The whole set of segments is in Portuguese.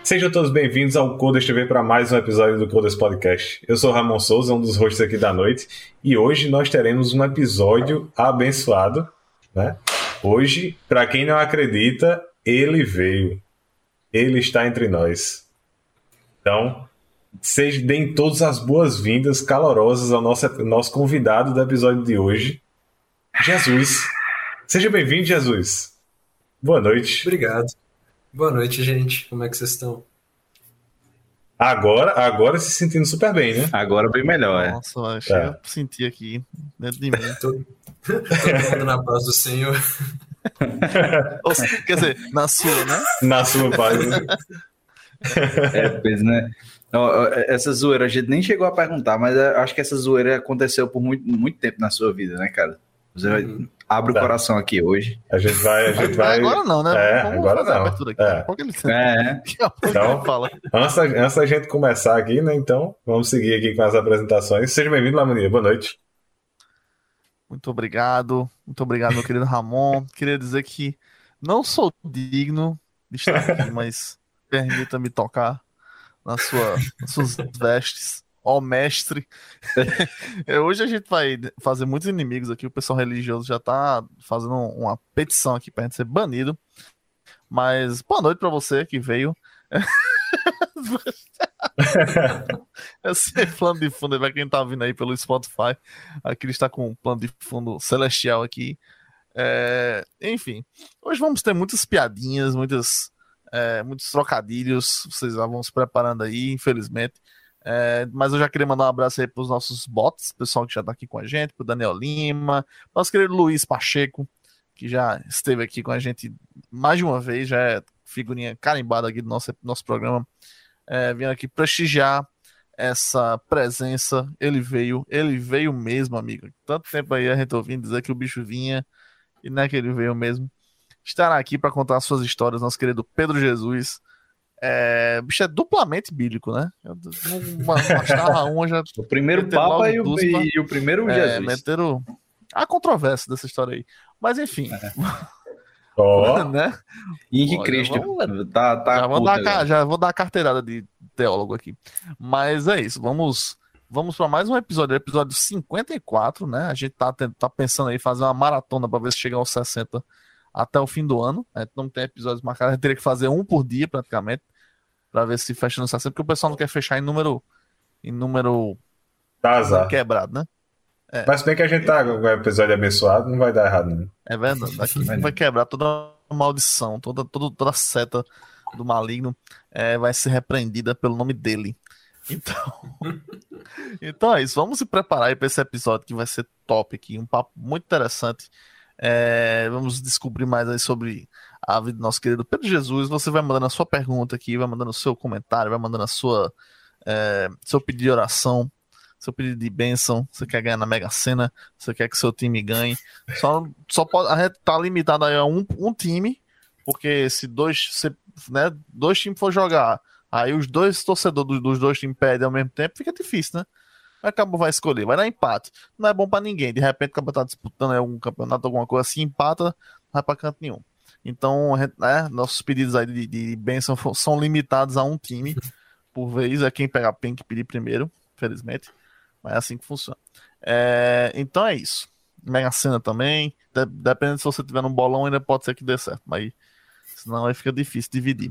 Sejam todos bem-vindos ao Coders TV para mais um episódio do Coders Podcast. Eu sou Ramon Souza, um dos hosts aqui da noite, e hoje nós teremos um episódio abençoado, né? Hoje, para quem não acredita, ele veio. Ele está entre nós. Então, deem todas as boas-vindas calorosas ao nosso convidado do episódio de hoje, Jesus. Seja bem-vindo, Jesus. Boa noite. Obrigado. Boa noite, gente. Como é que vocês estão? Agora se sentindo super bem, né? Agora bem melhor, Nossa, chega a sentir aqui dentro de mim. Todo mundo na paz do Senhor. Quer dizer, na sua, né? Na sua paz, né? Pois, né? Essa zoeira a gente nem chegou a perguntar, mas acho que essa zoeira aconteceu por muito tempo na sua vida, né, cara? Você abre o coração aqui hoje. A gente vai... Agora não, né? Vamos agora não. Então, fala. Antes da gente começar aqui, né? Então, vamos seguir aqui com as apresentações. Seja bem-vindo, Lamania. Boa noite. Muito obrigado, meu querido Ramon. Queria dizer que não sou digno de estar aqui, mas permita-me tocar nas suas vestes. Ó, mestre. Hoje a gente vai fazer muitos inimigos aqui. O pessoal religioso já tá fazendo uma petição aqui pra gente ser banido. Mas boa noite pra você que veio. Esse plano de fundo, pra quem tá vindo aí pelo Spotify, aqui ele está com um plano de fundo celestial aqui. Enfim, hoje vamos ter muitas piadinhas, muitos trocadilhos. Vocês já vão se preparando aí, infelizmente. Mas eu já queria mandar um abraço aí pros nossos bots, pessoal que já tá aqui com a gente, pro Daniel Lima, nosso querido Luiz Pacheco, que já esteve aqui com a gente mais de uma vez, já é figurinha carimbada aqui do nosso programa, vindo aqui prestigiar essa presença. Ele veio mesmo, amigo. Tanto tempo aí a gente ouvindo dizer que o bicho vinha, e não é que ele veio mesmo. Estará aqui para contar suas histórias, nosso querido Pedro Jesus. O bicho é duplamente bíblico, né? O primeiro Papa e o primeiro Jesus. Meteram a controvérsia dessa história aí. Mas enfim. Né? Henrique Cristo. Já vou dar a carteirada de teólogo aqui. Mas é isso. Vamos para mais um episódio 54, né? A gente tá pensando aí fazer uma maratona para ver se chega aos 60 até o fim do ano. Não tem episódios marcados, a gente teria que fazer um por dia praticamente, pra ver se fecha no 60, porque o pessoal não quer fechar em número quebrado, né? Mas bem que a gente tá com o episódio abençoado, não vai dar errado, né? É verdade, aqui vai quebrar toda a maldição, toda a seta do maligno vai ser repreendida pelo nome dele. Então é isso, vamos se preparar aí pra esse episódio que vai ser top aqui, um papo muito interessante. Vamos descobrir mais aí sobre a vida do nosso querido Pedro Jesus. Você vai mandando a sua pergunta aqui, vai mandando o seu comentário, vai mandando a seu pedido de oração, seu pedido de bênção. Você quer ganhar na Mega Sena, você quer que seu time ganhe. Só pode, a gente tá limitado aí a um time, porque se dois times for jogar, aí os dois torcedores dos dois times pedem ao mesmo tempo, fica difícil, né? Acabou, vai escolher, vai dar empate. Não é bom pra ninguém. De repente, o cara tá disputando algum campeonato, alguma coisa assim, empata, não vai pra canto nenhum. Então, nossos pedidos aí de bênção são limitados a um time por vez. Quem pegar tem que pedir primeiro, infelizmente. Mas é assim que funciona. Então é isso. Mega Sena também. Dependendo se você tiver num bolão, ainda pode ser que dê certo. Mas senão aí fica difícil dividir.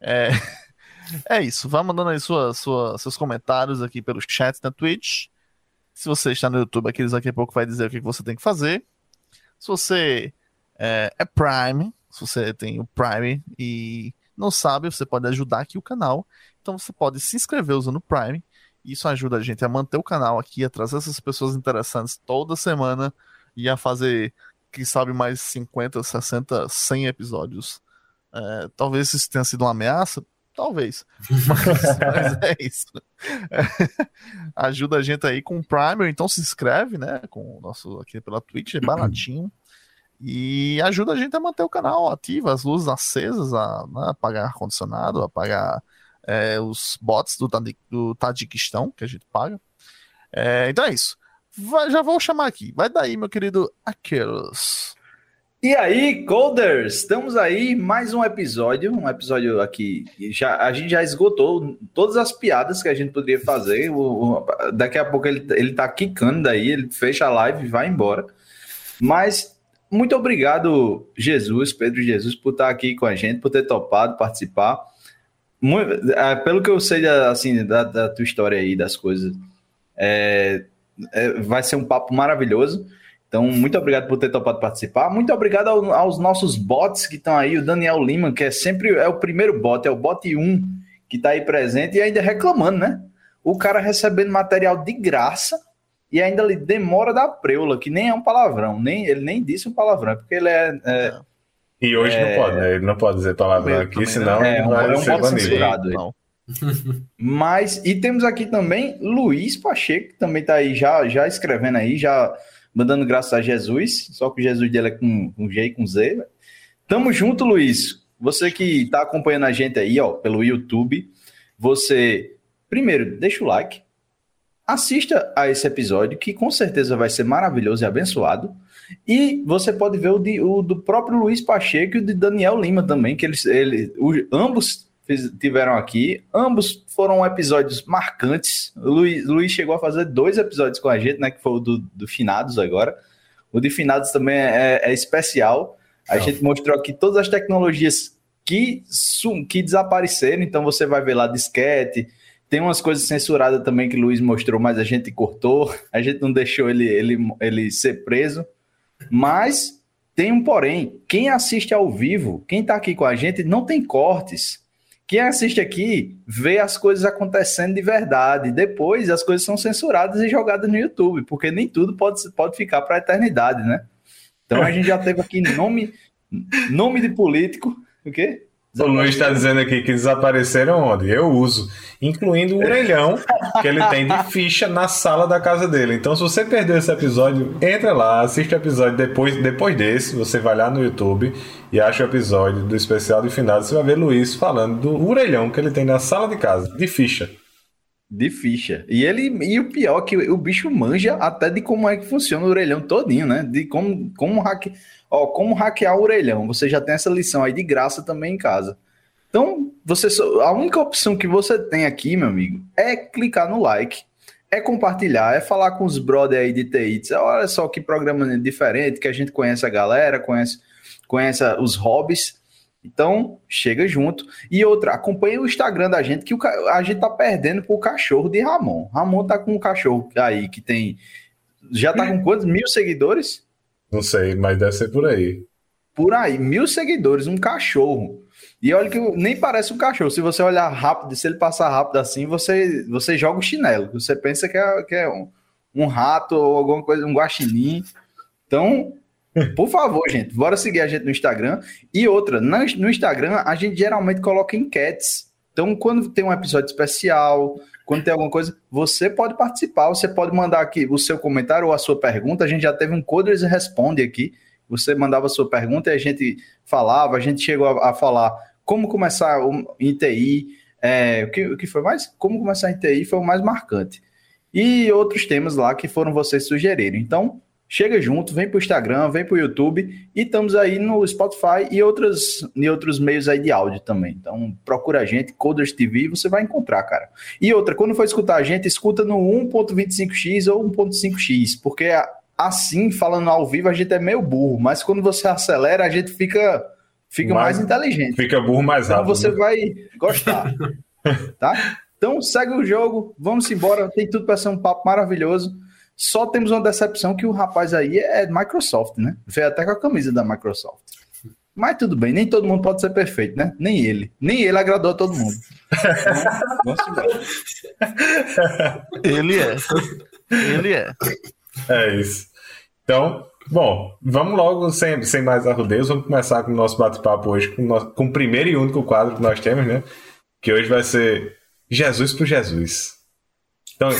É isso, vá mandando aí seus comentários aqui pelo chat na Twitch. Se você está no YouTube, aqui daqui a pouco vai dizer o que você tem que fazer. Se você é Prime, se você tem o Prime e não sabe, você pode ajudar aqui o canal. Então você pode se inscrever usando o Prime. Isso ajuda a gente a manter o canal aqui, a trazer essas pessoas interessantes toda semana e a fazer, quem sabe, mais 50, 60, 100 episódios. Talvez isso tenha sido uma ameaça. Talvez. Mas é isso. Ajuda a gente aí com o Prime, ou então se inscreve, né? Com o nosso aqui pela Twitch, é baratinho. E ajuda a gente a manter o canal ativo, as luzes acesas, a apagar ar-condicionado, apagar os bots do Tadiquistão, que a gente paga. Então é isso. Já vou chamar aqui. Vai daí, meu querido Aqueros. E aí, Coders, estamos aí, mais um episódio aqui, a gente já esgotou todas as piadas que a gente poderia fazer, daqui a pouco ele tá quicando daí, ele fecha a live e vai embora, mas muito obrigado, Pedro Jesus, por estar aqui com a gente, por ter topado participar. Pelo que eu sei assim, da tua história aí, das coisas, vai ser um papo maravilhoso. Então, muito obrigado por ter topado participar. Muito obrigado aos nossos bots que estão aí. O Daniel Lima, que é o primeiro bot, é o bot 1 que está aí presente e ainda reclamando, né? O cara recebendo material de graça e ainda ele demora da preula, que nem é um palavrão. Ele nem disse um palavrão, porque ele E hoje não pode, né? Ele não pode dizer palavrão aqui, senão ele vai ser bot banido. censurado. Mas, e temos aqui também Luiz Pacheco, que também está aí já escrevendo aí, já mandando graças a Jesus, só que o Jesus dele é com G e com Z. Véio. Tamo junto, Luiz. Você que tá acompanhando a gente aí, ó, pelo YouTube, você, primeiro, deixa o like, assista a esse episódio, que com certeza vai ser maravilhoso e abençoado, e você pode ver o do próprio Luiz Pacheco e o de Daniel Lima também, que ambos tiveram aqui, ambos foram episódios marcantes. O Luiz chegou a fazer 2 episódios com a gente, né, que foi o do Finados agora. O de Finados também é especial. A gente mostrou aqui todas as tecnologias que desapareceram, então você vai ver lá disquete, tem umas coisas censuradas também que o Luiz mostrou, mas a gente cortou, a gente não deixou ele ser preso, mas tem um porém, quem assiste ao vivo, quem tá aqui com a gente, não tem cortes. Quem assiste aqui vê as coisas acontecendo de verdade. Depois as coisas são censuradas e jogadas no YouTube, porque nem tudo pode ficar para a eternidade, né? Então a gente já teve aqui nome de político. O quê? O Luiz está dizendo aqui que desapareceram onde? Eu uso, incluindo o orelhão que ele tem de ficha na sala da casa dele. Então, se você perdeu esse episódio, entra lá, assiste o episódio depois desse, você vai lá no YouTube e acha o episódio do especial de final. Você vai ver Luiz falando do orelhão que ele tem na sala de casa, de ficha. De ficha. E o pior é que o bicho manja até de como é que funciona o orelhão todinho, né? De como hackear o orelhão. Você já tem essa lição aí de graça também em casa. Então, a única opção que você tem aqui, meu amigo, é clicar no like, é compartilhar, é falar com os brother aí de TI. Dizer, olha só que programa diferente, que a gente conhece a galera, conhece os hobbies. Então, chega junto. E outra, acompanha o Instagram da gente, que a gente tá perdendo pro cachorro de Ramon. Ramon tá com um cachorro aí que tem... Já tá com quantos? 1.000 seguidores? Não sei, mas deve ser por aí. Por aí, 1.000 seguidores, um cachorro. E olha que nem parece um cachorro. Se você olhar rápido, se ele passar rápido assim, você joga o chinelo. Você pensa que é um rato ou alguma coisa, um guaxinim. Então... Por favor, gente, bora seguir a gente no Instagram. E outra, no Instagram a gente geralmente coloca enquetes. Então, quando tem um episódio especial, quando tem alguma coisa, você pode participar, você pode mandar aqui o seu comentário ou a sua pergunta. A gente já teve um Coders Responde aqui. Você mandava a sua pergunta e a gente falava, a gente chegou a falar como começar em TI. O que foi mais? Como começar em TI foi o mais marcante. E outros temas lá que foram vocês sugerirem. Então, chega junto, vem pro Instagram, vem pro YouTube e estamos aí no Spotify e outros meios aí de áudio também. Então procura a gente, Coders TV, você vai encontrar, cara. E outra, quando for escutar a gente, escuta no 1.25x ou 1.5x, porque assim, falando ao vivo, a gente é meio burro, mas quando você acelera, a gente fica mais inteligente. Fica burro mais rápido. Então você vai gostar, tá? Então segue o jogo, vamos embora, tem tudo para ser um papo maravilhoso. Só temos uma decepção que o rapaz aí é Microsoft, né? Veio até com a camisa da Microsoft. Mas tudo bem, nem todo mundo pode ser perfeito, né? Nem ele. Nem ele agradou a todo mundo. Vamos embora. Ele é. É isso. Então, bom, vamos logo, sem mais arrudeios, vamos começar com o nosso bate-papo hoje, com o primeiro e único quadro que nós temos, né? Que hoje vai ser Jesus por Jesus. Então...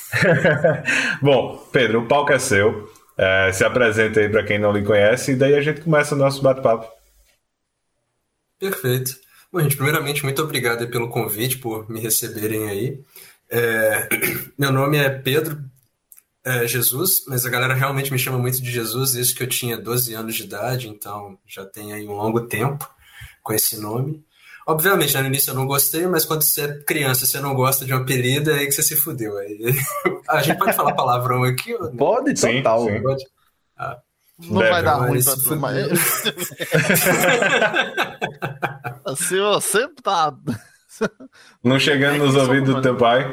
Bom, Pedro, o palco é seu. Se apresenta aí para quem não lhe conhece e daí a gente começa o nosso bate-papo. Perfeito. Bom, gente, primeiramente, muito obrigado aí pelo convite, por me receberem aí. Meu nome é Pedro, Jesus, mas a galera realmente me chama muito de Jesus, isso que eu tinha 12 anos de idade, então já tem aí um longo tempo com esse nome. Obviamente, no início eu não gostei, mas quando você é criança, você não gosta de um apelido, é aí que você se fudeu. Aí... A gente pode falar palavrão aqui? Ou não? Pode, total. Sim. Pode? Não vai dar ruim Mas pra se tu, mas... fudeu. Se você tá... Não chegando nos ouvidos do teu pai.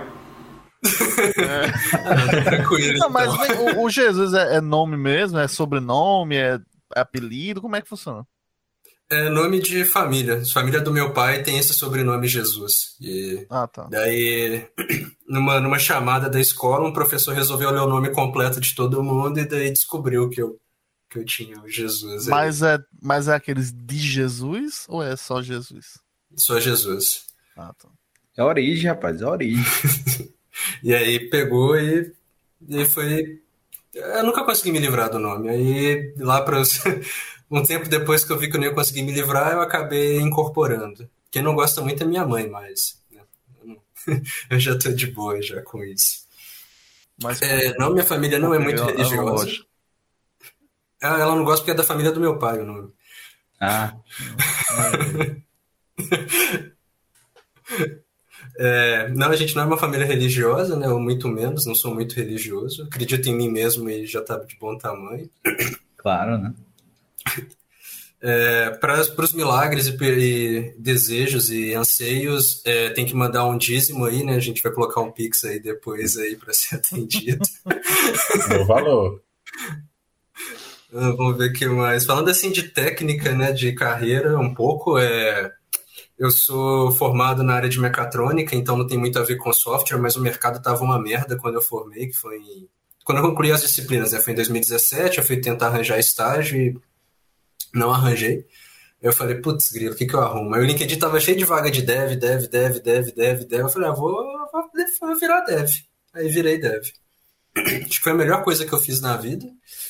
Tranquilo, Não, mas então. o Jesus é nome mesmo? É sobrenome? É apelido? Como é que funciona? É nome de família. A família do meu pai tem esse sobrenome Jesus. E Ah, tá. daí, numa chamada da escola, um professor resolveu ler o nome completo de todo mundo e daí descobriu que eu tinha o Jesus. Mas é aqueles de Jesus ou é só Jesus? Sou Jesus. Ah, tá. É a origem, rapaz, é a origem. E aí pegou e foi... Eu nunca consegui me livrar do nome. Aí, lá para um tempo depois que eu vi que eu não ia conseguir me livrar, eu acabei incorporando. Quem não gosta muito é minha mãe, mas... né, eu já tô de boa já com isso. Mas, Não, minha família não é muito eu não religiosa. gosto. Ela não gosta porque é da família do meu pai o nome. Ah, Não, a gente não é uma família religiosa, né? Ou muito menos, não sou muito religioso. Acredito em mim mesmo e já tá de bom tamanho. claro, né? Para os milagres e desejos e anseios, tem que mandar um dízimo aí, né? A gente vai colocar um Pix aí depois aí para ser atendido. No valor. Vamos ver o que mais. Falando assim de técnica, né? De carreira, um pouco, eu sou formado na área de mecatrônica, então não tem muito a ver com software, mas o mercado tava uma merda quando eu formei, que foi quando eu concluí as disciplinas, né? Foi em 2017, eu fui tentar arranjar estágio e não arranjei. Eu falei, putz, grilo, o que eu arrumo? Aí o LinkedIn tava cheio de vaga de dev. Eu falei, vou virar dev. Aí virei dev. Acho que foi a melhor coisa que eu fiz na vida.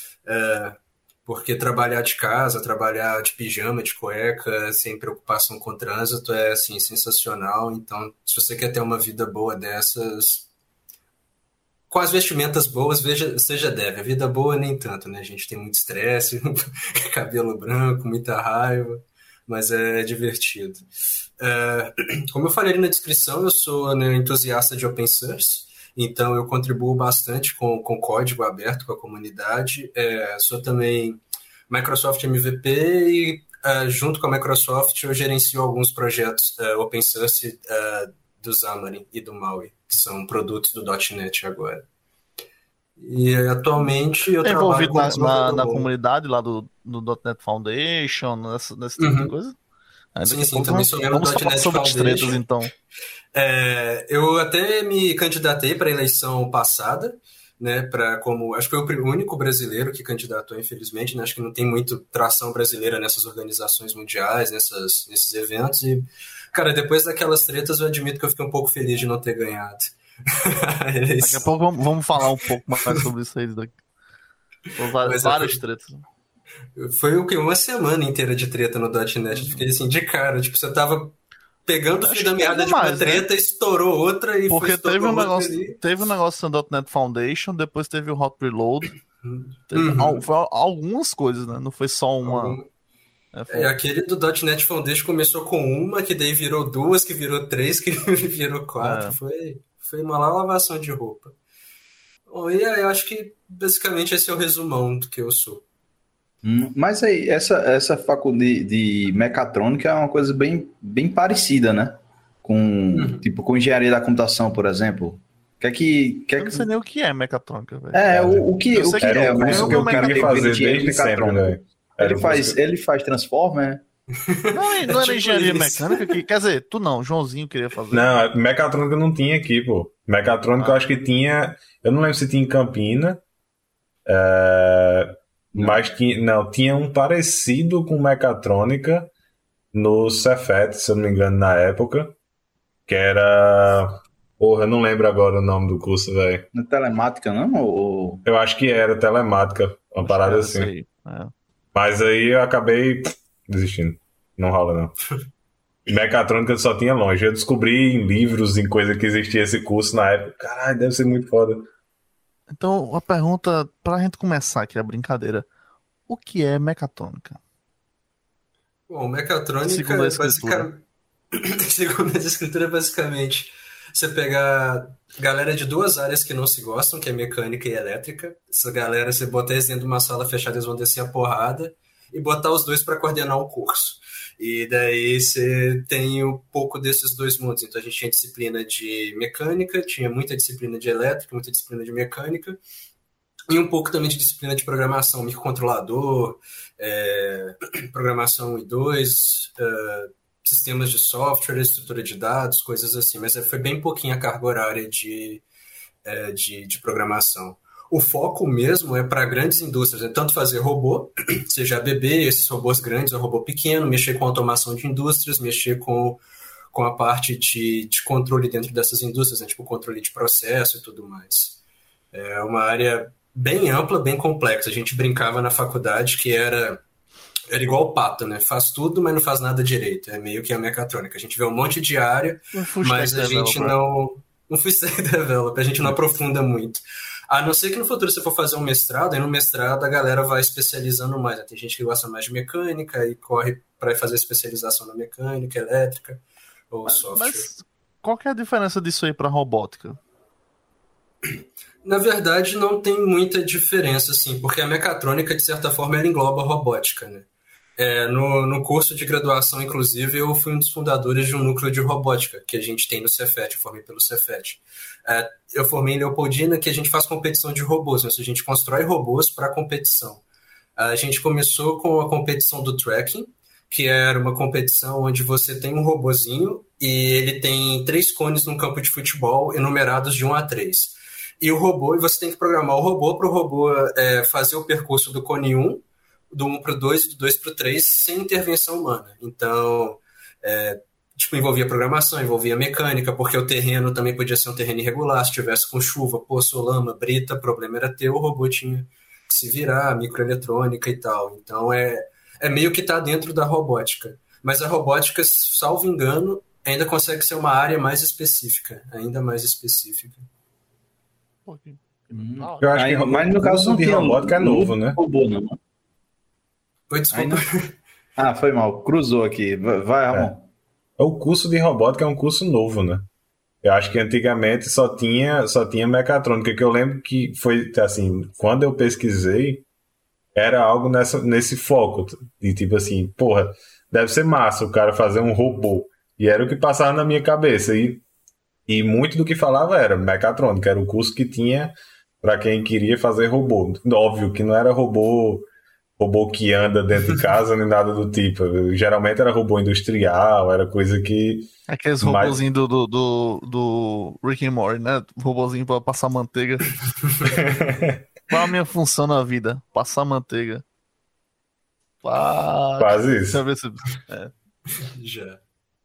Porque trabalhar de casa, trabalhar de pijama, de cueca, sem preocupação com o trânsito é, assim, sensacional. Então, se você quer ter uma vida boa dessas, com as vestimentas boas, seja dev. A vida boa nem tanto, né? A gente tem muito estresse, cabelo branco, muita raiva, mas é divertido. Como eu falei ali na descrição, eu sou, né, entusiasta de open source. Então, eu contribuo bastante com código aberto com a comunidade. Sou também Microsoft MVP e, junto com a Microsoft, eu gerencio alguns projetos open source do Xamarin e do Maui, que são produtos do .NET agora. E, atualmente, eu trabalho envolvido como na comunidade lá do .NET Foundation, nesse tipo de coisa? Sim, também sou membro do Vamos falar .NET sobre as Foundation. tretas, então. Eu até me candidatei para a eleição passada, né, acho que foi o único brasileiro que candidatou, infelizmente, né, acho que não tem muito tração brasileira nessas organizações mundiais, nesses eventos, e, cara, depois daquelas tretas eu admito que eu fiquei um pouco feliz de não ter ganhado a eleição. Daqui a pouco vamos falar um pouco mais sobre isso aí. Várias tretas. Foi o que? Uma semana inteira de treta no .NET, eu fiquei assim, de cara, tipo, você tava pegando o fio da meada de uma treta, né? Estourou outra e porque teve um negócio no .NET Foundation, depois teve o Hot Reload, foi algumas coisas, né? Não foi só uma. Aquele do .NET Foundation começou com uma, que daí virou duas, que virou três, que virou quatro. Foi uma lavação de roupa. Bom, e aí eu acho que basicamente esse é o resumão do que eu sou. Mas aí, essa faculdade de mecatrônica é uma coisa bem, bem parecida, né? Tipo, com engenharia da computação, por exemplo. Eu não sei nem o que é mecatrônica, velho. O que é o que eu queria fazer desde sempre, né? Ele faz Transformer, né? Não era engenharia mecânica? Quer dizer, tu não, Joãozinho queria fazer. Não, mecatrônica não tinha aqui, pô. Mecatrônica eu acho que tinha... Eu não lembro se tinha em Campina. Mas tinha um parecido com mecatrônica no Cefet, se eu não me engano, na época. Que era... Porra, eu não lembro agora o nome do curso, velho. Não é telemática, não? Eu acho que era telemática, uma parada assim. Aí. Mas aí eu acabei desistindo. Não rola, não. Mecatrônica só tinha longe. Eu descobri em livros, em coisa que existia esse curso na época. Caralho, deve ser muito foda. Então, a pergunta, pra gente começar aqui a brincadeira, o que é mecatrônica? Bom, Segundo mecatrônica a é escritura. basicamente, segundo a escritura, é basicamente você pegar galera de duas áreas que não se gostam, que é mecânica e elétrica. Essa galera, você botar eles dentro de uma sala fechada, eles vão descer a porrada e botar os dois para coordenar o curso. E daí você tem um pouco desses dois mundos. Então a gente tinha disciplina de mecânica, tinha muita disciplina de elétrica, muita disciplina de mecânica, e um pouco também de disciplina de programação, microcontrolador, programação 1 e 2, sistemas de software, estrutura de dados, coisas assim. Mas foi bem pouquinho a carga horária de programação. O foco mesmo é para grandes indústrias, é tanto fazer robô, seja ABB, esses robôs grandes ou robô pequeno, mexer com automação de indústrias, mexer com a parte de controle dentro dessas indústrias, né, tipo controle de processo e tudo mais. É uma área bem ampla, bem complexa. A gente brincava na faculdade que era igual o pato, né? Faz tudo, mas não faz nada direito. É meio que a mecatrônica. A gente vê um monte de área, Um full stack mas a gente developer. não full stack developer, a gente não aprofunda muito. A não ser que no futuro você for fazer um mestrado, aí no mestrado a galera vai especializando mais, né? Tem gente que gosta mais de mecânica e corre para fazer especialização na mecânica, elétrica ou software. Mas qual que é a diferença disso aí pra robótica? Na verdade, não tem muita diferença, assim, porque a mecatrônica, de certa forma, ela engloba a robótica, né? No curso de graduação, inclusive, eu fui um dos fundadores de um núcleo de robótica que a gente tem no Cefet, eu formei pelo Cefet. Eu formei em Leopoldina, que a gente faz competição de robôs, né? A gente constrói robôs para competição. A gente começou com a competição do tracking, que era uma competição onde você tem um robozinho e ele tem 3 cones num campo de futebol enumerados de 1 a 3. E você tem que programar o robô para o robô fazer o percurso do cone 1, do 1 para o 2, do 2 para o 3, sem intervenção humana. Então, envolvia programação, envolvia mecânica, porque o terreno também podia ser um terreno irregular, se tivesse com chuva, poço, lama, brita, o problema era teu, o robô tinha que se virar, microeletrônica e tal. Então, é meio que está dentro da robótica. Mas a robótica, salvo engano, ainda consegue ser uma área mais específica, ainda mais específica. Eu acho que Mas no caso curso não de tinha robótica é novo, né? robô, não. Oi, desculpa. Ah, foi mal. Cruzou aqui. Vai, Ramon. O curso de robótica é um curso novo, né? Eu acho que antigamente só tinha mecatrônica, que eu lembro que foi assim, quando eu pesquisei, era algo nesse foco, de tipo assim, porra, deve ser massa o cara fazer um robô. E era o que passava na minha cabeça. E muito do que falava era mecatrônica, era o curso que tinha para quem queria fazer robô. Óbvio que não era robô que anda dentro de casa nem nada do tipo. Geralmente era robô industrial, era coisa que. Aqueles mais... robozinhos do Rick and Morty, né? Robozinho pra passar manteiga. Qual a minha função na vida? Passar manteiga. Quase isso. Deixa eu ver se. Já.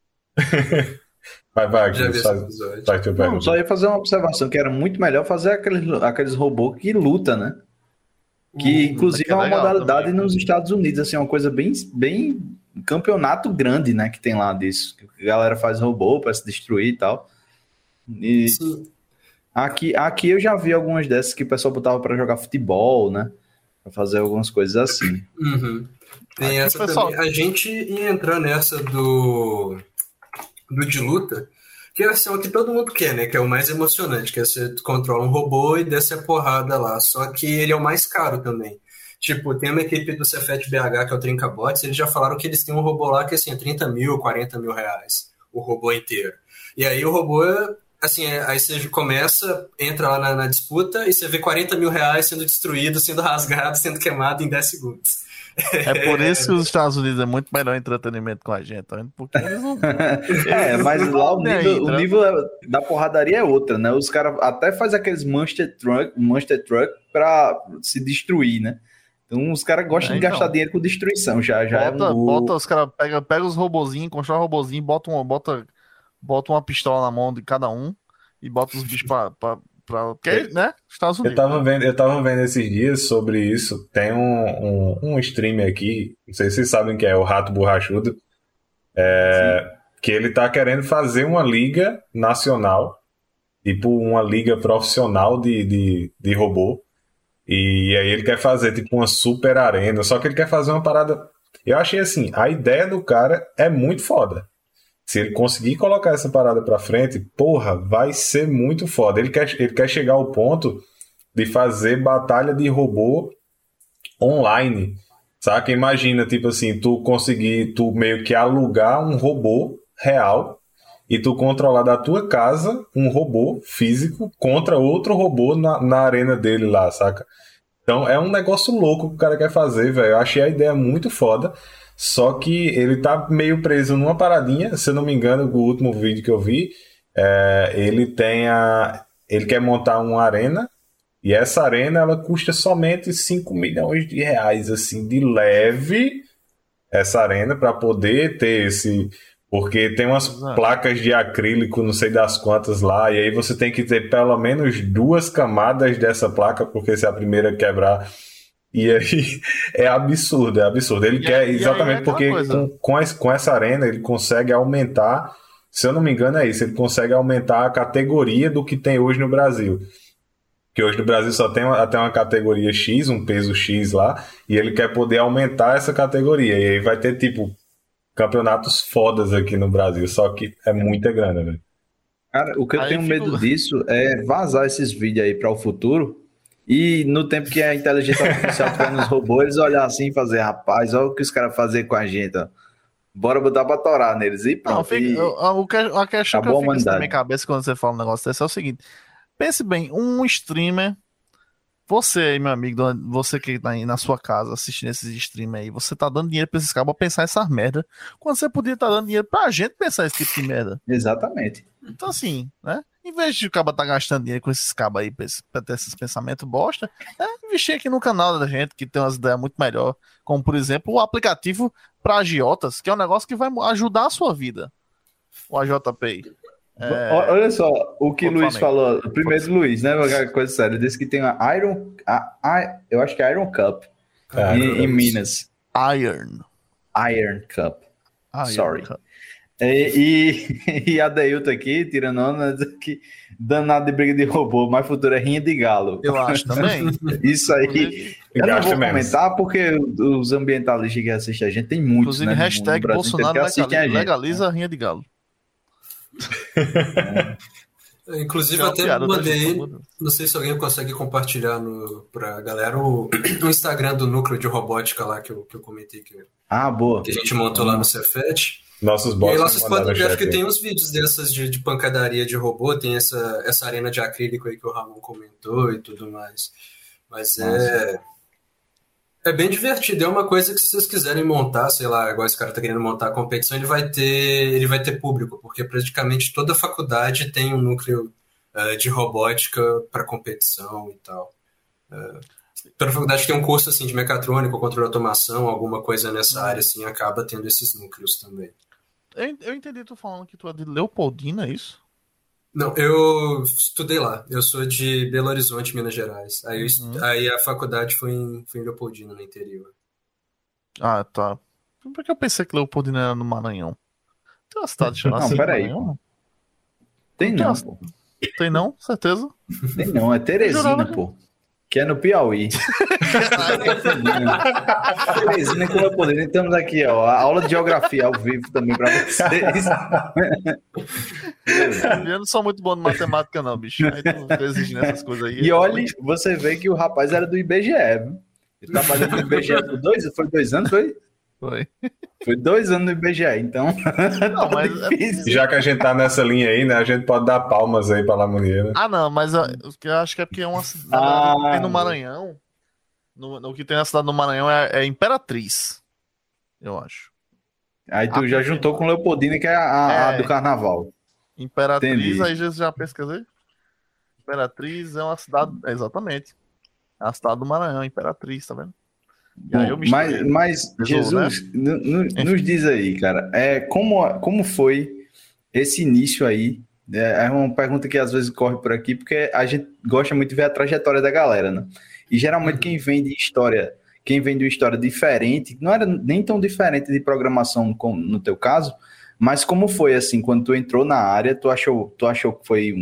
Vai, Já vi esse faz episódio. teu Não, pergunta. só ia fazer uma observação que era muito melhor fazer aqueles robôs que luta, né? Que inclusive é uma legal modalidade também. nos Estados Unidos, assim, uma coisa bem campeonato grande, né, que tem lá disso. Que a galera faz robô para se destruir e tal. E Sim. aqui eu já vi algumas dessas que o pessoal botava para jogar futebol, né? Pra fazer algumas coisas assim. Uhum. Tem Aqui, essa pessoal. também. A gente ia entrar nessa do de luta, que é assim, o que todo mundo quer, né? Que é o mais emocionante, que é você controla um robô e desce a porrada lá. Só que ele é o mais caro também. Tipo, tem uma equipe do Cefet BH, que é o Trincabots, eles já falaram que eles têm um robô lá que assim, é 30 mil, 40 mil reais. O robô inteiro. E aí o robô, assim, aí você começa, entra lá na disputa e você vê 40 mil reais sendo destruído, sendo rasgado, sendo queimado em 10 segundos. É por isso que os Estados Unidos é muito melhor em entretenimento com a gente, tá vendo? Porque eles não. Mas lá nem o aí, nível da porradaria é outra, né? Os caras até fazem aqueles Monster Truck pra se destruir, né? Então os caras gostam de gastar dinheiro com destruição, já é Bota os caras, pega os robozinhos, constrói um robozinho, bota uma pistola na mão de cada um e bota os bichos porque, né? Estados Unidos. Eu tava vendo esses dias sobre isso. Tem um streamer aqui, não sei se vocês sabem que é o Rato Borrachudo, que ele tá querendo fazer uma liga nacional tipo uma liga profissional de robô. E aí ele quer fazer tipo uma super arena, só que ele quer fazer uma parada. Eu achei assim, a ideia do cara é muito foda. Se ele conseguir colocar essa parada pra frente, porra, vai ser muito foda. Ele quer chegar ao ponto de fazer batalha de robô online, saca? Imagina, tipo assim, tu meio que alugar um robô real e tu controlar da tua casa um robô físico contra outro robô na arena dele lá, saca? Então é um negócio louco que o cara quer fazer, velho. Eu achei a ideia muito foda, só que ele tá meio preso numa paradinha, se eu não me engano, o último vídeo que eu vi, ele quer montar uma arena, e essa arena ela custa somente 5 milhões de reais, assim, de leve, essa arena, para poder ter esse. Porque tem umas placas de acrílico, não sei das quantas lá, e aí você tem que ter pelo menos 2 camadas dessa placa, porque se a primeira quebrar. E aí é absurdo, é absurdo. Ele quer, exatamente porque com essa arena ele consegue aumentar, se eu não me engano é isso, ele consegue aumentar a categoria do que tem hoje no Brasil. Que hoje no Brasil só tem até uma categoria X, um peso X lá, e ele quer poder aumentar essa categoria. E aí vai ter, tipo, campeonatos fodas aqui no Brasil, só que é muita grana, velho. Cara, o que eu tenho medo disso é vazar esses vídeos aí para o futuro e no tempo que a inteligência artificial estiver nos robôs, eles olhar assim e fazer, rapaz, olha o que os caras fazem com a gente, ó. Bora botar pra torar neles e pronto. Não, a questão que eu fico na minha cabeça quando você fala um negócio desse é o seguinte, pense bem, um streamer, você aí, meu amigo, você que tá aí na sua casa assistindo esses streamers aí, você tá dando dinheiro pra esses caras pra pensar essas merda, quando você podia estar dando dinheiro pra gente pensar esse tipo de merda. Exatamente. Então assim, né? Em vez de o cara tá gastando dinheiro com esses cabos aí pra ter esses pensamentos bosta, investir aqui no canal da gente, que tem umas ideias muito melhor, como por exemplo o aplicativo pra agiotas, que é um negócio que vai ajudar a sua vida. O AJPay. Olha só o que o Luiz falou. Primeiro, Luiz, né? Coisa séria. Ele disse que tem eu acho que é Iron Cup em Minas. Iron Cup. Sorry. Cup. E a Deilton aqui, tirando onda, que danado de briga de robô, mais futuro é rinha de galo. Eu acho também. Isso aí. Eu não vou comentar porque os ambientalistas que assistem a gente tem muitos. Inclusive, né, hashtag Bolsonaro legaliza a rinha de galo. Inclusive até mandei, não sei se alguém consegue compartilhar pra galera o Instagram do núcleo de robótica lá que eu comentei boa. Que a gente montou lá no Cefet. Nossos bots. E aí lá vocês podem ver que tem uns vídeos dessas de pancadaria de robô, tem essa arena de acrílico aí que o Ramon comentou e tudo mais. Mas é bem divertido, é uma coisa que se vocês quiserem montar, sei lá, igual esse cara tá querendo montar a competição, ele vai ter público, porque praticamente toda faculdade tem um núcleo de robótica para competição e tal. Toda faculdade tem um curso assim, de mecatrônica, controle de automação, alguma coisa nessa área, assim, acaba tendo esses núcleos também. Eu entendi tu falando que tu é de Leopoldina, é isso? Não, eu estudei lá. Eu sou de Belo Horizonte, Minas Gerais. Aí a faculdade foi em Leopoldina, no interior. Ah, tá. Por que eu pensei que Leopoldina era no Maranhão? Tem uma cidade chamada assim, peraí. Tem não, pô. Tem não? Certeza? Tem não, é Teresina, pô. Que é no Piauí. Teresina com Leopoldina. Estamos aqui, ó. A aula de geografia ao vivo também para vocês. Eu não sou muito bom de matemática, não, bicho. Aí tu exige nessas coisas aí. E olha, você vê que o rapaz era do IBGE, viu? Ele trabalhou no IBGE por 2 anos, foi? Foi 2 anos no IBGE, então. Não, mas já que a gente tá nessa linha aí, né? A gente pode dar palmas aí pra Lamonia, né? Ah, não, mas eu acho que é porque é uma cidade que tem no Maranhão. No que tem na cidade do Maranhão é Imperatriz. Eu acho. Aí tu já juntou com Leopoldina, que é a do carnaval. Imperatriz, Entendi. Aí já pesquisei. Imperatriz é uma cidade. Exatamente. É a cidade do Maranhão, Imperatriz, tá vendo? Bom, mas Jesus, né? Nos diz aí, cara, como foi esse início aí? É uma pergunta que às vezes corre por aqui, porque a gente gosta muito de ver a trajetória da galera, né? E geralmente quem vem de uma história diferente, não era nem tão diferente de programação como no teu caso, mas como foi assim, quando tu entrou na área, tu achou que foi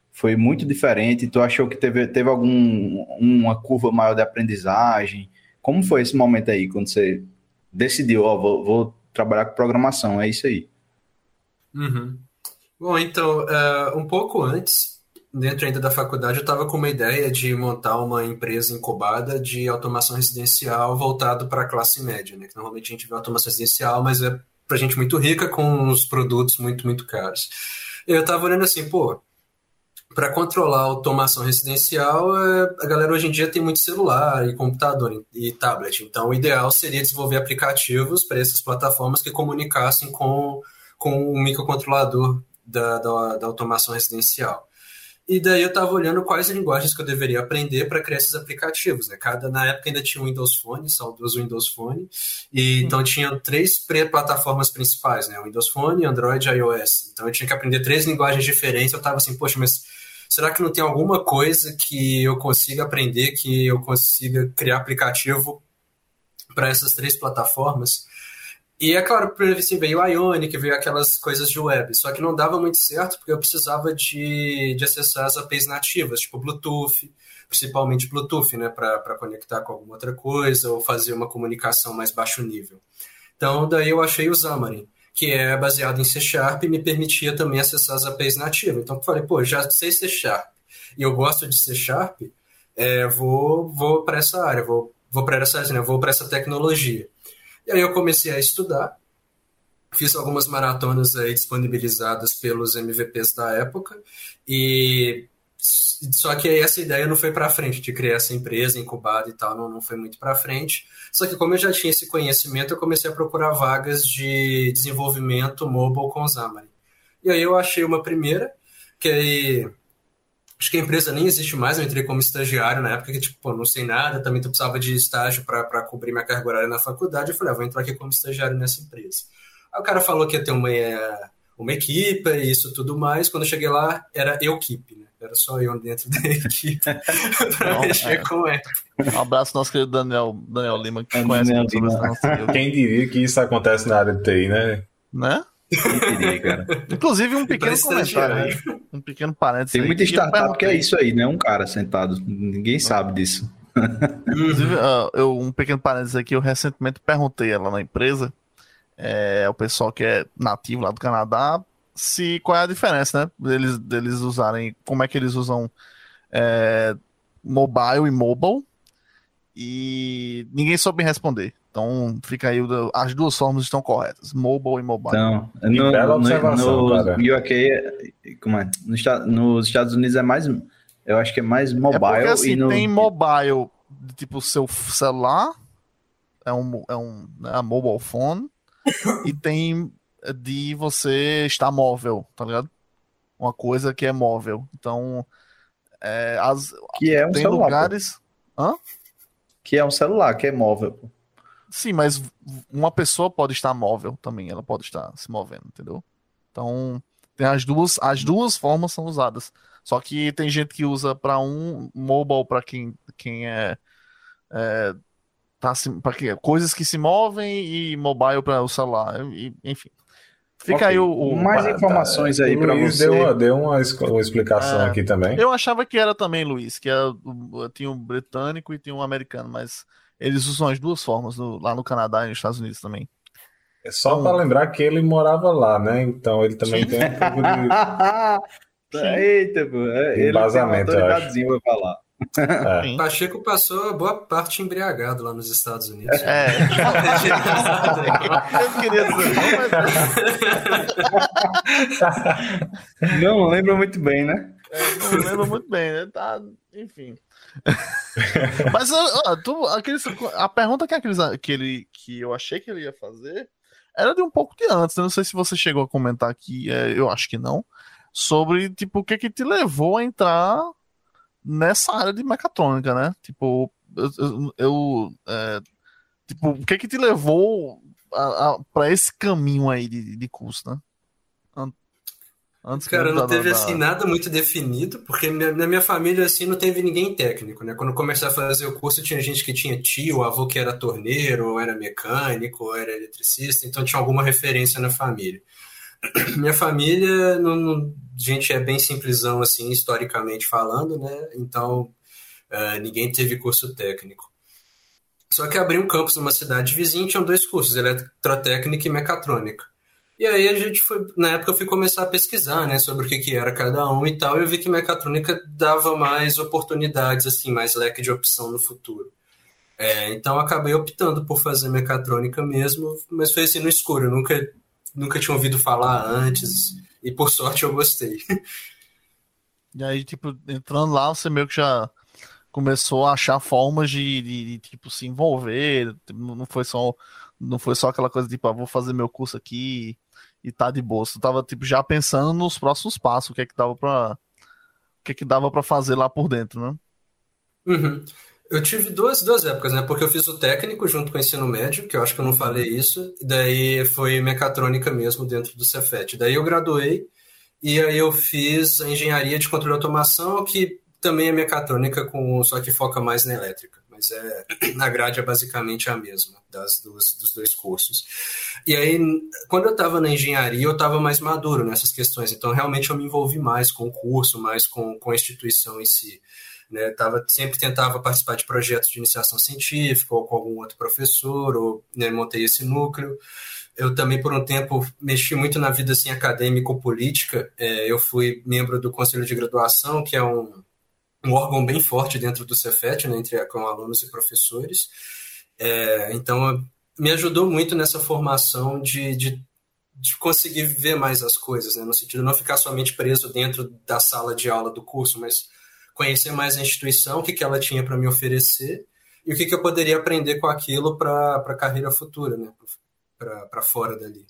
foi muito diferente? Tu achou que teve uma curva maior de aprendizagem? Como foi esse momento aí, quando você decidiu, vou trabalhar com programação, é isso aí? Uhum. Bom, então, um pouco antes, dentro ainda da faculdade, eu estava com uma ideia de montar uma empresa incubada de automação residencial voltado para a classe média, né? Que normalmente a gente vê automação residencial, mas é para gente muito rica com os produtos muito, muito caros. Eu estava olhando assim, pô, para controlar a automação residencial, a galera hoje em dia tem muito celular e computador e tablet. Então, o ideal seria desenvolver aplicativos para essas plataformas que comunicassem com o microcontrolador da automação residencial. E daí eu estava olhando quais linguagens que eu deveria aprender para criar esses aplicativos. Né? Na época ainda tinha o Windows Phone, saudoso Windows Phone, e então tinha 3 plataformas principais, né? O Windows Phone, Android e iOS. Então eu tinha que aprender 3 linguagens diferentes. Eu estava assim, poxa, mas será que não tem alguma coisa que eu consiga aprender, que eu consiga criar aplicativo para essas 3 plataformas? E é claro, assim, veio o Ionic, veio aquelas coisas de web, só que não dava muito certo porque eu precisava de acessar as APIs nativas, tipo Bluetooth, principalmente Bluetooth, né, para conectar com alguma outra coisa ou fazer uma comunicação mais baixo nível. Então, daí eu achei o Xamarin, que é baseado em C# e me permitia também acessar as APIs nativas. Então, eu falei, pô, já sei C# e eu gosto de C#, vou para essa área, vou para essa tecnologia. E aí eu comecei a estudar, fiz algumas maratonas aí disponibilizadas pelos MVPs da época, só que aí essa ideia não foi para frente, de criar essa empresa incubada e tal, não foi muito para frente. Só que como eu já tinha esse conhecimento, eu comecei a procurar vagas de desenvolvimento mobile com Xamarin. E aí eu achei uma primeira, que aí... Acho que a empresa nem existe mais, eu entrei como estagiário na época, que tipo, pô, não sei nada, também precisava de estágio para cobrir minha carga horária na faculdade, eu falei, vou entrar aqui como estagiário nessa empresa. Aí o cara falou que ia ter uma equipe e isso tudo mais, quando eu cheguei lá, era equipe, né? Era só eu dentro da equipe para mexer com ela. Um abraço ao nosso querido Daniel Lima, que conhece muito sobre esse nosso. Quem diria que isso acontece na área de TI, né? Né? Entendi, cara. Inclusive, um pequeno comentário aí. Um pequeno parênteses. Tem muita startup que é isso aí, né? Um cara sentado. Ninguém sabe disso. Inclusive, um pequeno parênteses aqui. Eu recentemente perguntei lá na empresa, o pessoal que é nativo lá do Canadá, qual é a diferença, né? Deles usarem, como é que eles usam mobile e mobile. E ninguém soube responder. Então, fica aí, as duas formas estão corretas, mobile e mobile. Então, bela observação, cara. No UK, como é? Nos Estados Unidos é mais, eu acho que é mais mobile. Porque, assim, e tem mobile, tipo, seu celular, é a mobile phone, e tem de você estar móvel, tá ligado? Uma coisa que é móvel. Então, que é um tem celular, lugares... Hã? Que é um celular, que é móvel. Sim, mas uma pessoa pode estar móvel também, ela pode estar se movendo, entendeu? Então, tem as duas formas são usadas. Só que tem gente que usa para mobile para quem coisas que se movem e mobile para o celular, enfim. Fica aí mais informações aí para você. Deu uma explicação aqui também. Eu achava que era também, Luiz, que tinha um britânico e tinha um americano, mas eles usam as duas formas lá no Canadá e nos Estados Unidos também. É só para lembrar que ele morava lá, né? Então ele também tem um pouco de... Eita, pô. Ele embasamento, tem uma autoridadezinha pra falar. Pacheco passou boa parte embriagado lá nos Estados Unidos. Eu queria dizer, não lembro muito bem, né? Não lembro muito bem, né? Tá, enfim. Mas a pergunta que eu achei que ele ia fazer era de um pouco de antes. Eu não sei se você chegou a comentar aqui, eu acho que não, sobre tipo o que te levou a entrar nessa área de mecatrônica, né? Tipo, tipo, o que te levou para esse caminho aí de curso, né? Antes, cara, não teve assim nada muito definido, porque na minha família assim não teve ninguém técnico, né? Quando eu comecei a fazer o curso, tinha gente que tinha tio, avô que era torneiro, ou era mecânico, ou era eletricista, então tinha alguma referência na família. Minha família, gente, é bem simplesão, assim, historicamente falando, né? Então, ninguém teve curso técnico. Só que abri um campus numa cidade vizinha, tinham 2 cursos, eletrotécnica e mecatrônica. E aí na época eu fui começar a pesquisar, né, sobre o que era cada um e tal, e eu vi que mecatrônica dava mais oportunidades, assim, mais leque de opção no futuro. Então eu acabei optando por fazer mecatrônica mesmo, mas foi assim no escuro, eu nunca tinha ouvido falar antes, e por sorte eu gostei. E aí, tipo, entrando lá, você meio que já começou a achar formas de, tipo, se envolver, não foi só aquela coisa, tipo, vou fazer meu curso aqui e tá de boa. Você tava, tipo, já pensando nos próximos passos, o que é que dava pra fazer lá por dentro, né? Uhum. Eu tive duas épocas, né? Porque eu fiz o técnico junto com o ensino médio, que eu acho que eu não falei isso, e daí foi mecatrônica mesmo dentro do Cefet. Daí eu graduei, e aí eu fiz a engenharia de controle e automação, que também é mecatrônica, só que foca mais na elétrica. Mas a grade é basicamente a mesma dos 2 cursos. E aí, quando eu estava na engenharia, eu estava mais maduro nessas questões. Então, realmente, eu me envolvi mais com o curso, mais com a instituição em si. Né, sempre tentava participar de projetos de iniciação científica ou com algum outro professor, ou né, montei esse núcleo. Eu também, por um tempo, mexi muito na vida assim, acadêmico-política. Eu fui membro do Conselho de Graduação, que é um órgão bem forte dentro do Cefet, né, com alunos e professores. Então, me ajudou muito nessa formação de conseguir ver mais as coisas, né, no sentido de não ficar somente preso dentro da sala de aula do curso, mas conhecer mais a instituição, o que ela tinha para me oferecer e o que eu poderia aprender com aquilo para a carreira futura, né? Para fora dali.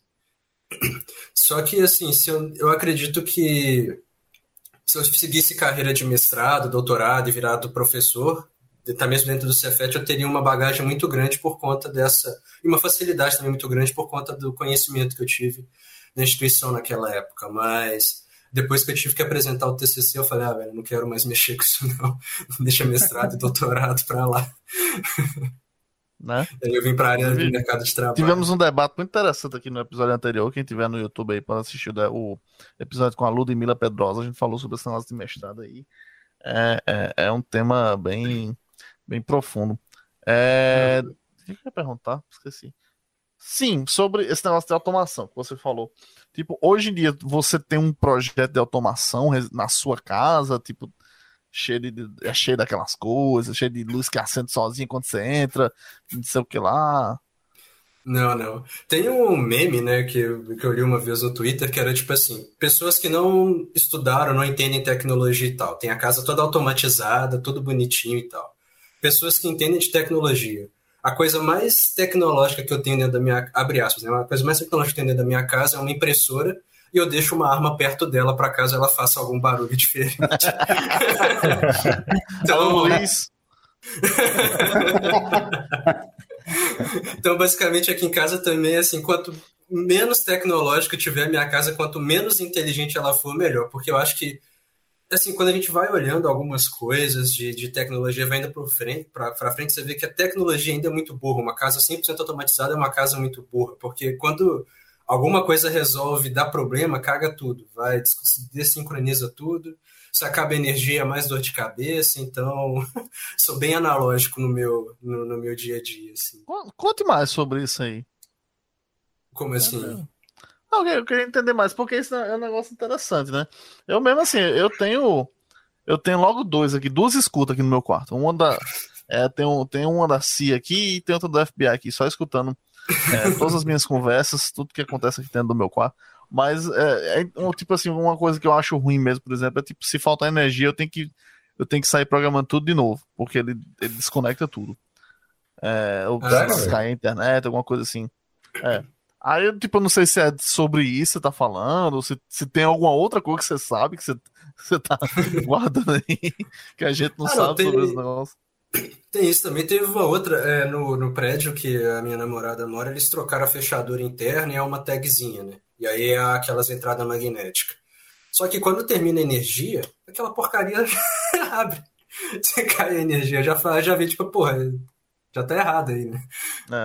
Só que, assim, eu acredito que se eu seguisse carreira de mestrado, doutorado e virado professor, tá mesmo dentro do Cefet, eu teria uma bagagem muito grande por conta e uma facilidade também muito grande por conta do conhecimento que eu tive na instituição naquela época, mas depois que eu tive que apresentar o TCC, eu falei, velho, não quero mais mexer com isso não, deixa mestrado e doutorado pra lá. Né? Aí eu vim pra área do mercado de trabalho. Tivemos um debate muito interessante aqui no episódio anterior, quem tiver no YouTube aí pode assistir o episódio com a Ludmila Pedrosa, a gente falou sobre esse negócio de mestrado aí. É um tema bem, bem profundo. O que eu ia perguntar? Esqueci. Sim, sobre esse negócio de automação que você falou. Tipo, hoje em dia você tem um projeto de automação na sua casa, tipo, cheio daquelas coisas, cheio de luz que acende sozinha quando você entra, não sei o que lá. Não. Tem um meme, né, que eu li uma vez no Twitter, que era tipo assim, pessoas que não estudaram, não entendem tecnologia e tal. Tem a casa toda automatizada, tudo bonitinho e tal. Pessoas que entendem de tecnologia. A coisa mais tecnológica que eu tenho dentro da minha... Abre aspas, né? A coisa mais tecnológica que eu tenho dentro da minha casa é uma impressora e eu deixo uma arma perto dela para caso ela faça algum barulho diferente. Então, Luiz... Então, basicamente, aqui em casa também, assim, quanto menos tecnológico tiver a minha casa, quanto menos inteligente ela for, melhor. Porque eu acho que, assim, quando a gente vai olhando algumas coisas de tecnologia, vai indo para frente, você vê que a tecnologia ainda é muito burra. Uma casa 100% automatizada é uma casa muito burra. Porque quando alguma coisa resolve dar problema, caga tudo. Vai, desincroniza tudo. Se acaba a energia, é mais dor de cabeça, então sou bem analógico no meu dia a dia. Assim. Conte mais sobre isso aí. Como assim? Não, eu queria entender mais, porque isso é um negócio interessante, né? Eu mesmo assim, eu tenho logo duas escutas aqui no meu quarto. Tem uma da CIA aqui e tem outra do FBI aqui, só escutando todas as minhas conversas, tudo que acontece aqui dentro do meu quarto. Mas tipo assim, uma coisa que eu acho ruim mesmo, por exemplo, é tipo, se faltar energia, eu tenho que sair programando tudo de novo, porque ele desconecta tudo. Ou se cair a internet, alguma coisa assim. Aí eu tipo, não sei se é sobre isso que você tá falando, ou se tem alguma outra coisa que você sabe, que você tá guardando aí, que a gente não sabe sobre esse negócio. Tem isso também. Teve uma outra, no prédio que a minha namorada mora, eles trocaram a fechadura interna e é uma tagzinha, né? E aí é aquelas entradas magnéticas. Só que quando termina a energia, aquela porcaria abre. Você cai a energia, já vê, tipo, porra, já tá errado aí, né?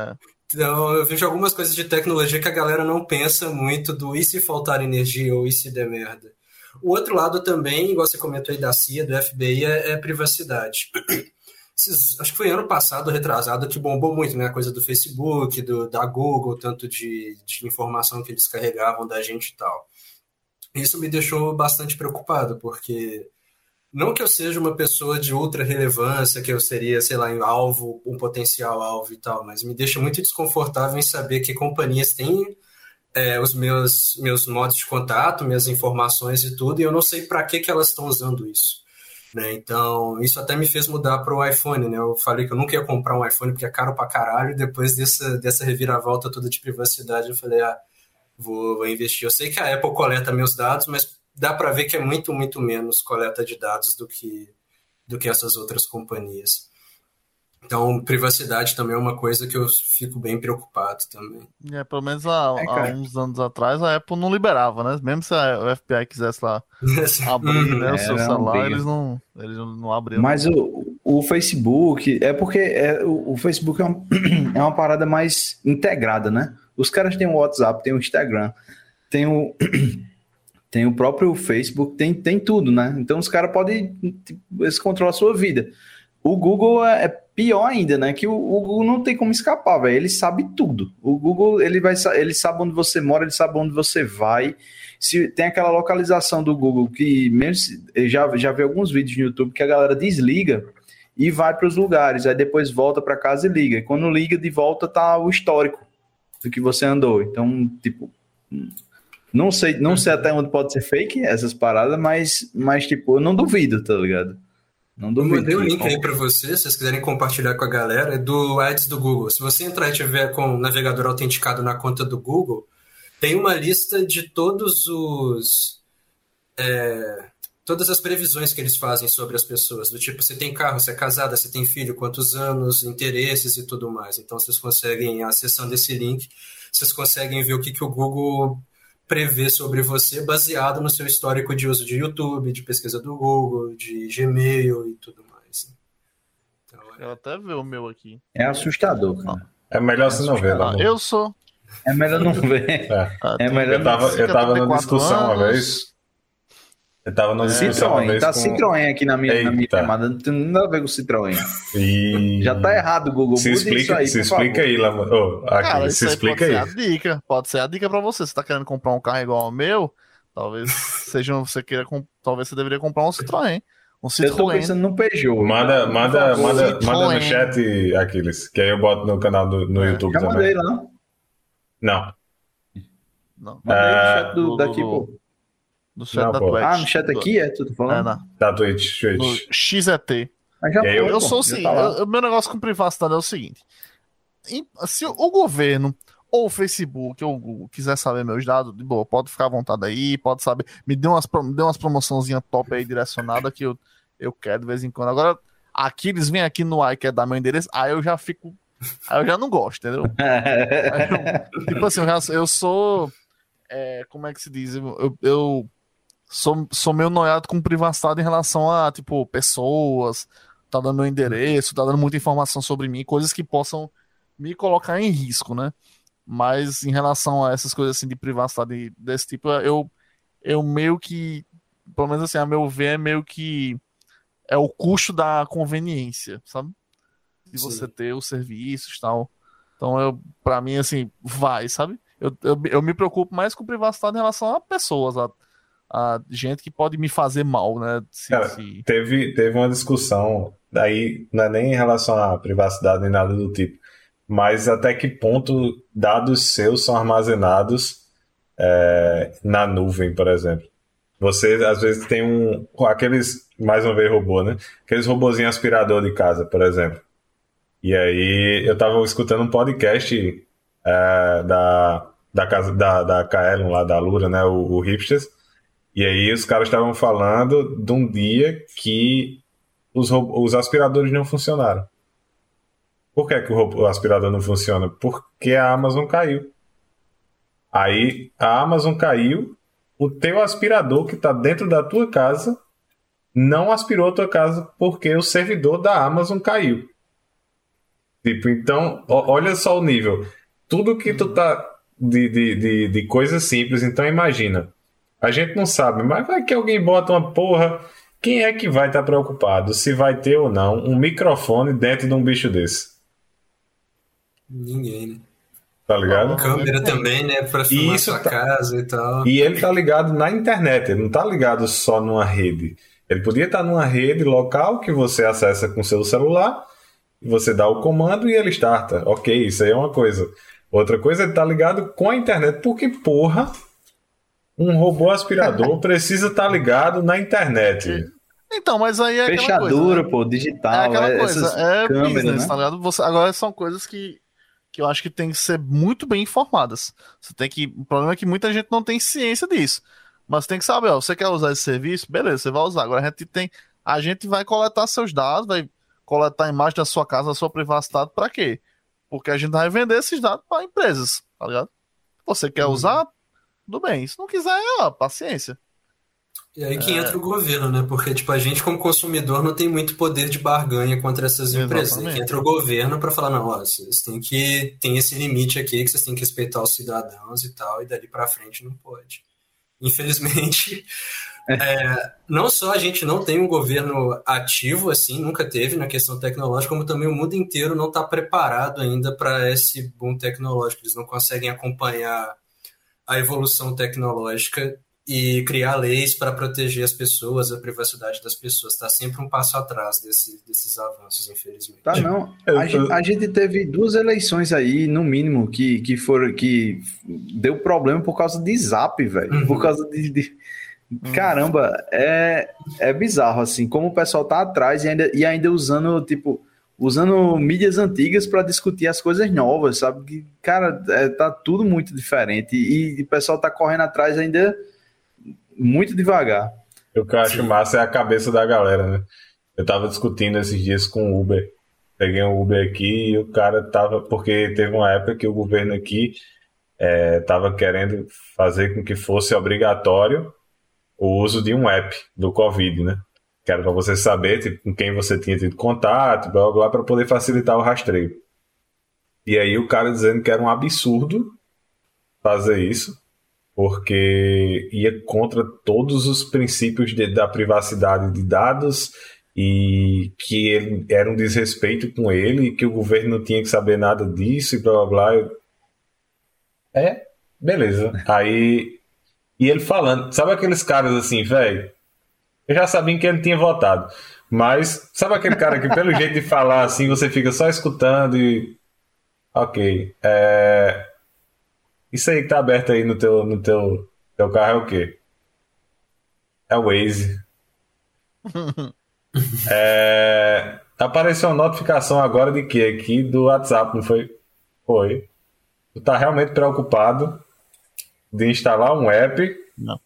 Então, eu vejo algumas coisas de tecnologia que a galera não pensa muito do e se faltar energia ou e se der merda. O outro lado também, igual você comentou aí da CIA, do FBI, é privacidade. Acho que foi ano passado, retrasado, que bombou muito, né? A coisa do Facebook, da Google, tanto de informação que eles carregavam da gente e tal. Isso me deixou bastante preocupado, porque não que eu seja uma pessoa de ultra relevância, que eu seria, sei lá, um potencial alvo e tal, mas me deixa muito desconfortável em saber que companhias têm os meus modos de contato, minhas informações e tudo, e eu não sei para que elas estão usando isso. Né? Então, isso até me fez mudar para o iPhone. Né? Eu falei que eu nunca ia comprar um iPhone porque é caro pra caralho, e depois dessa reviravolta toda de privacidade, eu falei, vou investir. Eu sei que a Apple coleta meus dados, mas dá para ver que é muito, muito menos coleta de dados do que essas outras companhias. Então, privacidade também é uma coisa que eu fico bem preocupado também. Pelo menos há uns anos atrás a Apple não liberava, né? Mesmo se a FBI quisesse lá abrir né, o seu celular, eles não abriam. Mas o Facebook, porque o Facebook é uma parada mais integrada, né? Os caras têm o WhatsApp, tem o Instagram, tem o próprio Facebook, tem tudo, né? Então os caras podem, eles controlam a sua vida. O Google é pior ainda, né? Que o Google não tem como escapar, velho. Ele sabe tudo. O Google, ele sabe onde você mora, ele sabe onde você vai. Se tem aquela localização do Google que mesmo já vi alguns vídeos no YouTube que a galera desliga e vai para os lugares, aí depois volta para casa e liga. E quando liga de volta tá o histórico do que você andou. Então, tipo, não sei até onde pode ser fake essas paradas, mas tipo, eu não duvido, tá ligado? Não duvido. Eu mandei um link aí para vocês, se vocês quiserem compartilhar com a galera, do Ads do Google. Se você entrar e tiver com o navegador autenticado na conta do Google, tem uma lista de todas as previsões que eles fazem sobre as pessoas, do tipo, você tem carro, você é casada, você tem filho, quantos anos, interesses e tudo mais. Então, vocês conseguem, acessando esse link, vocês conseguem ver o que o Google prevê sobre você baseado no seu histórico de uso de YouTube, de pesquisa do Google, de Gmail e tudo mais. Então, eu até ver o meu aqui. É assustador, cara. É melhor você não ver, né? Eu sou. É melhor não ver. É melhor eu tava numa discussão uma vez. Eu tava numa discussão uma vez. Tá Citroën aqui na minha chamada. Não tem nada a ver com Citroën. Já tá errado, Google. Se explica aí, Cara, se explica aí. Pode ser a dica pra você. Você tá querendo comprar um carro igual ao meu? Talvez talvez você deveria comprar um Citroën. Eu tô pensando no Peugeot. Manda no chat, Aquiles, que aí eu boto no canal no YouTube já também. Mandei lá. Não. Mandei no chat daqui, pô. No chat da Twitch. No chat aqui é? Tu tá falando? Da Twitch. No XET. Eu sou o seguinte, o meu negócio com privacidade é o seguinte. Se o governo ou o Facebook ou o Google quiser saber meus dados, de boa, pode ficar à vontade aí, pode saber. Me dê umas promoçãozinhas top aí direcionada que eu quero de vez em quando. Agora, aqui eles vêm aqui no ar e querem dar meu endereço, aí eu já fico. Aí eu já não gosto, entendeu? Tipo assim, eu sou. Como é que se diz? Eu sou meio noiado com privacidade em relação a, tipo, pessoas, tá dando meu endereço, tá dando muita informação sobre mim, coisas que possam me colocar em risco, né? Mas em relação a essas coisas assim de privacidade desse tipo, eu meio que, pelo menos assim, a meu ver, é meio que é o custo da conveniência, sabe? De você ter os serviços e tal. Então, pra mim, assim, sabe? Eu me preocupo mais com privacidade em relação a pessoas, a gente que pode me fazer mal, né? Teve uma discussão, daí não é nem em relação à privacidade nem nada do tipo, mas até que ponto dados seus são armazenados na nuvem, por exemplo. Você, às vezes, tem aqueles, mais uma vez, robô, né? Aqueles robozinhos aspirador de casa, por exemplo. E aí, eu tava escutando um podcast da casa da Kaelon, lá da Lura, né? O Hipsters. E aí, os caras estavam falando de um dia que os aspiradores não funcionaram. Por que o aspirador não funciona? Porque a Amazon caiu. Aí, a Amazon caiu, o teu aspirador que está dentro da tua casa não aspirou a tua casa porque o servidor da Amazon caiu. Tipo, então, olha só o nível. Tudo que tu tá de coisas simples, então imagina. A gente não sabe, mas vai que alguém bota uma porra. Quem é que vai estar preocupado se vai ter ou não um microfone dentro de um bicho desse? Ninguém, né? Tá ligado? Câmera também, né? Pra filmar sua casa e tal. E ele tá ligado na internet, ele não tá ligado só numa rede. Ele podia estar numa rede local que você acessa com seu celular, você dá o comando e ele starta. Ok, isso aí é uma coisa. Outra coisa é ele tá ligado com a internet, porque, porra, um robô aspirador precisa estar ligado na internet. Então, mas aí é fechadura, coisa, né? pô, digital, é aquela coisa, essas câmeras, business, né? tá ligado? Agora são coisas que eu acho que tem que ser muito bem informadas. O problema é que muita gente não tem ciência disso. Mas tem que saber, ó, você quer usar esse serviço? Beleza, você vai usar. Agora a gente vai coletar seus dados, vai coletar a imagem da sua casa, da sua privacidade, pra quê? Porque a gente vai vender esses dados para empresas, tá ligado? Você quer usar? Tudo bem. Se não quiser, paciência. E aí que entra o governo, né? Porque, tipo, a gente como consumidor não tem muito poder de barganha contra essas empresas. Aí que entra o governo para falar, não, ó, vocês tem esse limite aqui que vocês têm que respeitar os cidadãos e tal, e dali para frente não pode. Infelizmente, não só a gente não tem um governo ativo, assim, nunca teve na questão tecnológica, como também o mundo inteiro não está preparado ainda para esse boom tecnológico. Eles não conseguem acompanhar a evolução tecnológica e criar leis para proteger as pessoas, a privacidade das pessoas. Está sempre um passo atrás desses avanços, infelizmente. Tá, não. A gente teve 2 eleições aí, no mínimo, que deu problema por causa de Zap, velho. Por causa de... Caramba, é bizarro, assim, como o pessoal tá atrás e ainda usando, tipo, mídias antigas para discutir as coisas novas, sabe? Que, cara, tá tudo muito diferente e o pessoal tá correndo atrás ainda muito devagar. O que eu acho massa é a cabeça da galera, né? Eu tava discutindo esses dias com o Uber. Peguei um Uber aqui e o cara tava... Porque teve uma época que o governo aqui tava querendo fazer com que fosse obrigatório o uso de um app do Covid, né? Que era para você saber tipo, com quem você tinha tido contato, blá, blá, blá, para poder facilitar o rastreio. E aí o cara dizendo que era um absurdo fazer isso, porque ia contra todos os princípios da privacidade de dados e que era um desrespeito com ele, e que o governo não tinha que saber nada disso e blá blá blá. Beleza. Aí, e ele falando, sabe aqueles caras assim, velho? Eu já sabia que ele tinha votado, mas sabe aquele cara que pelo jeito de falar assim, você fica só escutando e... Ok, isso aí que tá aberto aí no teu carro é o quê? É o Waze. Apareceu uma notificação agora de quê? Aqui do WhatsApp, não foi? Foi. Tu tá realmente preocupado de instalar um app? Não.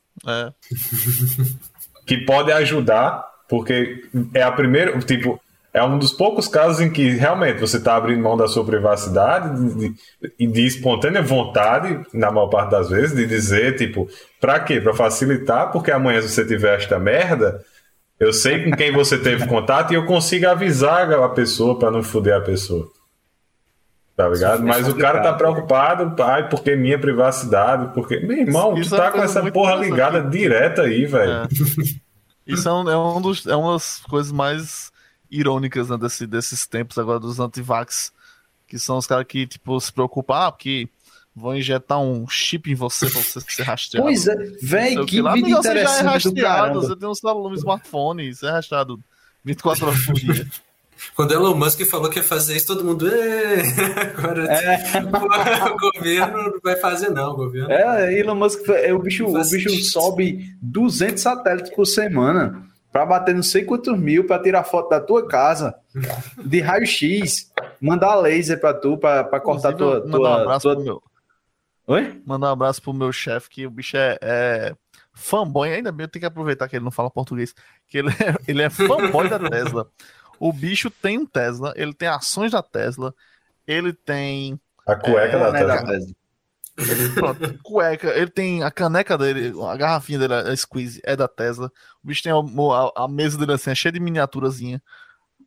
Que pode ajudar, porque é a primeira, tipo, é um dos poucos casos em que realmente você está abrindo mão da sua privacidade e de espontânea vontade, na maior parte das vezes, de dizer, tipo, pra quê? Pra facilitar, porque amanhã se você tiver esta merda, eu sei com quem você teve contato e eu consigo avisar a pessoa para não foder a pessoa. Tá ligado? Mas o cara tá preocupado, porque minha privacidade, porque... Meu irmão, tu tá com essa porra ligada direta aí, velho. Isso é uma das coisas mais irônicas, né, desses tempos agora dos antivax, que são os caras que, tipo, se preocupam, porque vão injetar um chip em você pra você ser rastreado. Pois é, velho, que vídeo interessante do caramba. Você tem um celular, um smartphone, você é rastreado 24 horas por dia. Quando Elon Musk falou que ia fazer isso, todo mundo... Agora o governo não vai fazer, não. O governo... Elon Musk, o bicho sobe 200 satélites por semana para bater não sei quantos mil para tirar foto da tua casa, de raio-x, mandar laser para tu, para cortar tua... Mandar um abraço pro meu... Oi? Mandar um abraço pro meu chefe, que o bicho é fanboy, ainda bem, eu tenho que aproveitar que ele não fala português, que ele é fanboy da Tesla. O bicho tem um Tesla, ele tem ações da Tesla, ele tem... A cueca da Tesla. Pronto, cueca, ele tem a caneca dele, a garrafinha dele, a squeeze, é da Tesla. O bicho tem a mesa dele assim, é cheia de miniaturazinha.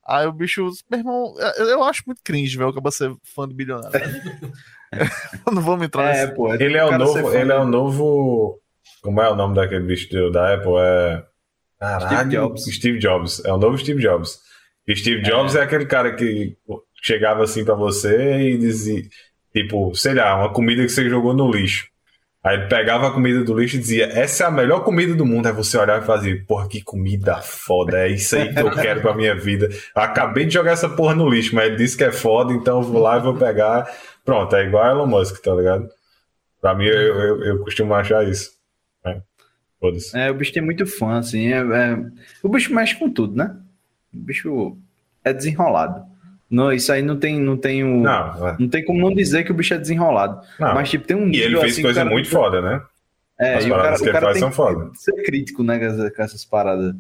Aí o bicho, meu irmão, eu acho muito cringe, velho, acaba ser fã de bilionário. Não vamos entrar nesse... pô. Ele é o novo. Como é o nome daquele bicho da Apple? Caralho, Steve Jobs. É o novo Steve Jobs. E Steve Jobs é aquele cara que chegava assim pra você e dizia, tipo, sei lá, uma comida que você jogou no lixo. Aí ele pegava a comida do lixo e dizia, essa é a melhor comida do mundo. Aí você olhava e fazia, porra, que comida foda, é isso aí que eu quero pra minha vida. Eu acabei de jogar essa porra no lixo, mas ele disse que é foda, então eu vou lá e vou pegar. Pronto, é igual a Elon Musk, tá ligado? Pra mim, eu costumo achar isso. Foda-se. O bicho tem muito fã, assim. O bicho mexe com tudo, né? O bicho é desenrolado. Não, isso aí não tem como não dizer que o bicho é desenrolado. Não. Mas, tipo, tem um nível. E ele fez assim, coisa muito foda, né? As e paradas que ele faz tem são foda. que ser crítico, né? Com essas paradas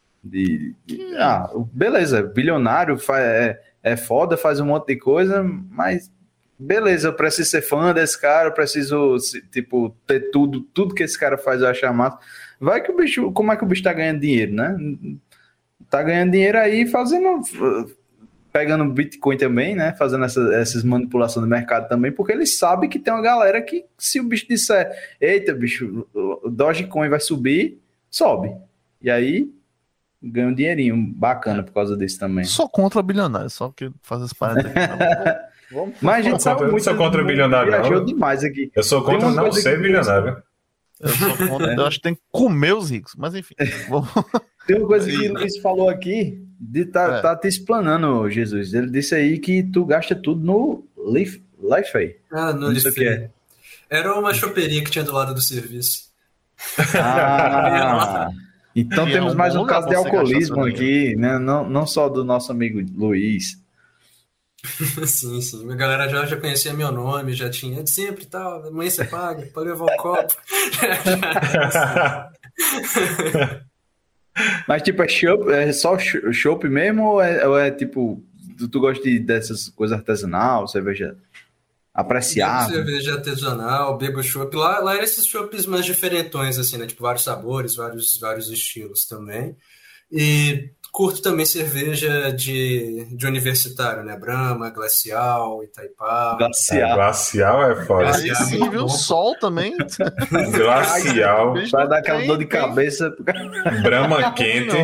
beleza, bilionário é foda, faz um monte de coisa, mas beleza, eu preciso ser fã desse cara, eu preciso, tipo, ter tudo que esse cara faz eu achar massa. Vai que o bicho, como é que o bicho tá ganhando dinheiro, né? Tá ganhando dinheiro aí pegando Bitcoin também, né? Fazendo essas manipulações do mercado também, porque ele sabe que tem uma galera que, se o bicho disser, eita, bicho, o Dogecoin vai subir, sobe. E aí ganha um dinheirinho bacana por causa disso também. Sou contra bilionário, só que faz as paradas aqui. Mas a gente sabe muito. Eu sou contra bilionário, não. Demais aqui. Eu sou contra não ser bilionário. Eu sou contra, eu acho que tem que comer os ricos, mas enfim. Tem uma coisa que o Luiz falou aqui, tá te explanando, Jesus. Ele disse aí que tu gasta tudo no Lifeway. No Lifeway. Era uma choperia que tinha do lado do serviço. Então temos mais um caso de alcoolismo aqui, né? Não só do nosso amigo Luiz. Sim. A galera já conhecia meu nome, já tinha de sempre e tal. Amanhã você paga, pode levar o copo. Mas tipo, é só chopp mesmo ou é tipo, tu gosta dessas coisas artesanal, cerveja apreciável? Bebo cerveja artesanal, bebo chopp. Lá eram esses chopps mais diferentões, assim, né? Tipo, vários sabores, vários estilos também. E curto também cerveja de universitário, né? Brahma, Glacial, Itaipava. Glacial é foda. Aí sim, viu? Sol também. Glacial. Vai dar aquela dor de cabeça. Brahma quente.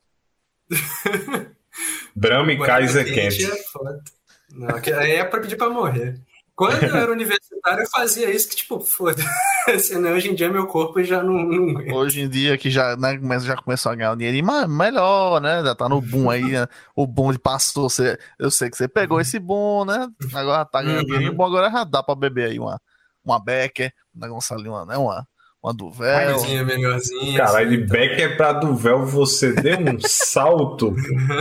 Brahma e Kaiser quente. É foda. Não, aí é pra pedir pra morrer. Quando eu era universitário, eu fazia isso que, tipo, foda-se, né? Hoje em dia meu corpo já não aguenta. Hoje em dia que já, né, já começou a ganhar um dinheirinho melhor, né? Já tá no boom aí, né? O boom de pastor. Eu sei que você pegou esse boom, né? Agora tá ganhando dinheirinho bom, agora já dá pra beber aí uma Becker, um negócio ali, uma Duvel. Melhorzinha. Caralho, de Becker pra Duvel você deu um salto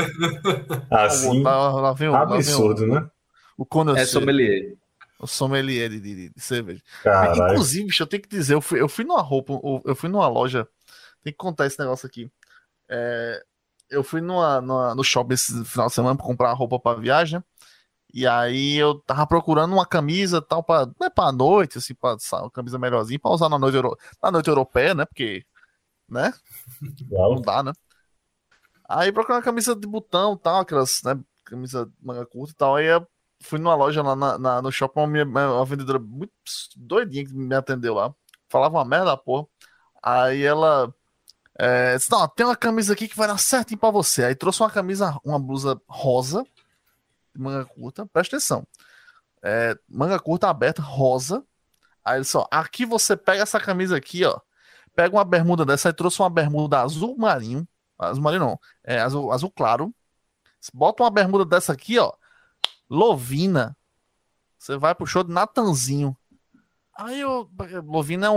assim, absurdo, né? O conhecer. É sommelier. O sommelier de cerveja. Caralho. Inclusive, bicho, eu tenho que dizer, eu fui numa loja, tem que contar esse negócio aqui. Eu fui no shopping esse final de semana pra comprar roupa pra viagem, e aí eu tava procurando uma camisa tal, pra noite, assim, uma camisa melhorzinha, pra usar na noite europeia, né, porque, né, não dá, né. Aí procurando uma camisa de botão tal, aquelas, né, camisa manga curta e tal, aí eu fui numa loja lá no shopping, uma vendedora muito doidinha que me atendeu lá. Falava uma merda, porra. Aí ela disse, não, tem uma camisa aqui que vai dar certinho pra você. Aí trouxe uma blusa rosa, de manga curta, presta atenção. Manga curta aberta, rosa. Aí ele só, aqui você pega essa camisa aqui, ó. Pega uma bermuda dessa, aí trouxe uma bermuda azul marinho. Azul marinho não, azul claro. Bota uma bermuda dessa aqui, ó. Lovina, você vai pro show de Natanzinho. Aí Lovina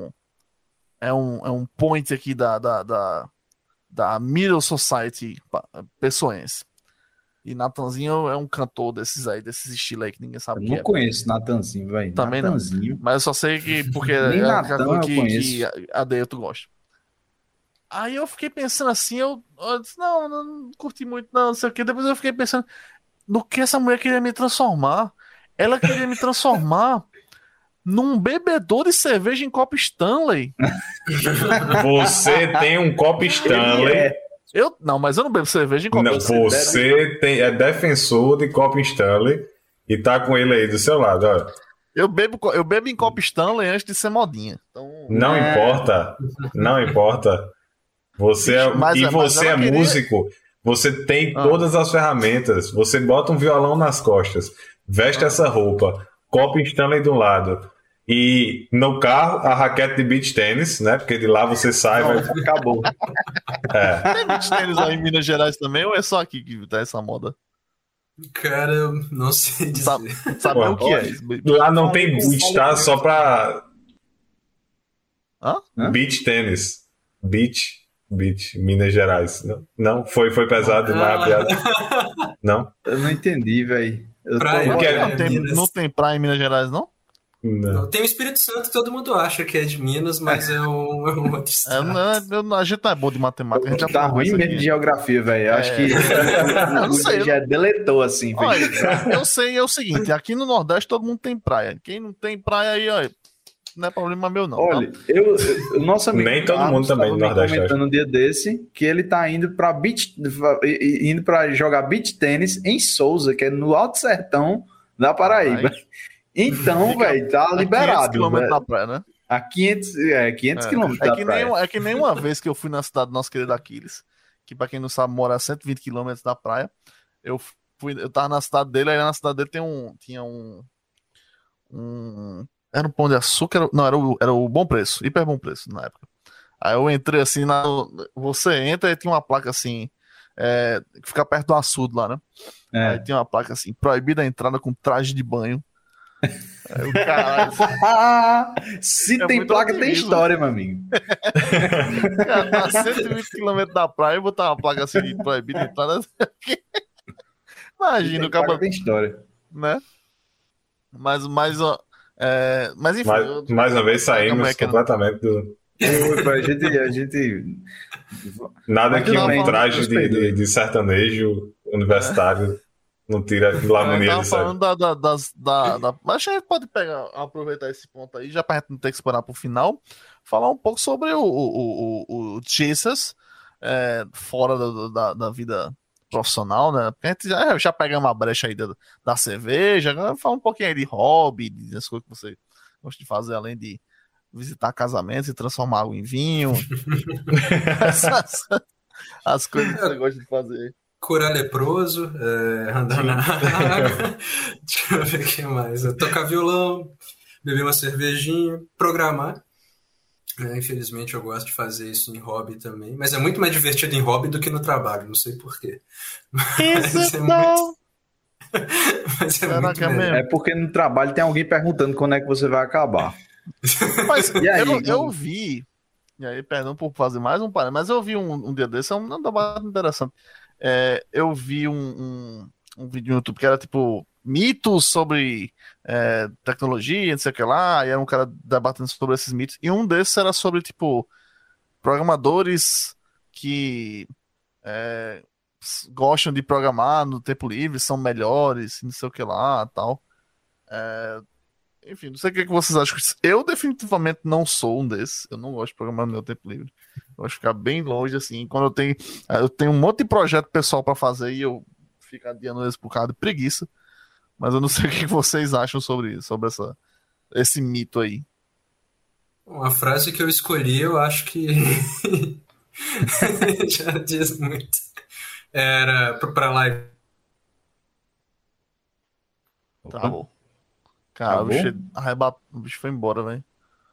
é um point aqui da Middle Society pessoense. E Natanzinho é um cantor desses estilos aí que ninguém sabe. Eu não conheço Natanzinho, velho. Também Natanzinho. Não. Mas eu só sei que porque nem Natan eu conheço. Que a Deito gosta. Aí eu fiquei pensando assim, eu disse, não curti muito, não sei o que. Depois eu fiquei pensando no que essa mulher queria me transformar. Ela queria me transformar num bebedor de cerveja em copo Stanley. Você tem um copo Stanley Mas eu não bebo cerveja em copo. Não, você é defensor de copo Stanley e tá com ele aí do seu lado, ó. Eu bebo em copo Stanley antes de ser modinha. Então, Não importa. Não importa. Você é músico. Você tem todas as ferramentas. Você bota um violão nas costas, veste essa roupa, copo Stanley do lado. E no carro, a raquete de beach tênis, né? Porque de lá você sai e acabou. Tem beach tênis aí em Minas Gerais também ou é só aqui que tá essa moda? Cara, eu não sei dizer. Sabe o que é? Lá não tem beach, tá? Só pra... Beach tênis. Beach, Minas Gerais. Não, foi pesado demais a piada. Não? Eu não entendi, velho. Não tem praia em Minas Gerais, não? Não. Tem o Espírito Santo que todo mundo acha que é de Minas, mas é um outro estado. A gente não é bom de matemática. A gente já tá ruim mesmo de geografia, velho. Acho que não sei, já deletou assim. Olha, eu sei é o seguinte, aqui no Nordeste todo mundo tem praia. Quem não tem praia aí, ó, não é problema meu não. Olha, tá? o nosso amigo nem todo mundo também no Nordeste comentando um dia desse que ele tá indo para jogar beach tênis em Souza, que é no Alto Sertão da Paraíba. Então, velho, tá liberado. 500 km da praia, né? A 500 km da praia. É que nem uma vez que eu fui na cidade do nosso querido Aquiles, que pra quem não sabe mora a 120 km da praia. Eu tava na cidade dele, aí na cidade dele tinha um era um Pão de Açúcar, não, era o Bom Preço, hiper bom preço na época. Aí eu entrei assim, você entra e tinha uma placa assim, que fica perto do açude lá, né? Aí tinha uma placa assim, proibida a entrada com traje de banho. Aí, caralho, se tem placa, tem história, meu amigo. Cara, a 120 km da praia, eu botar uma placa assim de proibida a entrada. Imagina, o cara. Tem história. Né? Mas enfim. Mais uma vez saímos completamente do. A gente. Nada que um traje de sertanejo universitário não tira a harmonia disso. Falando mas a gente pode aproveitar esse ponto aí, já pra gente não ter que esperar pro final, falar um pouco sobre o Jesus fora da vida profissional, né? Porque a gente já pegamos uma brecha aí da cerveja, agora fala um pouquinho aí de hobby, das coisas que você gosta de fazer, além de visitar casamentos e transformar água em vinho. As coisas que você gosta de fazer. Curar leproso, andar na água. Deixa eu ver o que mais. Tocar violão, beber uma cervejinha, programar. Infelizmente eu gosto de fazer isso em hobby também, mas é muito mais divertido em hobby do que no trabalho, não sei porquê. Mas é muito melhor. É porque no trabalho tem alguém perguntando quando é que você vai acabar. Mas eu vi, e aí perdão por fazer mais um parênteses, mas eu vi um dia desse, um debate interessante. Eu vi um vídeo no YouTube que era tipo mitos sobre tecnologia, não sei o que lá, e era um cara debatendo sobre esses mitos, e um desses era sobre tipo programadores que gostam de programar no tempo livre, são melhores, não sei o que lá, tal. Enfim, não sei o que vocês acham. Eu definitivamente não sou um desses. Eu não gosto de programar no meu tempo livre. Eu gosto de ficar bem longe, assim. Quando eu tenho um monte de projeto pessoal pra fazer e eu fico adiando eles por causa de preguiça. Mas eu não sei o que vocês acham sobre isso, sobre esse mito aí. Uma frase que eu escolhi, eu acho que já diz muito. Era pra live. Tá bom. Cara, o bicho foi embora, velho.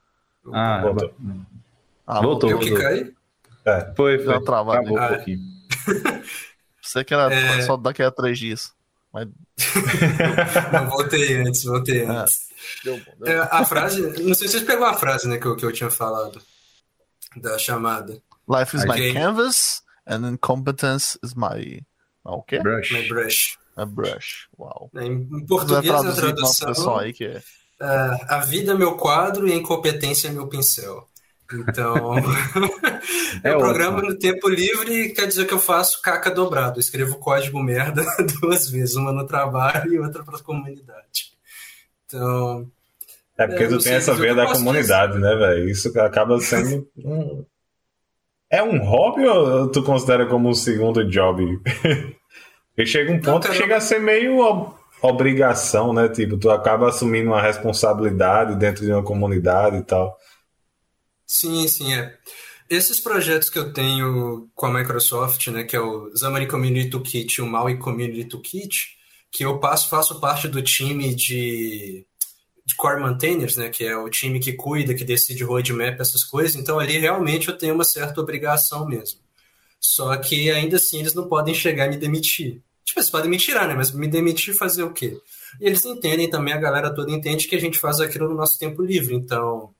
Voltou. Eu que caí? Foi. Deu uma travada. Acabou um pouquinho. Sei que era só daqui a 3 dias. Mas... Não, voltei antes. Deu bom. A frase, não sei se vocês pegou a frase, né, que eu tinha falado da chamada. Life is my canvas and incompetence is my quê? Brush. My brush. A brush, uau. Em português, a tradução aí que é. A vida é meu quadro e a incompetência é meu pincel. Então, eu programo no tempo livre, quer dizer que eu faço caca dobrado. Eu escrevo código merda 2 vezes, uma no trabalho e outra para a comunidade. Então... porque tu tem essa veia da comunidade, né, velho? Isso acaba sendo É um hobby ou tu considera como um segundo job? Porque chega um ponto que chega a ser meio obrigação, né? Tipo, tu acaba assumindo uma responsabilidade dentro de uma comunidade e tal. Sim, sim, é. Esses projetos que eu tenho com a Microsoft, né, que é o Xamarin Community Toolkit e o Maui Community Toolkit, que eu faço parte do time de Core Maintainers, né, que é o time que cuida, que decide roadmap, essas coisas. Então, ali realmente eu tenho uma certa obrigação mesmo. Só que ainda assim eles não podem chegar e me demitir. Tipo, eles podem me tirar, né? Mas me demitir fazer o quê? E eles entendem também, a galera toda entende que a gente faz aquilo no nosso tempo livre. Então,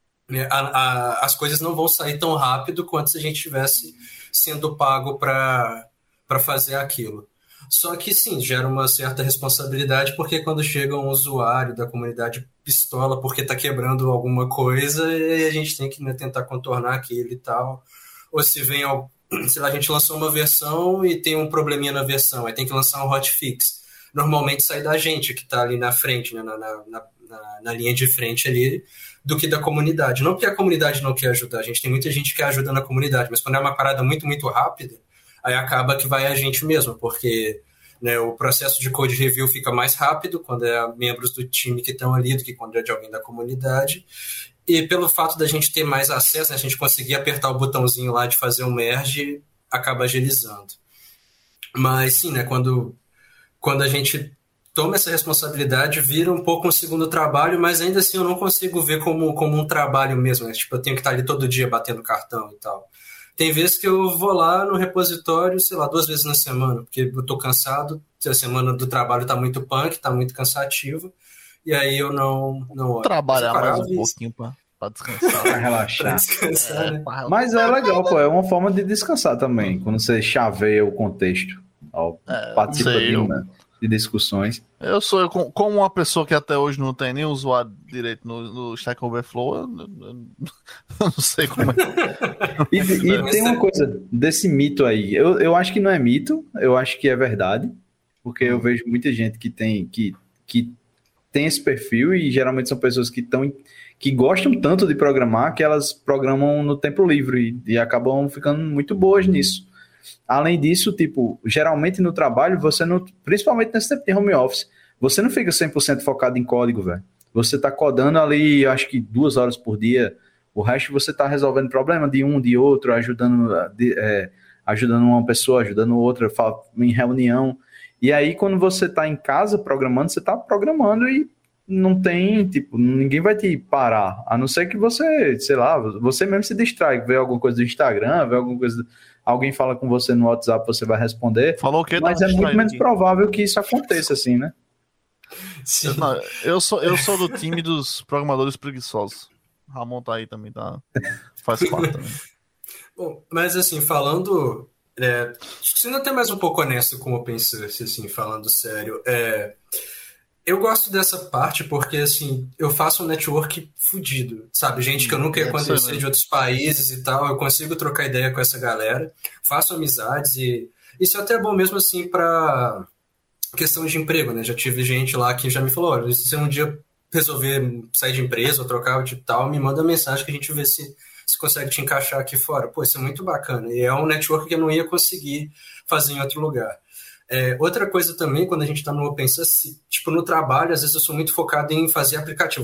as coisas não vão sair tão rápido quanto se a gente estivesse sendo pago para fazer aquilo. Só que sim, gera uma certa responsabilidade, porque quando chega um usuário da comunidade pistola porque está quebrando alguma coisa, e a gente tem que, né, tentar contornar aquilo e tal. Ou se vem, sei lá, a gente lançou uma versão e tem um probleminha na versão, aí tem que lançar um hotfix. Normalmente sai da gente que está ali na frente, né, na linha de frente ali, do que da comunidade. Não porque a comunidade não quer ajudar, a gente tem muita gente que ajuda na comunidade, mas quando é uma parada muito, muito rápida, aí acaba que vai a gente mesmo, porque, né, o processo de code review fica mais rápido quando é membros do time que estão ali do que quando é de alguém da comunidade. E pelo fato da gente ter mais acesso, né, a gente conseguir apertar o botãozinho lá de fazer um merge, acaba agilizando. Mas sim, né, quando a gente toma essa responsabilidade, vira um pouco um segundo trabalho, mas ainda assim eu não consigo ver como um trabalho mesmo, né? Tipo, eu tenho que estar ali todo dia batendo cartão e tal. Tem vezes que eu vou lá no repositório, sei lá, 2 vezes na semana, porque eu tô cansado, a semana do trabalho tá muito punk, tá muito cansativo, e aí eu não olho. Trabalhar mais um pouquinho pra descansar. Pra relaxar. Pra descansar, né? Mas é legal, pô, é uma forma de descansar também, quando você chaveia o contexto, participa de discussões. Como uma pessoa que até hoje não tem nem usuário direito no Stack Overflow, eu não sei como é. E tem uma coisa desse mito aí, eu acho que não é mito, eu acho que é verdade, porque eu vejo muita gente que tem esse perfil e geralmente são pessoas que gostam tanto de programar que elas programam no tempo livre e acabam ficando muito boas nisso. Além disso, tipo, geralmente no trabalho, você não, principalmente nesse tempo de home office, você não fica 100% focado em código, velho. Você tá codando ali, acho que 2 horas por dia, o resto você tá resolvendo problema de um, de outro, ajudando uma pessoa, ajudando outra, em reunião. E aí, quando você tá em casa programando, você tá programando e não tem, tipo, ninguém vai te parar, a não ser que você, sei lá, você mesmo se distrai, vê alguma coisa do Instagram, vê alguma coisa, alguém fala com você no WhatsApp, você vai responder. Falou o quê? Mas é muito menos provável que isso aconteça assim, né? Sim. Eu sou do time dos programadores preguiçosos. Ramon tá aí também, faz parte também. Bom, mas assim, falando, sendo até mais um pouco honesto com o open source, assim, falando sério, eu gosto dessa parte porque, assim, eu faço um network fudido, sabe? Gente que eu nunca ia conhecer de outros países e tal, eu consigo trocar ideia com essa galera, faço amizades e isso é até bom mesmo, assim, pra questão de emprego, né? Já tive gente lá que já me falou, olha, se você um dia resolver sair de empresa ou trocar de tal, me manda mensagem que a gente vê se consegue te encaixar aqui fora. Pô, isso é muito bacana. E é um network que eu não ia conseguir fazer em outro lugar. Outra coisa também, quando a gente está no open source, tipo, no trabalho, às vezes eu sou muito focado em fazer aplicativo.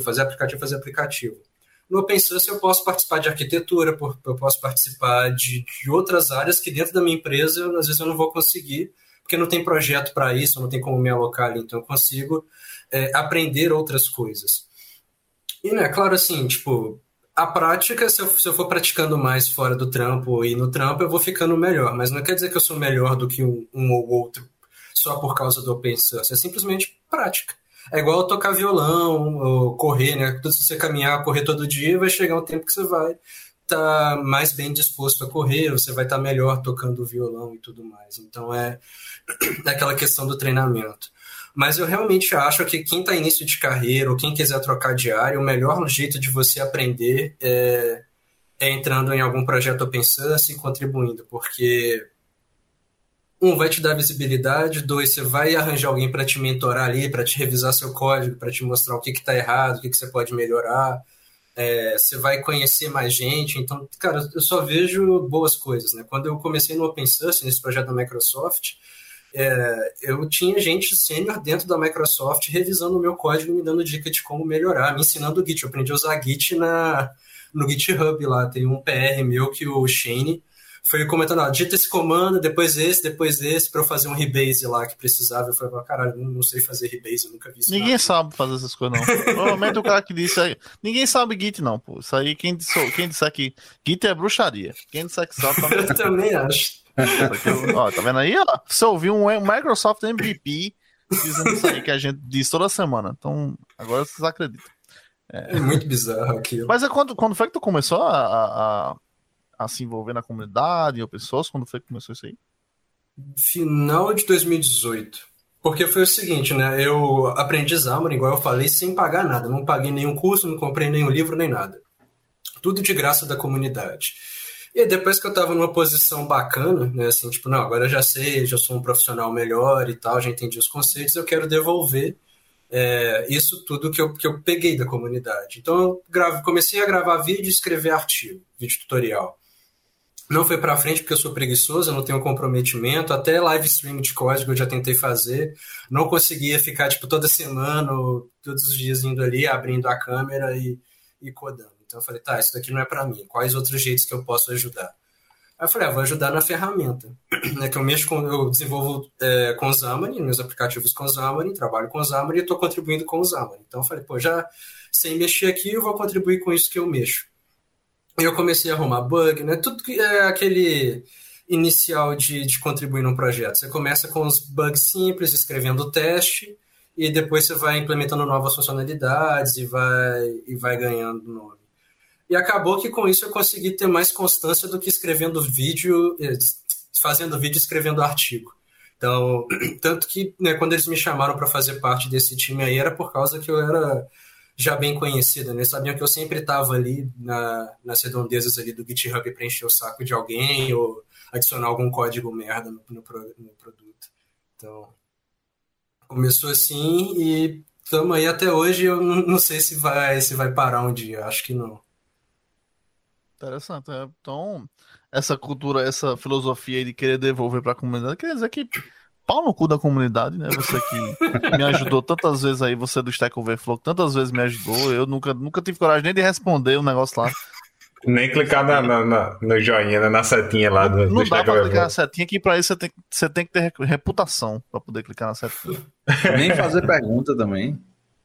No open source eu posso participar de arquitetura, eu posso participar de outras áreas que dentro da minha empresa, às vezes eu não vou conseguir, porque não tem projeto para isso, não tem como me alocar ali, então eu consigo aprender outras coisas. E, né, claro, assim, tipo, a prática, se eu for praticando mais fora do trampo e no trampo, eu vou ficando melhor, mas não quer dizer que eu sou melhor do que um ou outro só por causa do open source, é simplesmente prática. É igual tocar violão, ou correr, né? Se você caminhar, correr todo dia, vai chegar um tempo que você vai estar mais bem disposto a correr, você vai estar melhor tocando violão e tudo mais. Então é aquela questão do treinamento. Mas eu realmente acho que quem está em início de carreira ou quem quiser trocar de área, o melhor jeito de você aprender é entrando em algum projeto open source e contribuindo, porque vai te dar visibilidade, 2, você vai arranjar alguém para te mentorar ali, para te revisar seu código, para te mostrar o que está errado, o que você pode melhorar. você vai conhecer mais gente. Então, cara, eu só vejo boas coisas, né? Quando eu comecei no Open Source, nesse projeto da Microsoft, eu tinha gente sênior dentro da Microsoft revisando o meu código, me dando dica de como melhorar, me ensinando o Git. Eu aprendi a usar Git no GitHub lá. Tem um PR meu que o Shane foi comentando, digita esse comando, depois esse, para eu fazer um rebase lá que precisava. Eu falei, caralho, não sei fazer rebase, eu nunca vi isso. Ninguém sabe fazer essas coisas, não. Provavelmente o cara que disse aí. Ninguém sabe Git, não, pô. Isso aí, quem disser que Git é bruxaria. Quem disser que sabe também. Eu também acho. Ó, tá vendo aí? Ó, você ouviu um Microsoft MVP dizendo isso aí que a gente diz toda semana. Então, agora vocês acreditam. É muito bizarro aquilo. Mas quando foi que tu começou a se envolver na comunidade, ou pessoas? Quando foi que começou isso aí? Final de 2018. Porque foi o seguinte, né? Eu aprendi Xamarin, igual eu falei, sem pagar nada. Não paguei nenhum curso, não comprei nenhum livro, nem nada. Tudo de graça da comunidade. E depois que eu tava numa posição bacana, né? Assim, tipo, não, agora eu já sei, já sou um profissional melhor e tal, já entendi os conceitos, eu quero devolver isso tudo que eu peguei da comunidade. Então eu comecei a gravar vídeo e escrever artigo, vídeo tutorial. Não foi pra frente porque eu sou preguiçoso, eu não tenho comprometimento, até live stream de código eu já tentei fazer, não conseguia ficar tipo toda semana, todos os dias indo ali, abrindo a câmera e codando. Então eu falei, tá, isso daqui não é pra mim, quais outros jeitos que eu posso ajudar? Aí eu falei, vou ajudar na ferramenta, né, que eu desenvolvo com Xamarin, meus aplicativos com Xamarin, trabalho com Xamarin e estou contribuindo com o Xamarin. Então eu falei, já sem mexer aqui, eu vou contribuir com isso que eu mexo. E eu comecei a arrumar bug, né, tudo que é aquele inicial de contribuir num projeto. Você começa com os bugs simples, escrevendo o teste, e depois você vai implementando novas funcionalidades e vai ganhando nome. E acabou que com isso eu consegui ter mais constância do que escrevendo vídeo, fazendo vídeo e escrevendo artigo. Então, tanto que, né, quando eles me chamaram para fazer parte desse time aí, era por causa que eu era já bem conhecido, né? Sabiam que eu sempre estava ali nas redondezas ali do GitHub para encher o saco de alguém ou adicionar algum código merda no produto. Então, começou assim e estamos aí até hoje. Eu não sei se vai parar um dia, acho que não. Interessante. Então, essa cultura, essa filosofia aí de querer devolver para a comunidade, quer dizer que pau no cu da comunidade, né? Você que me ajudou tantas vezes aí, você do Stack Overflow, tantas vezes me ajudou, eu nunca tive coragem nem de responder o negócio lá. Nem clicar no joinha, né? Na setinha lá do Não Stack dá pra Overflow. clicar na setinha, que pra isso você tem que ter reputação pra poder clicar na setinha. Nem fazer pergunta também.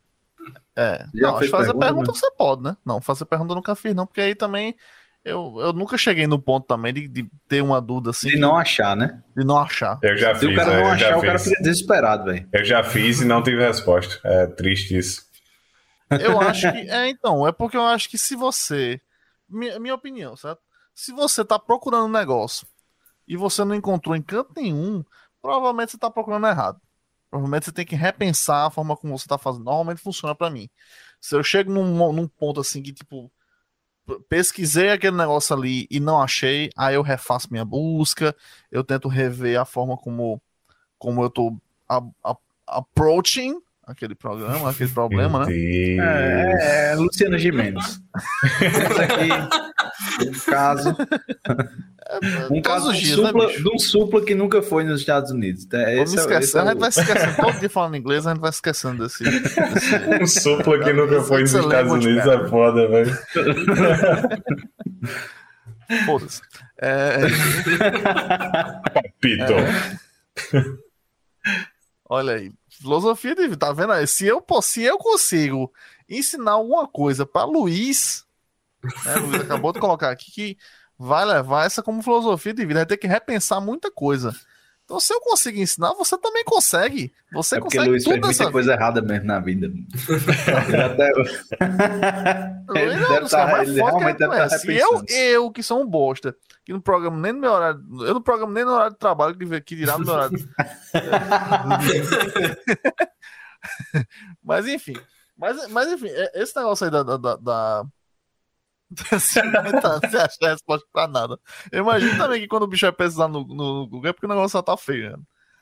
Não, acho que fazer pergunta você pode, né? Não, fazer pergunta eu nunca fiz, não, porque aí também eu nunca cheguei no ponto também de ter uma dúvida assim. De não achar, né? De não achar. Eu já Se fiz, o cara não eu achar, já o cara fiz. fica desesperado, velho. Eu já fiz e não tive resposta. É triste isso. Eu acho que. Então, é porque eu acho que se você. Minha opinião, certo? Se você tá procurando um negócio e você não encontrou em canto nenhum, provavelmente você tá procurando errado. Provavelmente você tem que repensar a forma como você tá fazendo. Normalmente funciona pra mim. Se eu chego num ponto assim que, tipo, pesquisei aquele negócio ali e não achei, aí eu refaço minha busca, eu tento rever a forma como eu tô approaching aquele problema, né? Luciano Gimenez. Temos aqui um caso dias, de um supla que nunca foi nos Estados Unidos. A gente vai esquecendo, todo dia falando inglês, a gente vai esquecendo desse... Um supla que nunca foi nos Estados Unidos é foda, velho. Foda-se. Capito. Olha aí, filosofia de vida, tá vendo aí? Se eu consigo ensinar alguma coisa para Luiz, né? Luiz acabou de colocar aqui que vai levar essa como filosofia de vida, vai ter que repensar muita coisa. Então, se eu conseguir ensinar, você também consegue. Você porque consegue Luiz tudo fez muita coisa errada mesmo na vida. Ele realmente deve estar repensando. Eu que sou um bosta, que não programo nem no meu horário, eu não programo nem no horário de trabalho, que dirá no meu horário. Mas enfim, esse negócio aí você acha a resposta pra nada. Eu imagino também que quando o bicho vai pesquisar no Google é porque o negócio já tá feio, né?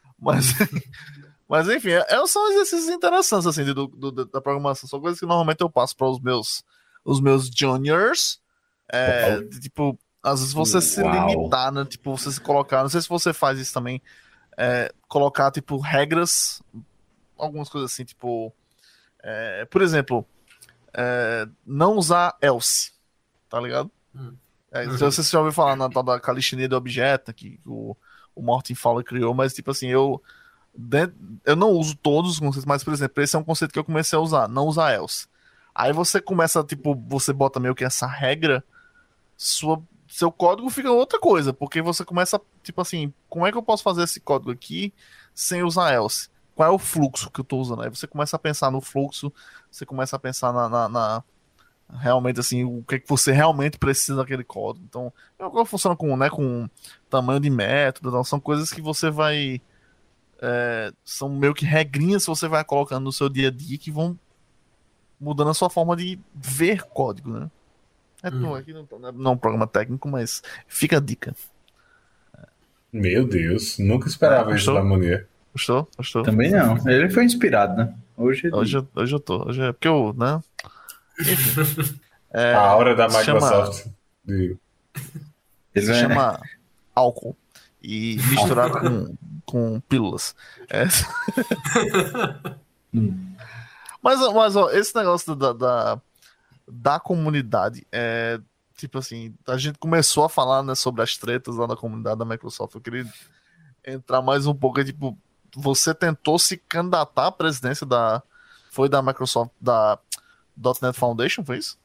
Mas enfim, são exercícios interessantes assim da programação. São coisas que normalmente eu passo para os meus os meus juniors. Tipo, às vezes você se limitar, né? Tipo, você se colocar. Não sei se você faz isso também. Colocar, tipo, regras, algumas coisas assim, tipo. Por exemplo, não usar else, tá ligado? Você já ouviu falar na tal da calistenia do objeto que o Martin Fowler criou, mas tipo assim, eu não uso todos os conceitos, mas por exemplo, esse é um conceito que eu comecei a usar, não usar else. Aí você começa, tipo, você bota meio que essa regra, seu código fica outra coisa, porque você começa, tipo assim, como é que eu posso fazer esse código aqui sem usar else? Qual é o fluxo que eu tô usando? Aí você começa a pensar no fluxo, você começa a pensar realmente assim, o que é que você realmente precisa daquele código. Então, funciona com tamanho de método, então, são coisas que você vai são meio que regrinhas que você vai colocando no seu dia a dia que vão mudando a sua forma de ver código, né? Aqui não é um programa técnico, mas fica a dica. Meu Deus, nunca esperava isso da Monier. Gostou? Também não. Ele foi inspirado, né? Hoje eu tô. Hoje é porque eu, né? Enfim. A hora da Microsoft. Ele se chama álcool. E misturado com pílulas. Mas ó, esse negócio da comunidade tipo assim, a gente começou a falar, né, sobre as tretas lá na comunidade da Microsoft. Eu queria entrar mais um pouco. Tipo, você tentou se candidatar à presidência foi da Microsoft, da .NET Foundation, foi isso?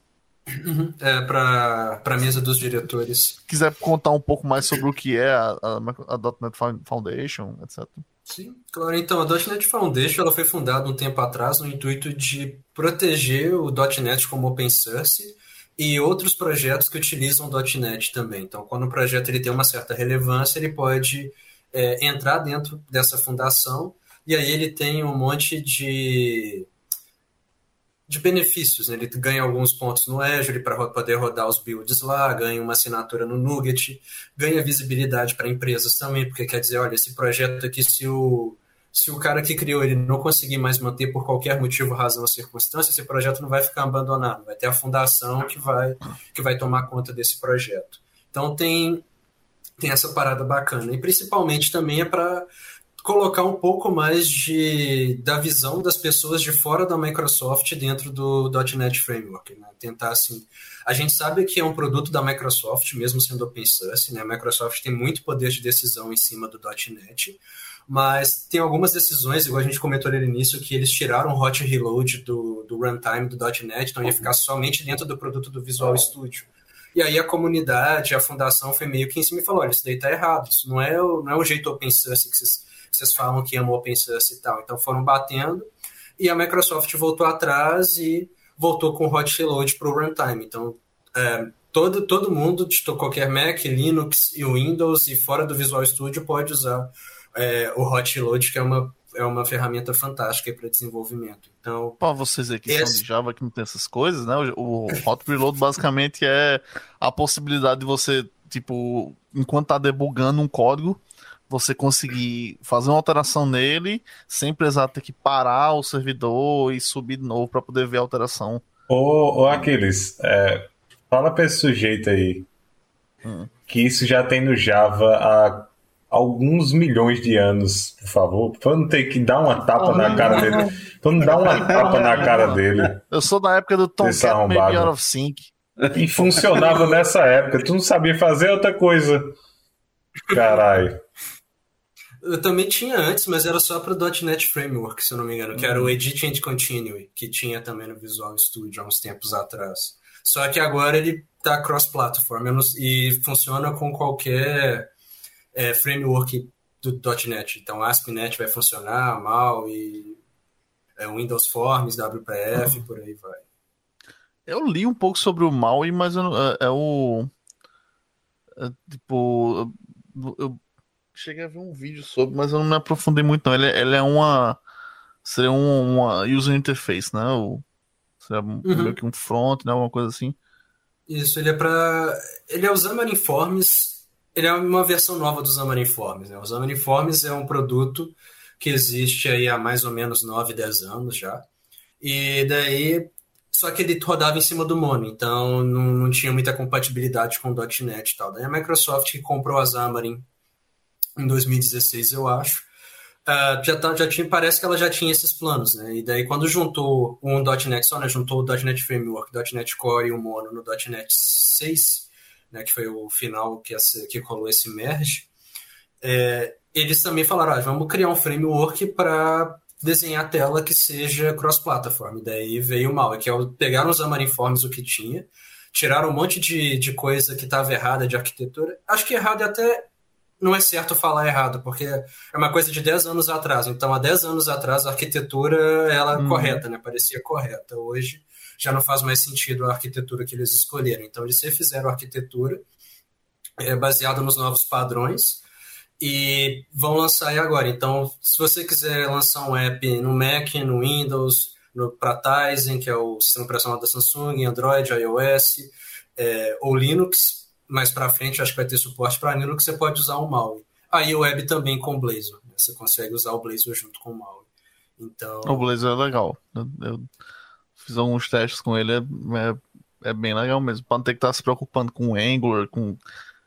Para a mesa dos diretores. Se quiser contar um pouco mais sobre o que é a .NET Foundation, etc. Sim, claro. Então, a .NET Foundation ela foi fundada um tempo atrás no intuito de proteger o .NET como open source e outros projetos que utilizam o .NET também. Então, quando o projeto ele tem uma certa relevância, ele pode entrar dentro dessa fundação e aí ele tem um monte de benefícios, né? Ele ganha alguns pontos no Azure para poder rodar os builds lá, ganha uma assinatura no Nugget, ganha visibilidade para empresas também, porque quer dizer, olha, esse projeto aqui, se o cara que criou ele não conseguir mais manter por qualquer motivo, razão ou circunstância, esse projeto não vai ficar abandonado, vai ter a fundação que vai tomar conta desse projeto. Então tem essa parada bacana, e principalmente também é para colocar um pouco mais da visão das pessoas de fora da Microsoft dentro do .NET Framework, né? Tentar assim, a gente sabe que é um produto da Microsoft, mesmo sendo open source, né? A Microsoft tem muito poder de decisão em cima do .NET, mas tem algumas decisões, igual a gente comentou no início, que eles tiraram o hot reload do runtime do .NET, então ia ficar somente dentro do produto do Visual Studio. E aí a comunidade, a fundação foi meio que em cima e falou, olha, isso daí tá errado, isso não é o jeito open source que vocês falam que amam open source e tal. Então foram batendo e a Microsoft voltou atrás e voltou com o hot reload para o runtime. Então todo mundo de qualquer Mac, Linux e Windows e fora do Visual Studio pode usar o hot reload, que é uma ferramenta fantástica para desenvolvimento. Então, para vocês aqui são de Java que não tem essas coisas, né? O hot reload basicamente é a possibilidade de você, tipo, enquanto tá debugando um código, você conseguir fazer uma alteração nele sem precisar ter que parar o servidor e subir de novo para poder ver a alteração. Ô Aquiles, fala para esse sujeito aí que isso já tem no Java há alguns milhões de anos, por favor, para não ter que dar uma tapa na cara dele. Para não dar uma tapa na cara dele. Eu sou da época do Tomcat Maybe Out of Sync. E funcionava nessa época. Tu não sabia fazer outra coisa. Caralho. Eu também tinha antes, mas era só para o .NET Framework, se eu não me engano, que era o Edit and Continue, que tinha também no Visual Studio há uns tempos atrás. Só que agora ele está cross-platform e funciona com qualquer framework do .NET. Então, ASP.NET vai funcionar, MAL e Windows Forms, WPF, por aí vai. Eu li um pouco sobre o MAL, mas tipo, eu cheguei a ver um vídeo sobre, mas eu não me aprofundei muito não. Ele é seria uma user interface, né? Seria meio que um front, né? Alguma coisa assim. Isso, ele é o Xamarin Forms, ele é uma versão nova do Xamarin Forms, né? O Xamarin Forms é um produto que existe aí há mais ou menos 9, 10 anos já. E daí Só que ele rodava em cima do Mono, então não tinha muita compatibilidade com o .NET e tal. Daí a Microsoft comprou a Xamarin em 2016, eu acho. Parece que ela já tinha esses planos, né? E daí quando juntou um .NET só, né? Juntou o .NET Framework, .NET Core e o Mono no .NET 6, né? Que foi o final que rolou esse merge. Eles também falaram, vamos criar um framework para desenhar tela que seja cross-platform. Daí veio mal, que pegaram os Xamarin Forms, o que tinha, tiraram um monte de coisa que estava errada de arquitetura. Acho que errado até não é certo falar errado, porque é uma coisa de 10 anos atrás. Então, há 10 anos atrás, a arquitetura ela correta, né? Parecia correta. Hoje já não faz mais sentido a arquitetura que eles escolheram. Então, eles refizeram a arquitetura baseada nos novos padrões e vão lançar aí agora. Então, se você quiser lançar um app no Mac, no Windows, para Tizen, que é o sistema operacional da Samsung, Android, iOS, ou Linux, mais para frente acho que vai ter suporte para Linux, você pode usar o MAUI. Aí o web também com o Blazor, né? Você consegue usar o Blazor junto com o MAUI. Então... O Blazor é legal. Eu fiz alguns testes com ele, é bem legal mesmo. Para não ter que estar se preocupando com Angular, com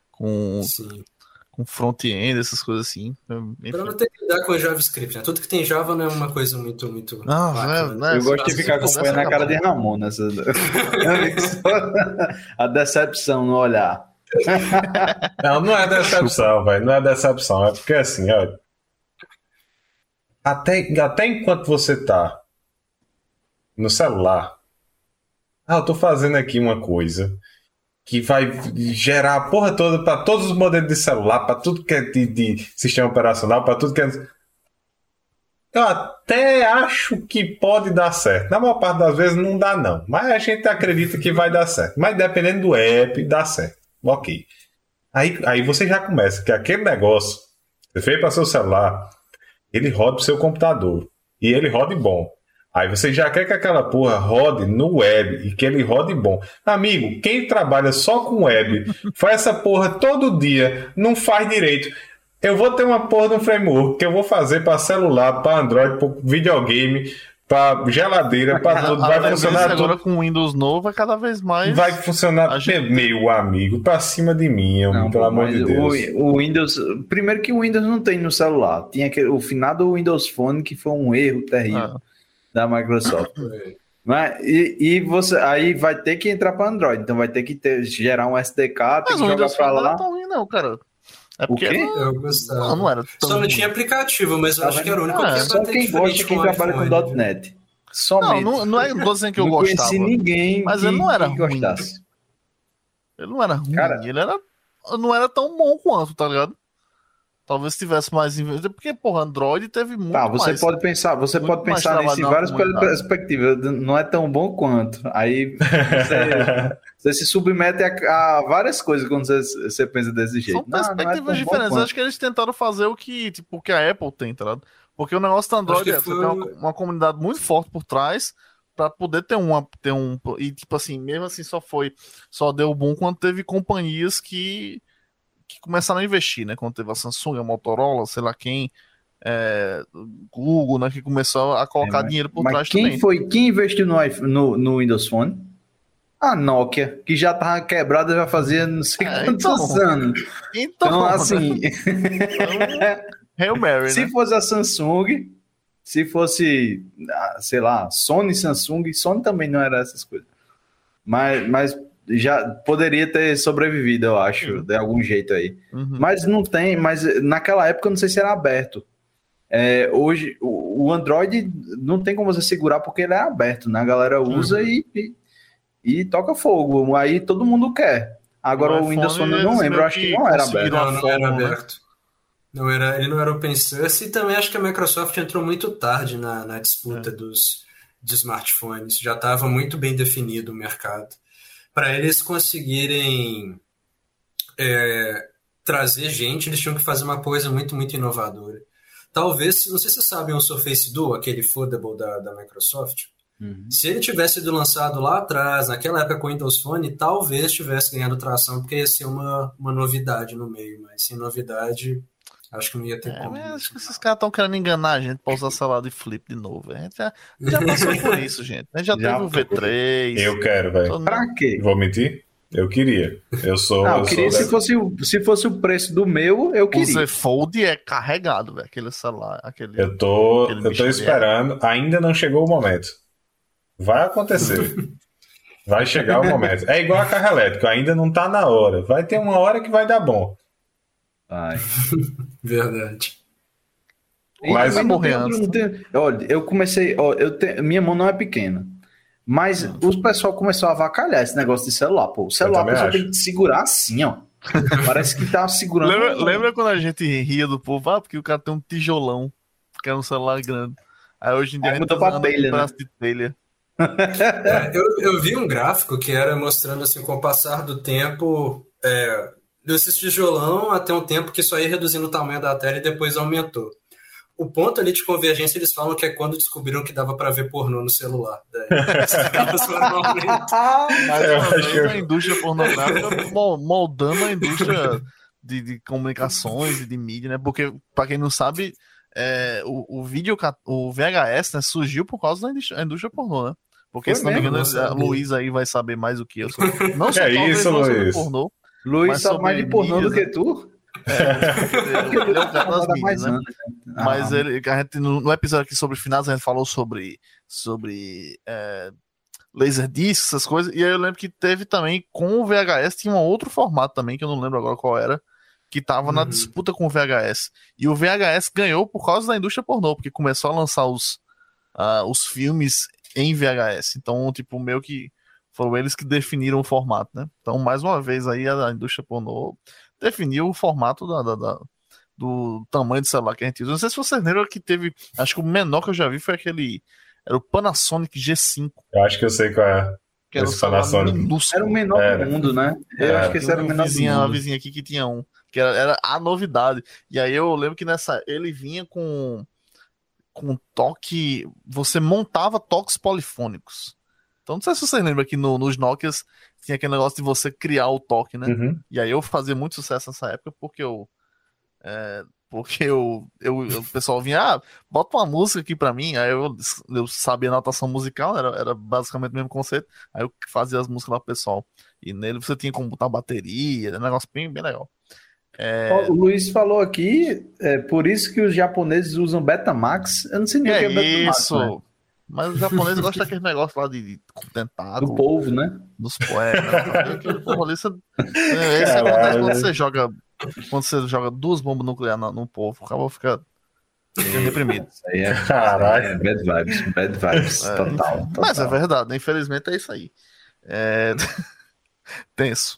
front-end, essas coisas assim. Para não ter que lidar com JavaScript, né? Tudo que tem Java não é uma coisa muito bacana. Eu gosto de ficar acompanhando a cara de Ramon nessa... a decepção no olhar. Não é decepção, velho. Não é decepção. É porque assim, olha. Até enquanto você tá no celular, eu tô fazendo aqui uma coisa que vai gerar a porra toda para todos os modelos de celular, para tudo que é de sistema operacional, para tudo que é... Eu até acho que pode dar certo. Na maior parte das vezes não dá, não. Mas a gente acredita que vai dar certo. Mas dependendo do app, dá certo. Ok. Aí você já começa, que aquele negócio, você fez para seu celular, ele roda pro seu computador. E ele roda bom. Aí você já quer que aquela porra rode no web e que ele rode bom. Amigo, quem trabalha só com web, faz essa porra todo dia, não faz direito. Eu vou ter uma porra de um framework que eu vou fazer para celular, para Android, para videogame, para geladeira, para tudo. Vai funcionar agora tudo. Com o Windows novo é cada vez mais... Vai funcionar, meu amigo, para cima de mim, pelo amor de Deus. O Windows... Primeiro que o Windows não tem no celular. Tinha o finado Windows Phone, que foi um erro terrível da Microsoft. Mas, e você aí vai ter que entrar para Android, então vai ter que gerar um SDK, tem que jogar para lá. Não é tão ruim não, cara. É porque eu gostava. Não era tão Só não ruim. tinha aplicativo, mas eu acho que era o único que ia só bater quem de frente gosta, quem com o trabalha iPhone, com .NET. Somente. Não tô dizendo que eu não gostava. Conheci ninguém mas que, ele não era que ruim. gostasse. Ele não era ruim, Cara, ele não era tão bom quanto, tá ligado? Talvez tivesse mais investido, porque, porra, Android teve muito você mais. Pode pensar nisso em várias perspectivas. Não é tão bom quanto. Aí você se submete a várias coisas quando você pensa desse jeito. São perspectivas diferentes. Eu acho que eles tentaram fazer o que a Apple tem, tá ligado? Porque o negócio do Android você tem uma comunidade muito forte por trás pra poder ter um... E, tipo assim, mesmo assim só deu bom quando teve companhias que começaram a investir, né? Quando teve a Samsung, a Motorola, sei lá quem, Google, né? Que começou a colocar dinheiro por trás também. Quem investiu no Windows Phone? A Nokia, que já tava quebrada já fazia não sei quantos anos. Então assim... Hail Mary, se fosse a Samsung, se fosse, sei lá, Sony também não era essas coisas. Mas já poderia ter sobrevivido, eu acho, de algum jeito aí. Mas não tem, mas naquela época eu não sei se era aberto. Hoje, o Android não tem como você segurar porque ele é aberto, né? A galera usa e toca fogo. Aí todo mundo quer. Agora o Windows Phone eu não lembro, eu acho que não era aberto. Não era aberto. Ele não era open source e também acho que a Microsoft entrou muito tarde na disputa de smartphones. Já estava muito bem definido o mercado. Para eles conseguirem trazer gente, eles tinham que fazer uma coisa muito, muito inovadora. Talvez, não sei se vocês sabem o Surface Duo, aquele foldable da Microsoft. Se ele tivesse sido lançado lá atrás, naquela época com o Windows Phone, talvez tivesse ganhado tração, porque ia ser uma novidade no meio, mas sem novidade Acho que não ia ter como. Mas acho que esses caras estão querendo enganar a gente pra usar celular de flip de novo. A gente já passou por isso, gente. A gente já teve o V3. Eu quero, velho. Pra quê? Vou mentir? Eu queria. Eu queria se fosse o preço do meu, eu queria. O Z Fold é carregado, velho. Aquele celular. Eu tô esperando. Ainda não chegou o momento. Vai acontecer. Vai chegar o momento. É igual a carro elétrico. Ainda não tá na hora. Vai ter uma hora que vai dar bom. Ai. Verdade. Mas olha, eu comecei. Minha mão não é pequena. Mas o pessoal começou a avacalhar esse negócio de celular, pô. O celular a pessoa tem que segurar assim, ó. Parece que tá segurando. Lembra quando a gente ria do povo? Porque o cara tem um tijolão, porque é um celular grande. Aí hoje em dia a gente tá usando um braço de telha. Eu vi um gráfico que era mostrando assim, com o passar do tempo, desse tijolão até um tempo que só ia reduzindo o tamanho da tela e depois aumentou. O ponto ali de convergência, eles falam que é quando descobriram que dava para ver pornô no celular. Mas a indústria pornográfica moldando a indústria de comunicações e de mídia, né? Porque, para quem não sabe, o VHS, né, surgiu por causa da indústria pornô, né? Porque, se não me engano, a Luiz aí vai saber mais do que eu. Não só isso, Luiz. Pornô, Luiz sabe mais de pornô do que tu? Ele é o cara das mídias, né? Mas a gente, no episódio aqui sobre finais, a gente falou sobre Laserdisc, essas coisas, e aí eu lembro que teve também com o VHS, tinha um outro formato também, que eu não lembro agora qual era, que tava na disputa com o VHS. E o VHS ganhou por causa da indústria pornô, porque começou a lançar os filmes em VHS. Então, tipo, meio que foram eles que definiram o formato, né? Então, mais uma vez aí, a indústria pornô definiu o formato do tamanho de celular que a gente usa. Não sei se vocês lembram que teve, acho que o menor que eu já vi foi era o Panasonic G5. Eu acho que eu sei qual é. Que era o Panasonic minúsculo. Era o menor do mundo, né? Eu acho que esse era o menor do mundo. Uma vizinha aqui que tinha um, que era a novidade. E aí eu lembro que ele vinha com toque, você montava toques polifônicos. Então não sei se vocês lembram que nos Nokias tinha aquele negócio de você criar o toque, né? Uhum. E aí eu fazia muito sucesso nessa época porque o pessoal vinha, bota uma música aqui pra mim, aí eu sabia a notação musical, era basicamente o mesmo conceito, aí eu fazia as músicas lá pro pessoal. E nele você tinha como botar bateria, um negócio bem, bem legal. O Luiz falou aqui, por isso que os japoneses usam Betamax. Eu não sei nem o que é Betamax. Isso. Né? Mas os japoneses gostam daquele negócio lá de tentáculo. Do polvo, né? Dos poetas. Esse acontece quando você joga 2 bombas nucleares no polvo. O cara fica deprimido. Isso aí bad vibes, total. Mas é verdade, né? Infelizmente é isso aí. Tenso.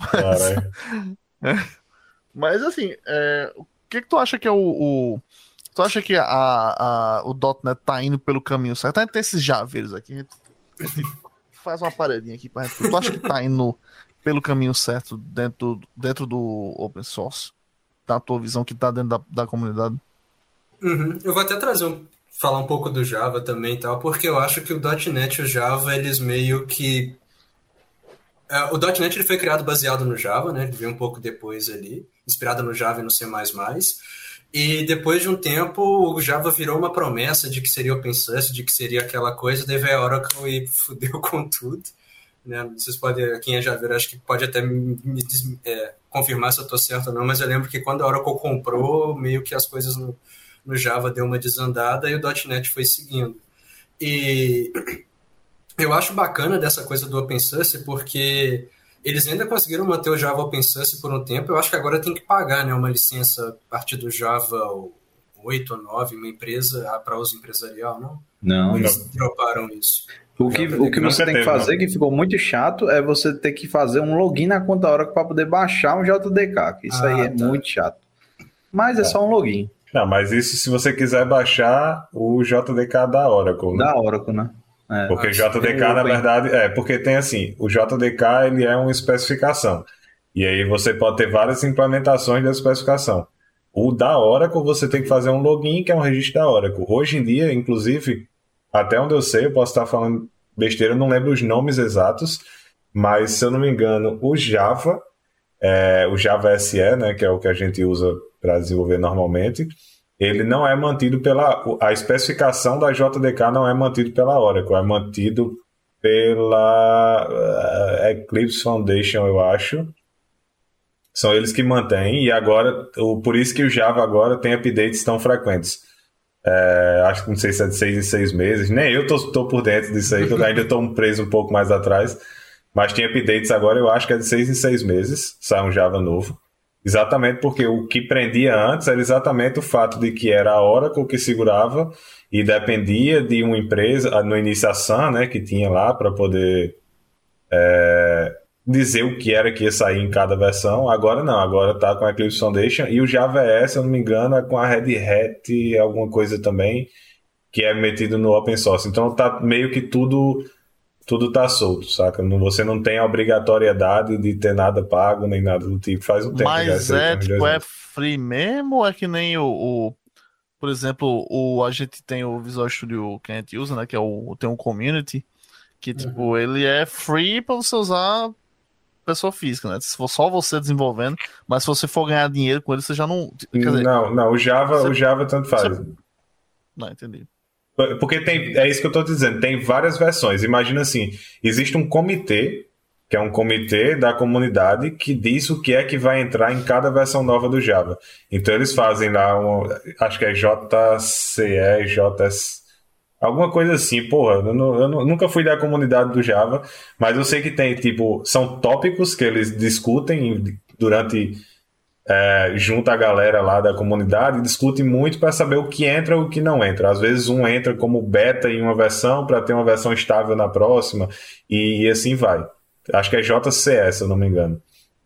Mas assim, o que tu acha que é tu acha que o .NET tá indo pelo caminho certo? Tem esses javeiros aqui, a gente faz uma paredinha aqui pra gente. Tu acha que tá indo pelo caminho certo dentro do open source? Da tua visão que tá dentro da comunidade? Uhum. Eu vou até falar um pouco do Java também e tal, porque eu acho que o .NET e o Java, eles meio que... o .NET ele foi criado baseado no Java, né? Ele veio um pouco depois ali, inspirado no Java e no C++. E depois de um tempo, o Java virou uma promessa de que seria open source, de que seria aquela coisa, daí veio a Oracle e fudeu com tudo. Né? Vocês podem, quem é Java, acho que pode até me confirmar se eu estou certo ou não, mas eu lembro que quando a Oracle comprou, meio que as coisas no Java deu uma desandada e o .NET foi seguindo. E eu acho bacana dessa coisa do open source, porque eles ainda conseguiram manter o Java open source por um tempo. Eu acho que agora tem que pagar, né, uma licença a partir do Java 8 ou 9, uma empresa para uso empresarial, não? Não. Eles droparam isso. O que você tem que fazer, que ficou muito chato, é você ter que fazer um login na conta Oracle para poder baixar um JDK, que isso aí é muito chato. Mas é só um login. Não, mas isso se você quiser baixar o JDK da Oracle, né? Da Oracle, né? Porque JDK, na verdade, porque tem assim, o JDK ele é uma especificação. E aí você pode ter várias implementações da especificação. O da Oracle, você tem que fazer um login, que é um registro da Oracle. Hoje em dia, inclusive, até onde eu sei, eu posso estar falando besteira, eu não lembro os nomes exatos, mas se eu não me engano, o Java, o Java SE, né, que é o que a gente usa para desenvolver normalmente, ele não é mantido a especificação da JDK não é mantido pela Oracle, é mantido pela Eclipse Foundation, eu acho. São eles que mantêm, e agora, por isso que o Java agora tem updates tão frequentes. Acho que não sei se é de 6 em 6 meses, nem eu tô por dentro disso aí, que eu ainda estou preso um pouco mais atrás, mas tem updates agora, eu acho que é de 6 em 6 meses, sai um Java novo. Exatamente porque o que prendia antes era exatamente o fato de que era a Oracle que segurava e dependia de uma empresa, no início a Sun, né, que tinha lá para poder dizer o que era que ia sair em cada versão. Agora não, agora está com a Eclipse Foundation e o Java EE, se eu não me engano, é com a Red Hat, alguma coisa também, que é metido no open source. Então tá meio que tudo tá solto, saca? Você não tem a obrigatoriedade de ter nada pago, nem nada do tipo. Faz um tempo. Mas é free mesmo ou é que nem por exemplo, a gente tem o Visual Studio que a gente usa, né? Que tem um community, que tipo, ele é free para você usar pessoa física, né? Se for só você desenvolvendo, mas se você for ganhar dinheiro com ele, você já não... Quer dizer, não, o Java tanto faz. Não, entendi. Porque é isso que eu estou dizendo, tem várias versões. Imagina assim, existe um comitê, que é um comitê da comunidade, que diz o que é que vai entrar em cada versão nova do Java. Então eles fazem lá, acho que é JCE, JS... alguma coisa assim, porra, eu nunca fui da comunidade do Java, mas eu sei que tem, tipo, são tópicos que eles discutem durante... junta a galera lá da comunidade e discute muito para saber o que entra e o que não entra. Às vezes um entra como beta em uma versão para ter uma versão estável na próxima e assim vai. Acho que é JCE, se eu não me engano,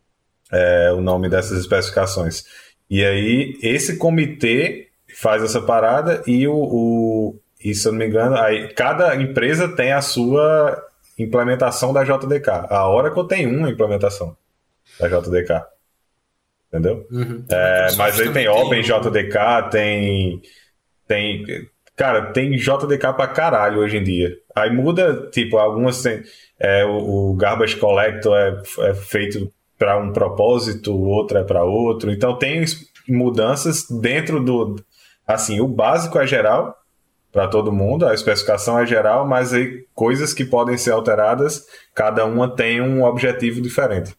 o nome dessas especificações. E aí esse comitê faz essa parada e e se eu não me engano, aí cada empresa tem a sua implementação da JDK. A Oracle tem uma implementação da JDK. Entendeu? Mas aí tem OpenJDK, cara, tem JDK pra caralho hoje em dia. Aí muda, tipo, algumas tem, o Garbage Collector é feito para um propósito, outro é para outro. Então tem mudanças dentro assim, o básico é geral para todo mundo, a especificação é geral, mas aí coisas que podem ser alteradas, cada uma tem um objetivo diferente.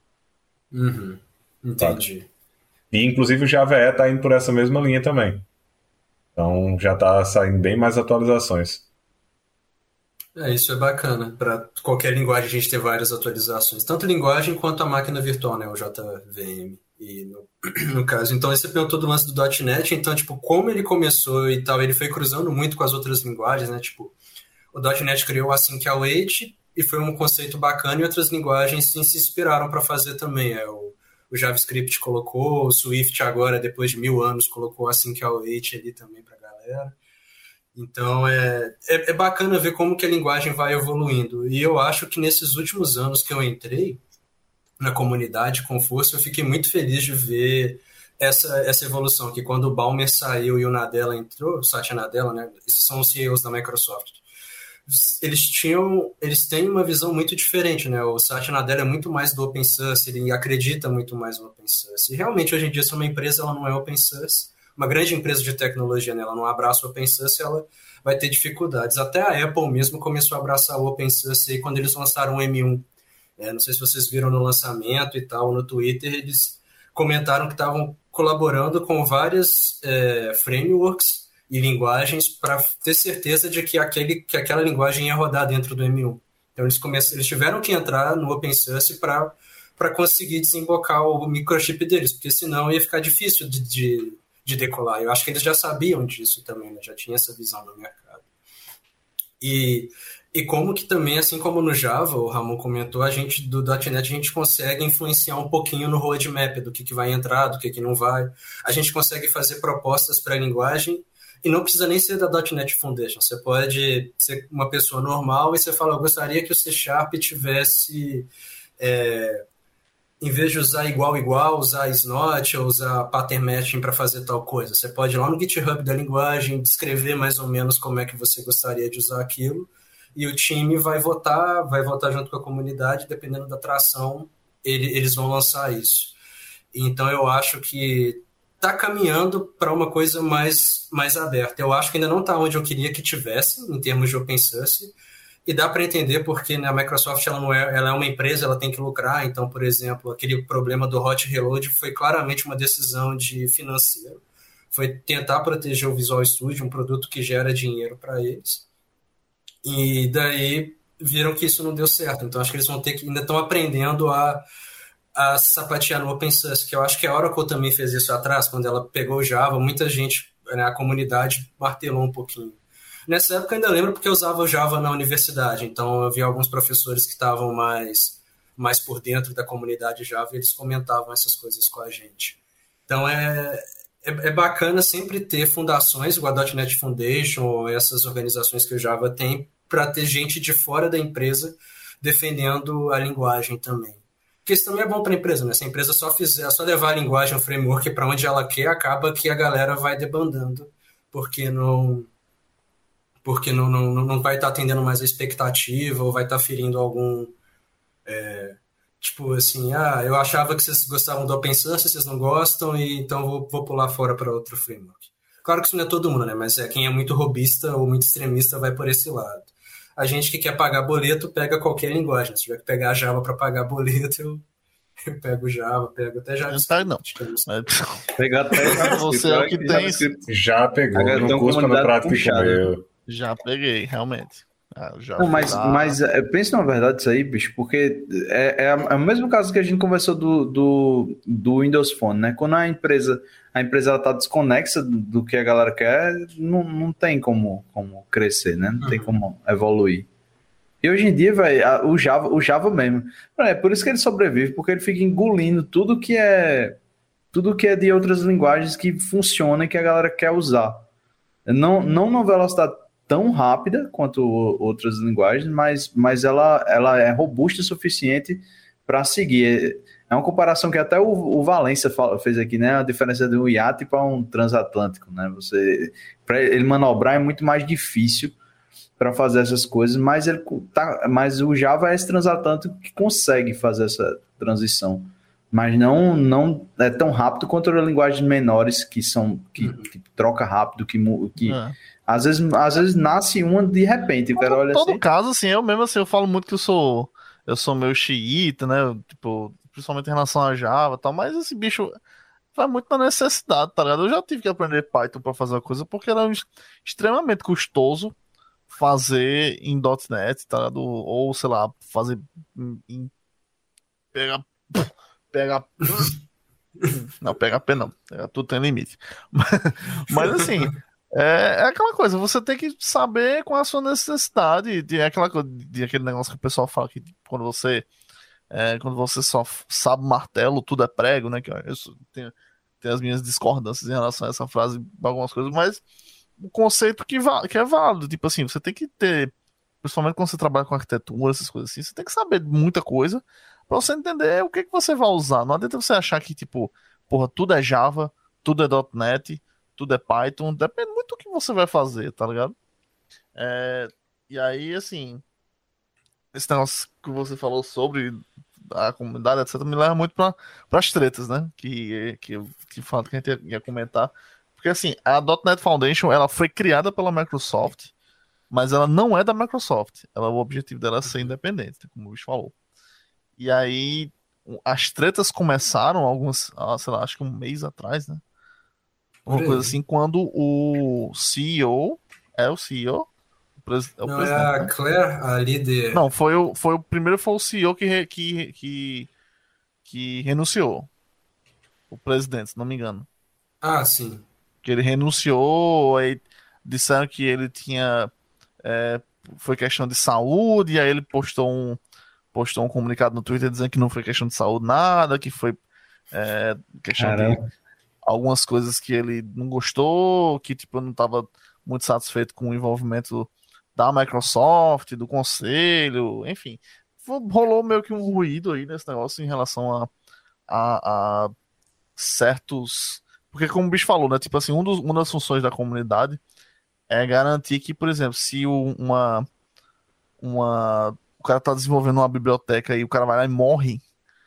Entendi. E inclusive o Java EE está indo por essa mesma linha também. Então já está saindo bem mais atualizações. Isso é bacana. Para qualquer linguagem a gente ter várias atualizações. Tanto linguagem quanto a máquina virtual, né? O JVM. E no caso, então você perguntou do lance do .NET, então, tipo, como ele começou e tal, ele foi cruzando muito com as outras linguagens, né? Tipo, o .NET criou Async Await e foi um conceito bacana e outras linguagens sim, se inspiraram para fazer também. O JavaScript colocou, o Swift agora, depois de 1000 anos, colocou Async Await ali também para a galera. Então, é bacana ver como que a linguagem vai evoluindo. E eu acho que nesses últimos anos que eu entrei na comunidade com força, eu fiquei muito feliz de ver essa evolução, que quando o Ballmer saiu e o Nadella entrou, o Satya Nadella, né, esses são os CEOs da Microsoft, eles têm uma visão muito diferente, né? O Satya Nadella é muito mais do open source, ele acredita muito mais no open source. E realmente, hoje em dia, se uma empresa ela não é open source, uma grande empresa de tecnologia, né, ela não abraça o open source, ela vai ter dificuldades. Até a Apple mesmo começou a abraçar o open source aí quando eles lançaram o M1. Não sei se vocês viram no lançamento e tal, no Twitter, eles comentaram que estavam colaborando com várias frameworks e linguagens para ter certeza de que aquela linguagem ia rodar dentro do M1. Então eles tiveram que entrar no open source para conseguir desembocar o microchip deles, porque senão ia ficar difícil de decolar. Eu acho que eles já sabiam disso também, né? Já tinha essa visão do mercado. E como que também, assim como no Java, o Ramon comentou, a gente do .NET a gente consegue influenciar um pouquinho no roadmap do que vai entrar, do que não vai. A gente consegue fazer propostas para a linguagem e não precisa nem ser da .NET Foundation. Você pode ser uma pessoa normal e você fala, eu gostaria que o C# tivesse, em vez de usar igual, usar Snot ou usar pattern matching para fazer tal coisa. Você pode ir lá no GitHub da linguagem, descrever mais ou menos como é que você gostaria de usar aquilo, e o time vai votar junto com a comunidade, dependendo da tração, eles vão lançar isso. Então eu acho que está caminhando para uma coisa mais aberta. Eu acho que ainda não está onde eu queria que tivesse, em termos de open source, e dá para entender porque, né, a Microsoft ela é uma empresa, ela tem que lucrar. Então, por exemplo, aquele problema do hot reload foi claramente uma decisão de financeiro. Foi tentar proteger o Visual Studio, um produto que gera dinheiro para eles. E daí viram que isso não deu certo. Então, acho que eles vão ter que ainda estão aprendendo a sapatear no open source, que eu acho que a Oracle também fez isso atrás, quando ela pegou o Java, muita gente, né, a comunidade martelou um pouquinho. Nessa época eu ainda lembro porque eu usava o Java na universidade, então eu vi alguns professores que estavam mais por dentro da comunidade Java e eles comentavam essas coisas com a gente. Então é bacana sempre ter fundações, igual a .NET Foundation, ou essas organizações que o Java tem, para ter gente de fora da empresa defendendo a linguagem também. Porque isso também é bom para a empresa, né? Se a empresa só levar a linguagem, o framework para onde ela quer, acaba que a galera vai debandando, porque não vai estar atendendo mais a expectativa, ou vai estar ferindo algum... tipo assim, eu achava que vocês gostavam do open source, vocês não gostam, e então vou pular fora para outro framework. Claro que isso não é todo mundo, né? Mas quem é muito robista ou muito extremista vai por esse lado. A gente que quer pagar boleto pega qualquer linguagem. Se tiver que pegar Java para pagar boleto, eu pego Java, pego até JavaScript. Não. Pegar até você é o que tem. Já pegou, no curso no prático que comeu. Já peguei, realmente. Não, mas pensa na verdade isso aí, bicho, porque é o mesmo caso que a gente conversou do Windows Phone, né? Quando a empresa ela tá desconexa do que a galera quer, não tem como crescer, né? Não tem como evoluir. E hoje em dia, velho, o Java mesmo. É por isso que ele sobrevive, porque ele fica engolindo tudo que é de outras linguagens que funciona e que a galera quer usar. Não numa velocidade tão rápida quanto outras linguagens, mas ela é robusta o suficiente para seguir. É uma comparação que até o Valência fez aqui, né? A diferença de um iate para um transatlântico, né? Para ele manobrar é muito mais difícil para fazer essas coisas, mas o Java é esse transatlântico que consegue fazer essa transição. Mas não é tão rápido quanto as linguagens menores que troca rápido, às vezes nasce uma de repente. Em todo caso, assim, eu mesmo assim, eu falo muito que eu sou meio xiita, né? Tipo, principalmente em relação a Java e tal, mas esse bicho vai muito na necessidade, tá ligado? Eu já tive que aprender Python para fazer uma coisa porque era extremamente custoso fazer em .NET, tá ligado? Ou, sei lá, fazer em não, PHP não. Tudo tem limite. Mas assim, é aquela coisa, você tem que saber qual é a sua necessidade. De aquele negócio que o pessoal fala que quando você só sabe martelo, tudo é prego, né? Que tenho as minhas discordâncias em relação a essa frase, algumas coisas, mas o conceito que é válido, tipo assim, você tem que ter, principalmente quando você trabalha com arquitetura, essas coisas assim, você tem que saber muita coisa pra você entender o que você vai usar. Não adianta você achar que, tipo, porra, tudo é Java, tudo é .NET, tudo é Python, depende muito do que você vai fazer, tá ligado? E aí, assim, esse negócio que você falou sobre a comunidade, etc., me leva muito para as tretas, né? Que fato que a gente ia comentar. Porque, assim, a .NET Foundation, ela foi criada pela Microsoft, mas ela não é da Microsoft. O objetivo dela é ser independente, como o Luiz falou. E aí, as tretas começaram sei lá, acho que um mês atrás, né? Uma coisa assim, quando o CEO, o CEO, não, é a Claire, a líder... Não, primeiro foi o CEO que renunciou. O presidente, se não me engano. Ah, sim. Que ele renunciou, aí disseram que ele tinha... foi questão de saúde, e aí ele postou um comunicado no Twitter dizendo que não foi questão de saúde nada, que foi questão de algumas coisas que ele não gostou, que tipo, não estava muito satisfeito com o envolvimento da Microsoft, do conselho, enfim. Rolou meio que um ruído aí nesse negócio em relação a certos... Porque como o bicho falou, né? Tipo assim, uma das funções da comunidade é garantir que, por exemplo, se o cara tá desenvolvendo uma biblioteca e o cara vai lá e morre,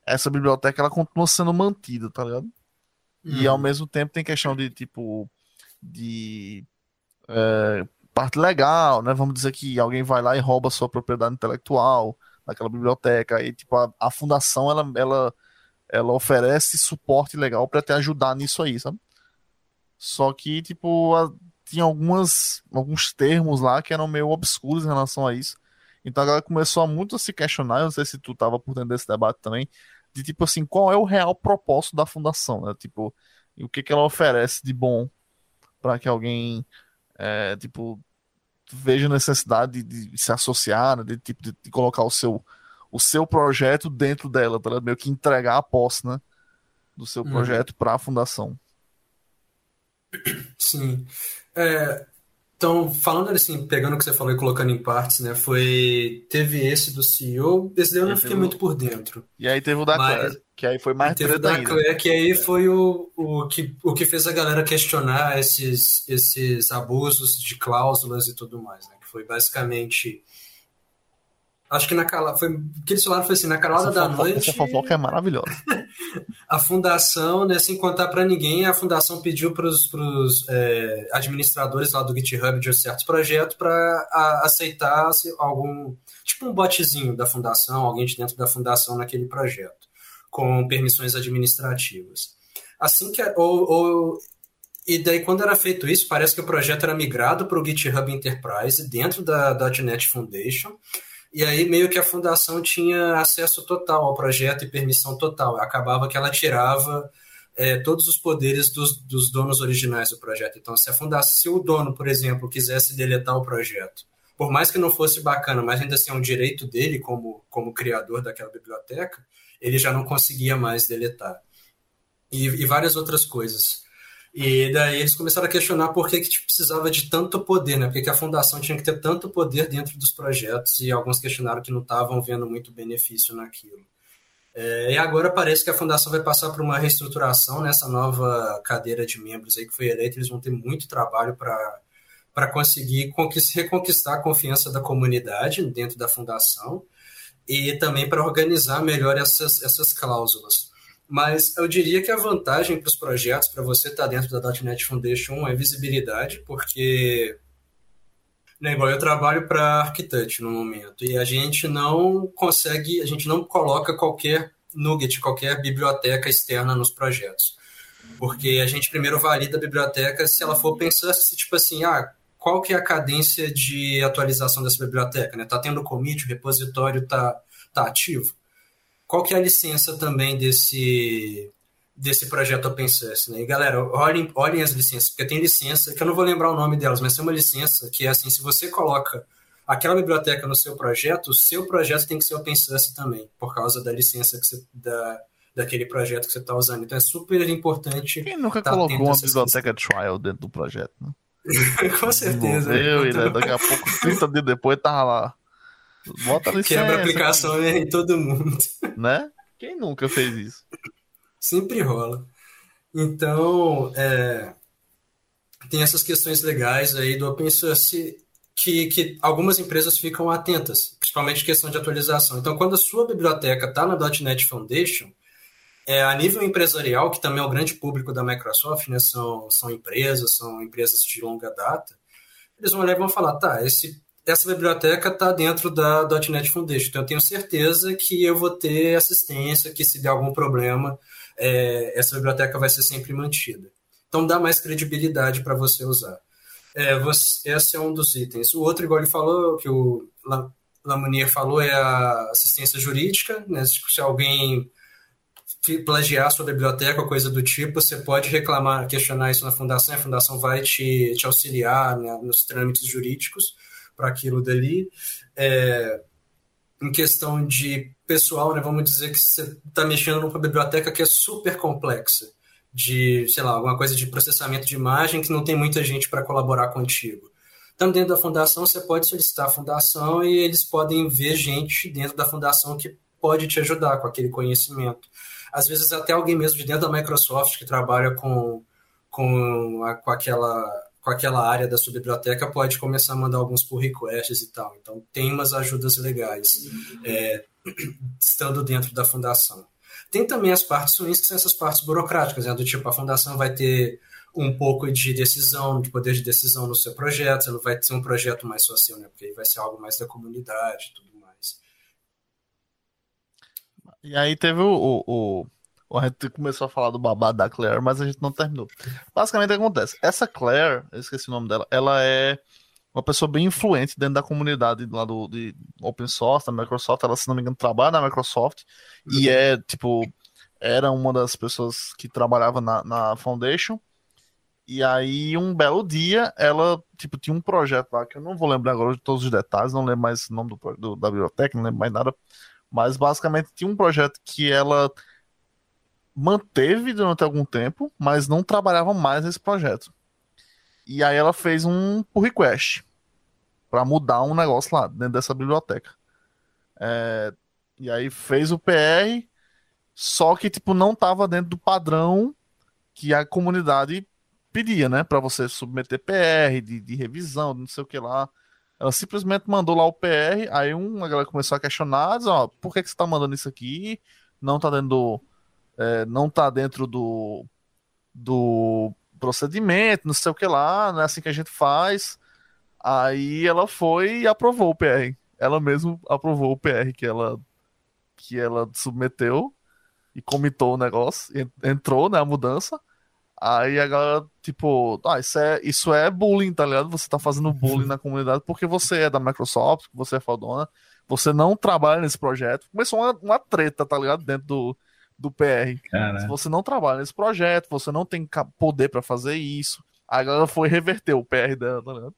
essa biblioteca ela continua sendo mantida, tá ligado? E ao mesmo tempo tem questão de tipo de parte legal, né? Vamos dizer que alguém vai lá e rouba sua propriedade intelectual naquela biblioteca, e tipo a fundação ela oferece suporte legal para te ajudar nisso aí, sabe? Só que tipo tinha alguns termos lá que eram meio obscuros em relação a isso. Então a galera começou a muito a se questionar, eu não sei se tu tava por dentro desse debate também, de tipo assim, qual é o real propósito da fundação, né? Tipo, e o que que ela oferece de bom para que alguém tipo veja necessidade de se associar, né? Tipo, de colocar o seu projeto dentro dela, para meio que entregar a posse, né? Do seu projeto para a fundação. Sim. Então, falando assim, pegando o que você falou e colocando em partes, né? Teve esse do CEO, esse daí eu não fiquei muito por dentro. E aí teve o da Claire, que aí foi mais teve o da Claire, que aí foi o que fez a galera questionar esses abusos de cláusulas e tudo mais, né? Que foi basicamente... Acho que o que eles falaram foi assim, na calada da noite... Essa fofoca é maravilhosa. A fundação, né, sem contar para ninguém, a fundação pediu para os administradores lá do GitHub de certos projetos para aceitar algum, tipo um botzinho da fundação, alguém de dentro da fundação naquele projeto, com permissões administrativas. Assim que e daí, quando era feito isso, parece que o projeto era migrado para o GitHub Enterprise dentro da .NET Foundation. E aí meio que a fundação tinha acesso total ao projeto e permissão total. Acabava que ela tirava todos os poderes dos donos originais do projeto. Então, se o dono, por exemplo, quisesse deletar o projeto, por mais que não fosse bacana, mas ainda assim é um direito dele como criador daquela biblioteca, ele já não conseguia mais deletar. E várias outras coisas. E daí eles começaram a questionar por que precisava de tanto poder, né? Por que a fundação tinha que ter tanto poder dentro dos projetos, e alguns questionaram que não estavam vendo muito benefício naquilo. E agora parece que a fundação vai passar por uma reestruturação nessa nova cadeira de membros aí que foi eleita. Eles vão ter muito trabalho para conseguir reconquistar a confiança da comunidade dentro da fundação e também para organizar melhor essas cláusulas. Mas eu diria que a vantagem para os projetos, para você estar dentro da .NET Foundation, é visibilidade, porque, né, igual eu trabalho para Architect no momento, e a gente não coloca qualquer nugget, qualquer biblioteca externa nos projetos. Porque a gente primeiro valida a biblioteca se ela for pensar, tipo assim, qual que é a cadência de atualização dessa biblioteca? Né? Tá tendo commit, o repositório tá ativo? Qual que é a licença também desse projeto Open Source, né? E galera, olhem as licenças, porque tem licença, que eu não vou lembrar o nome delas, mas tem uma licença que é assim, se você coloca aquela biblioteca no seu projeto, o seu projeto tem que ser Open Source também, por causa da licença daquele projeto que você está usando. Então é super importante... Quem nunca colocou uma biblioteca trial dentro do projeto, né? Com certeza. E daqui a pouco, 30 dias depois, tava lá. Bota licença. Quebra a aplicação em todo mundo. Né? Quem nunca fez isso? Sempre rola. Então, tem essas questões legais aí do Open Source que algumas empresas ficam atentas, principalmente questão de atualização. Então, quando a sua biblioteca está na .NET Foundation, a nível empresarial, que também é o grande público da Microsoft, né, são empresas de longa data, eles vão olhar e vão falar, essa biblioteca está dentro da .NET Foundation, então eu tenho certeza que eu vou ter assistência, que se der algum problema, essa biblioteca vai ser sempre mantida. Então dá mais credibilidade para você usar. Esse é um dos itens. O outro, igual ele falou, que o Lamounier falou, é a assistência jurídica, né? Se alguém plagiar sua biblioteca ou coisa do tipo, você pode reclamar, questionar isso na fundação, a fundação vai te auxiliar, né, nos trâmites jurídicos para aquilo dali. Em questão de pessoal, né, vamos dizer que você está mexendo numa biblioteca que é super complexa, de, sei lá, alguma coisa de processamento de imagem que não tem muita gente para colaborar contigo. Então, dentro da fundação, você pode solicitar a fundação e eles podem ver gente dentro da fundação que pode te ajudar com aquele conhecimento. Às vezes, até alguém mesmo de dentro da Microsoft que trabalha com aquela área da sua biblioteca pode começar a mandar alguns pull requests e tal. Então, tem umas ajudas legais estando dentro da fundação. Tem também as partes ruins, que são essas partes burocráticas, né? Do tipo, a fundação vai ter um pouco de decisão, de poder de decisão no seu projeto, você não vai ser um projeto mais social, né? Porque aí vai ser algo mais da comunidade e tudo mais. E aí teve a gente começou a falar do babado da Claire, mas a gente não terminou. Basicamente o que acontece? Essa Claire, eu esqueci o nome dela, ela é uma pessoa bem influente dentro da comunidade lá de open source, da Microsoft. Ela, se não me engano, trabalha na Microsoft e era uma das pessoas que trabalhava na Foundation. E aí, um belo dia, ela, tipo, tinha um projeto lá, que eu não vou lembrar agora de todos os detalhes, não lembro mais o nome da biblioteca, não lembro mais nada, mas basicamente tinha um projeto que ela manteve durante algum tempo, mas não trabalhava mais nesse projeto. E aí ela fez um pull request para mudar um negócio lá dentro dessa biblioteca. E aí fez o PR, só que tipo não tava dentro do padrão que a comunidade pedia, né, para você submeter PR de revisão, de não sei o que lá. Ela simplesmente mandou lá o PR, aí uma galera começou a questionar, diz, ó, por que você tá mandando isso aqui? Não tá dentro não tá dentro do procedimento, não sei o que lá, não é assim que a gente faz. Aí ela foi e aprovou o PR. Ela mesma aprovou o PR que ela submeteu e comitou o negócio, entrou, né, a mudança. Aí a galera, tipo, isso é bullying, tá ligado? Você tá fazendo bullying na comunidade porque você é da Microsoft, você é fodona, você não trabalha nesse projeto. Começou uma treta, tá ligado? Dentro do PR. Cara. Se você não trabalha nesse projeto, você não tem poder pra fazer isso. A galera foi reverter o PR dela, tá ligado?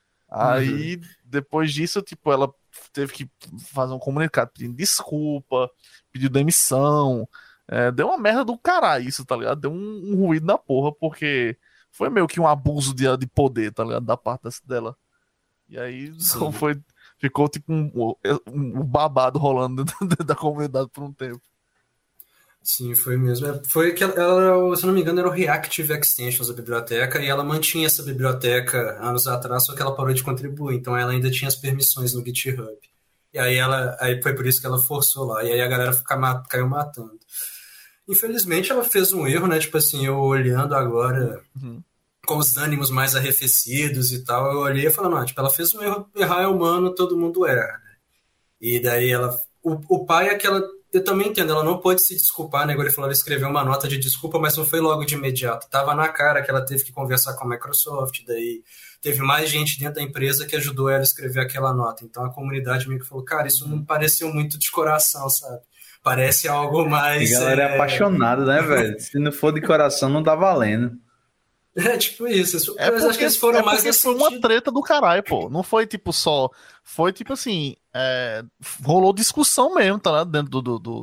Aí, depois disso, tipo, ela teve que fazer um comunicado pedindo desculpa, pediu demissão. Deu uma merda do caralho isso, tá ligado? Deu um ruído na porra, porque foi meio que um abuso de poder, tá ligado? Da parte dela. E aí ficou tipo um babado rolando dentro da comunidade por um tempo. Sim, foi mesmo. Foi que ela, se não me engano, era o Reactive Extensions da biblioteca, e ela mantinha essa biblioteca anos atrás, só que ela parou de contribuir, então ela ainda tinha as permissões no GitHub. E aí foi por isso que ela forçou lá, e aí a galera caiu matando. Infelizmente ela fez um erro, né? Tipo assim, eu olhando agora com os ânimos mais arrefecidos e tal, eu olhei e falei, não, tipo, ela fez um erro, errar é humano, todo mundo erra. Né? E daí o pai é que ela, eu também entendo, ela não pôde se desculpar, né? Agora ele falou, ela escreveu uma nota de desculpa, mas não foi logo de imediato. Tava na cara que ela teve que conversar com a Microsoft, daí teve mais gente dentro da empresa que ajudou ela a escrever aquela nota. Então a comunidade meio que falou, cara, isso não pareceu muito de coração, sabe? Parece algo mais... A galera é apaixonada, né, velho? Se não for de coração, não tá valendo. É tipo isso. Mas acho que eles foram mais nesse sentido. Foi uma treta do caralho, pô. Não foi tipo só... Foi tipo assim... rolou discussão mesmo, tá lá dentro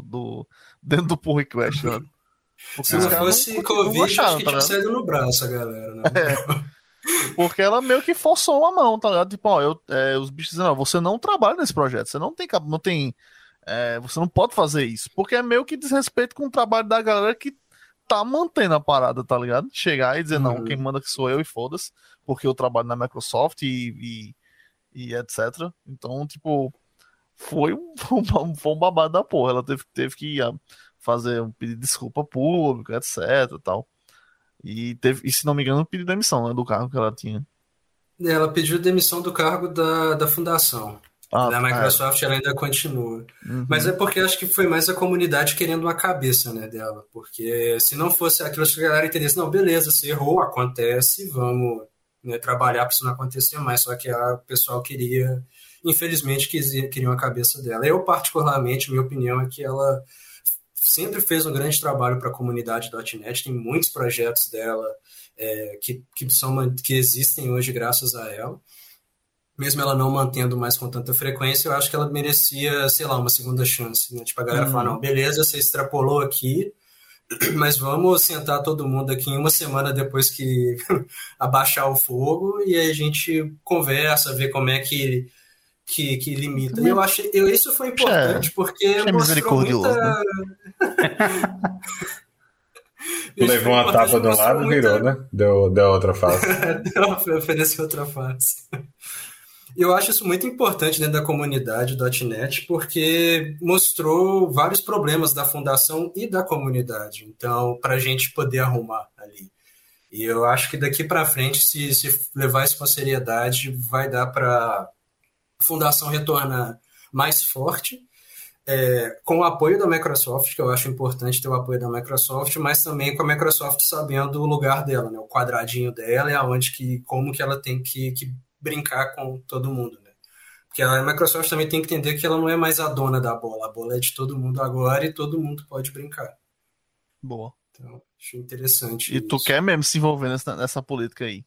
dentro do pull request, né? Se não fosse Covid, acho que tinha saído no braço a galera, né? Porque ela meio que forçou uma mão, tá ligado? Tipo, ó, os bichos dizendo, você não trabalha nesse projeto, você não tem você não pode fazer isso, porque é meio que desrespeito com o trabalho da galera que tá mantendo a parada, tá ligado? Chegar e dizer, não, quem manda que sou eu e foda-se, porque eu trabalho na Microsoft e etc. Então, tipo, foi um babado da porra. Ela teve que fazer um pedido de desculpa público, etc e tal. E se não me engano, pediu demissão, né, do cargo que ela tinha. Ela pediu demissão do cargo da fundação. Da Microsoft ela ainda continua. Mas é porque acho que foi mais a comunidade querendo uma cabeça, né, dela. Porque se não fosse aquilo, acho que a galera entendesse, não, beleza, você errou, acontece, vamos, né, trabalhar para isso não acontecer mais. Só que o pessoal queria, infelizmente, queria uma cabeça dela. Eu, particularmente, minha opinião é que ela sempre fez um grande trabalho para a comunidade .NET, tem muitos projetos dela que existem hoje graças a ela. Mesmo ela não mantendo mais com tanta frequência, eu acho que ela merecia, sei lá, uma segunda chance, né? Tipo, a galera fala, não, beleza, você extrapolou aqui, mas vamos sentar todo mundo aqui em uma semana depois que abaixar o fogo, e aí a gente conversa, vê como é que limita. E eu acho isso foi importante, porque mostrou muita... Levou uma tapa de um lado e virou, né? Deu outra face. Ofereceu outra face. Eu acho isso muito importante dentro da comunidade .NET, porque mostrou vários problemas da fundação e da comunidade. Então, para a gente poder arrumar ali. E eu acho que daqui para frente, se levar isso com seriedade, vai dar para a fundação retornar mais forte, com o apoio da Microsoft, que eu acho importante ter o apoio da Microsoft, mas também com a Microsoft sabendo o lugar dela, né? O quadradinho dela e como que ela tem que brincar com todo mundo, né? Porque a Microsoft também tem que entender que ela não é mais a dona da bola. A bola é de todo mundo agora e todo mundo pode brincar. Boa. Então, acho interessante E isso. tu quer mesmo se envolver nessa política aí?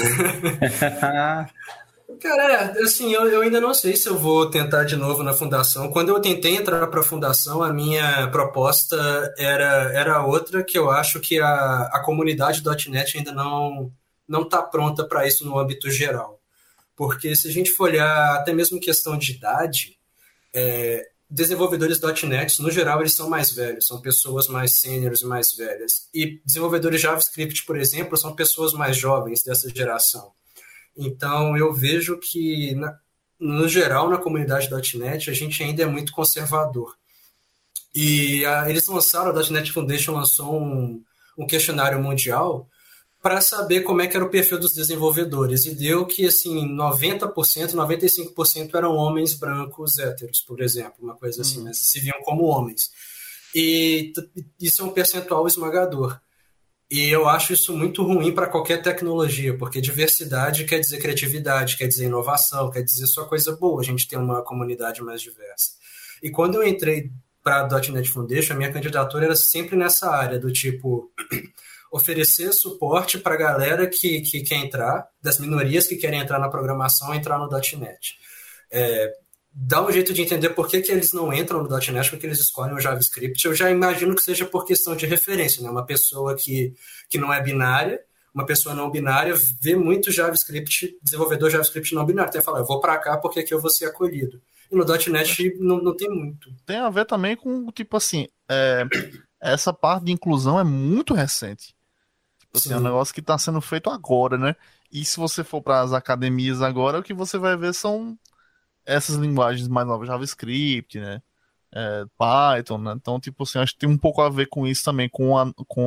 Cara, assim, eu ainda não sei se eu vou tentar de novo na fundação. Quando eu tentei entrar para a fundação, a minha proposta era outra, que eu acho que a comunidade .NET ainda não está pronta para isso no âmbito geral. Porque se a gente for olhar até mesmo questão de idade, desenvolvedores .NET, no geral, eles são mais velhos, são pessoas mais sêniores e mais velhas. E desenvolvedores JavaScript, por exemplo, são pessoas mais jovens dessa geração. Então, eu vejo que, no geral, na comunidade .NET, a gente ainda é muito conservador. E eles lançaram, a .NET Foundation lançou um questionário mundial para saber como é que era o perfil dos desenvolvedores. E deu que, assim, 90%, 95% eram homens brancos héteros, por exemplo, uma coisa assim, né? Se viam como homens. E isso é um percentual esmagador. E eu acho isso muito ruim para qualquer tecnologia, porque diversidade quer dizer criatividade, quer dizer inovação, quer dizer só coisa boa, a gente tem uma comunidade mais diversa. E quando eu entrei para a .NET Foundation, a minha candidatura era sempre nessa área, do tipo, oferecer suporte para a galera que quer entrar, das minorias que querem entrar na programação, entrar no .NET. Dá um jeito de entender por que eles não entram no .NET, porque eles escolhem o JavaScript. Eu já imagino que seja por questão de referência, né? Uma pessoa que não é binária, uma pessoa não binária, vê muito JavaScript, desenvolvedor JavaScript não binário. Tem que falar, eu vou para cá porque aqui eu vou ser acolhido. E no .NET não tem muito. Tem a ver também com, tipo assim, essa parte de inclusão é muito recente. Tipo assim, é um negócio que está sendo feito agora, né? E se você for para as academias agora, o que você vai ver são essas linguagens mais novas, JavaScript, né? Python, né? Então, tipo assim, acho que tem um pouco a ver com isso também, com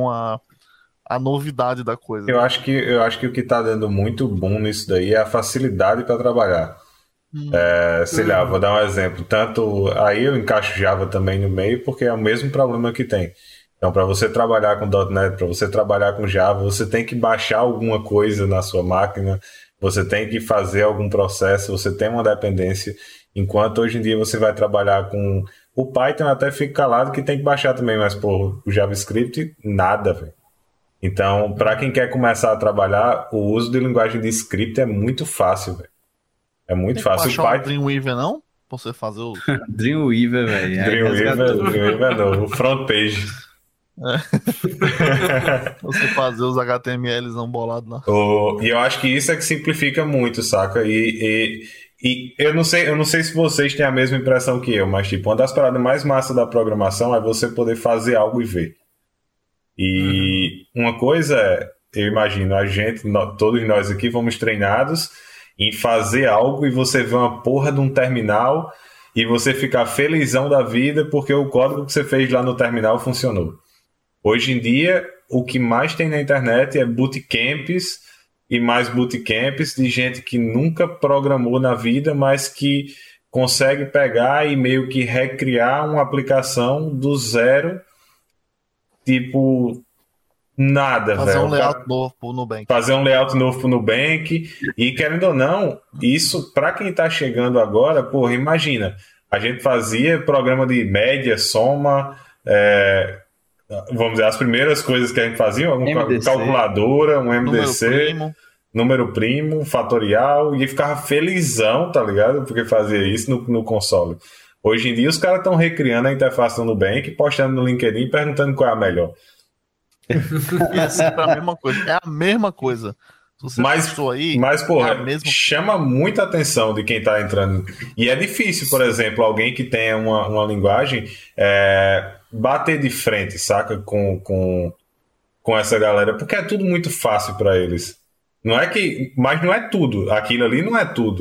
a novidade da coisa. Eu acho que o que está dando muito bom nisso daí é a facilidade para trabalhar. Sei lá, vou dar um exemplo. Tanto aí eu encaixo Java também no meio, porque é o mesmo problema que tem. Então, para você trabalhar com .NET, para você trabalhar com Java, você tem que baixar alguma coisa na sua máquina, você tem que fazer algum processo, você tem uma dependência, enquanto hoje em dia você vai trabalhar com o Python, até fica calado que tem que baixar também, mas pô, o JavaScript, nada, velho. Então, para quem quer começar a trabalhar, o uso de linguagem de script é muito fácil, velho. É muito fácil. O Python... Dreamweaver não? Pra você fazer o... Dreamweaver, velho. Dreamweaver não, o front page. Você fazer os HTMLs não bolados lá. E eu acho que isso é que simplifica muito, saca? E eu não sei se vocês têm a mesma impressão que eu, mas tipo, uma das paradas mais massas da programação é você poder fazer algo e ver. E uma coisa eu imagino, todos nós aqui fomos treinados em fazer algo e você vê uma porra de um terminal e você ficar felizão da vida porque o código que você fez lá no terminal funcionou. Hoje em dia, o que mais tem na internet é bootcamps e mais bootcamps de gente que nunca programou na vida, mas que consegue pegar e meio que recriar uma aplicação do zero, tipo, nada, velho. Fazer um layout novo pro Nubank. Fazer um layout novo pro Nubank. E querendo ou não, isso, para quem tá chegando agora, porra, imagina, a gente fazia programa de média, soma, vamos dizer, as primeiras coisas que a gente fazia, uma calculadora, um MDC, número primo, fatorial, e ficava felizão, tá ligado? Porque fazia isso no console. Hoje em dia, os caras estão recriando a interface do Nubank, postando no LinkedIn e perguntando qual é a melhor. E é sempre a mesma coisa. É a mesma coisa. Mas, porra, chama muita atenção de quem tá entrando. E é difícil, por exemplo, alguém que tenha uma linguagem bater de frente, saca? Com essa galera, porque é tudo muito fácil para eles. Mas não é tudo. Aquilo ali não é tudo.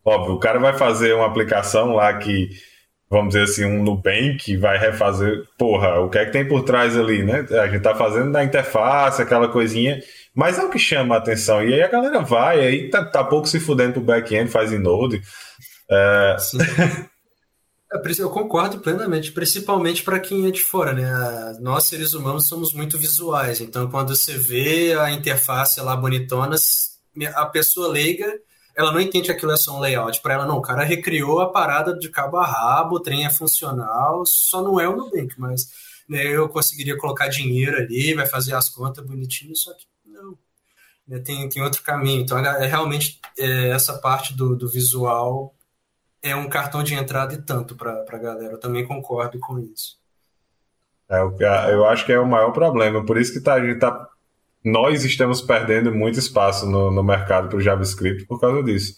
óbvio, o cara vai fazer uma aplicação lá que, vamos dizer assim, um Nubank vai refazer, porra, o que é que tem por trás ali, né? A gente tá fazendo na interface, aquela coisinha, mas é o que chama a atenção. E aí a galera vai, aí tá pouco se fudendo pro back-end, faz em Node. Sim. Eu concordo plenamente, principalmente para quem é de fora, né? Nós, seres humanos, somos muito visuais, então quando você vê a interface lá bonitona, a pessoa leiga, ela não entende que aquilo é só um layout. Para ela, não, o cara recriou a parada de cabo a rabo, o trem é funcional, só não é o Nubank, mas né, eu conseguiria colocar dinheiro ali, vai fazer as contas bonitinho, só que não. Né, tem outro caminho. Então, realmente, essa parte do visual é um cartão de entrada e tanto para a galera. Eu também concordo com isso. Eu acho que é o maior problema. Por isso que nós estamos perdendo muito espaço no mercado para o JavaScript por causa disso.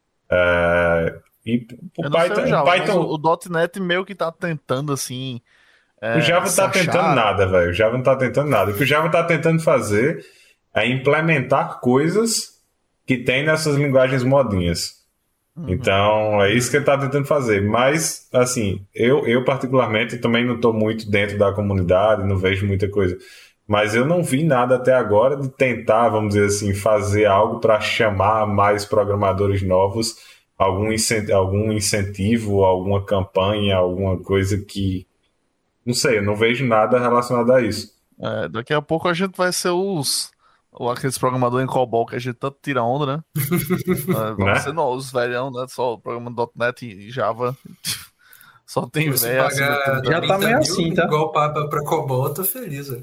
E o Python, o .NET meio que está tentando assim. O Java não está tentando nada, velho. O Java não está tentando nada. O que o Java está tentando fazer é implementar coisas que tem nessas linguagens modinhas. Então, é isso que ele está tentando fazer. Mas, assim, eu particularmente também não estou muito dentro da comunidade, não vejo muita coisa. Mas eu não vi nada até agora de tentar, vamos dizer assim, fazer algo para chamar mais programadores novos, algum incentivo, alguma campanha, alguma coisa que... Não sei, eu não vejo nada relacionado a isso. Daqui a pouco a gente vai ser aqueles programadores em COBOL que a gente tanto tira onda, né? Vamos ser nós, os velhão, né? Só programando .NET e Java. Só tem velho assim. Já tá meio assim, tá? Igual pra COBOL, eu tô feliz, velho.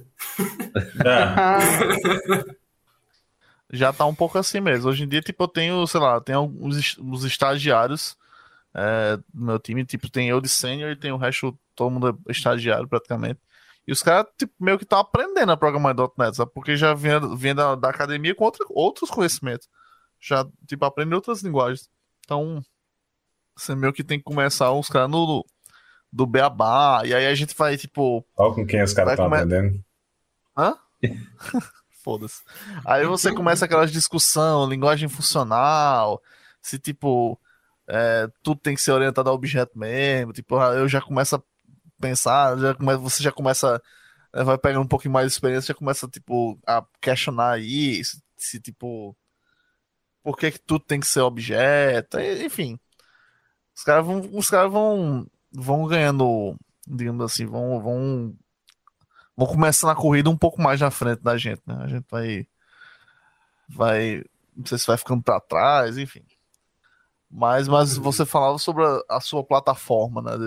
Já tá um pouco assim mesmo. Hoje em dia, tipo, eu tenho, sei lá, tem alguns estagiários do meu time, tipo, tem eu de sênior e tem o resto, todo mundo é estagiário praticamente. E os caras, tipo, meio que estão aprendendo a programar em .NET, sabe? Porque já vem da academia com outros conhecimentos. Já, tipo, aprendem outras linguagens. Então, você meio que tem que começar os caras do beabá. E aí a gente vai, tipo... Olha com quem os caras estão aprendendo. Hã? Foda-se. Aí você começa aquelas discussão, linguagem funcional, se, tipo, tudo tem que ser orientado a objeto mesmo. Tipo, eu já começo a pensar, você já começa, vai pegando um pouquinho mais de experiência, já começa, tipo, a questionar isso, se, tipo, por que tudo tem que ser objeto, enfim. Os caras vão ganhando, digamos assim, vão começando a corrida um pouco mais na frente da gente, né? A gente vai, não sei se vai ficando para trás, enfim. Mas você falava sobre a sua plataforma, né,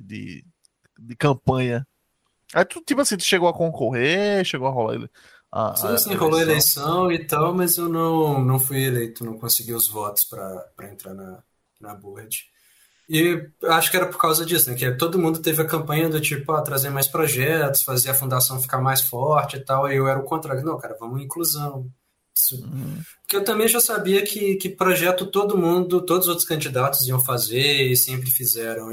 de campanha. Aí tu, tipo assim, tu chegou a concorrer, chegou a rolar sim, rolou a eleição e tal, mas eu não fui eleito, não consegui os votos para entrar na board. E acho que era por causa disso, né? Que todo mundo teve a campanha do tipo, trazer mais projetos, fazer a fundação ficar mais forte e tal, e eu era o contrário. Não, cara, vamos inclusão. Porque eu também já sabia que projeto todos os outros candidatos iam fazer e sempre fizeram.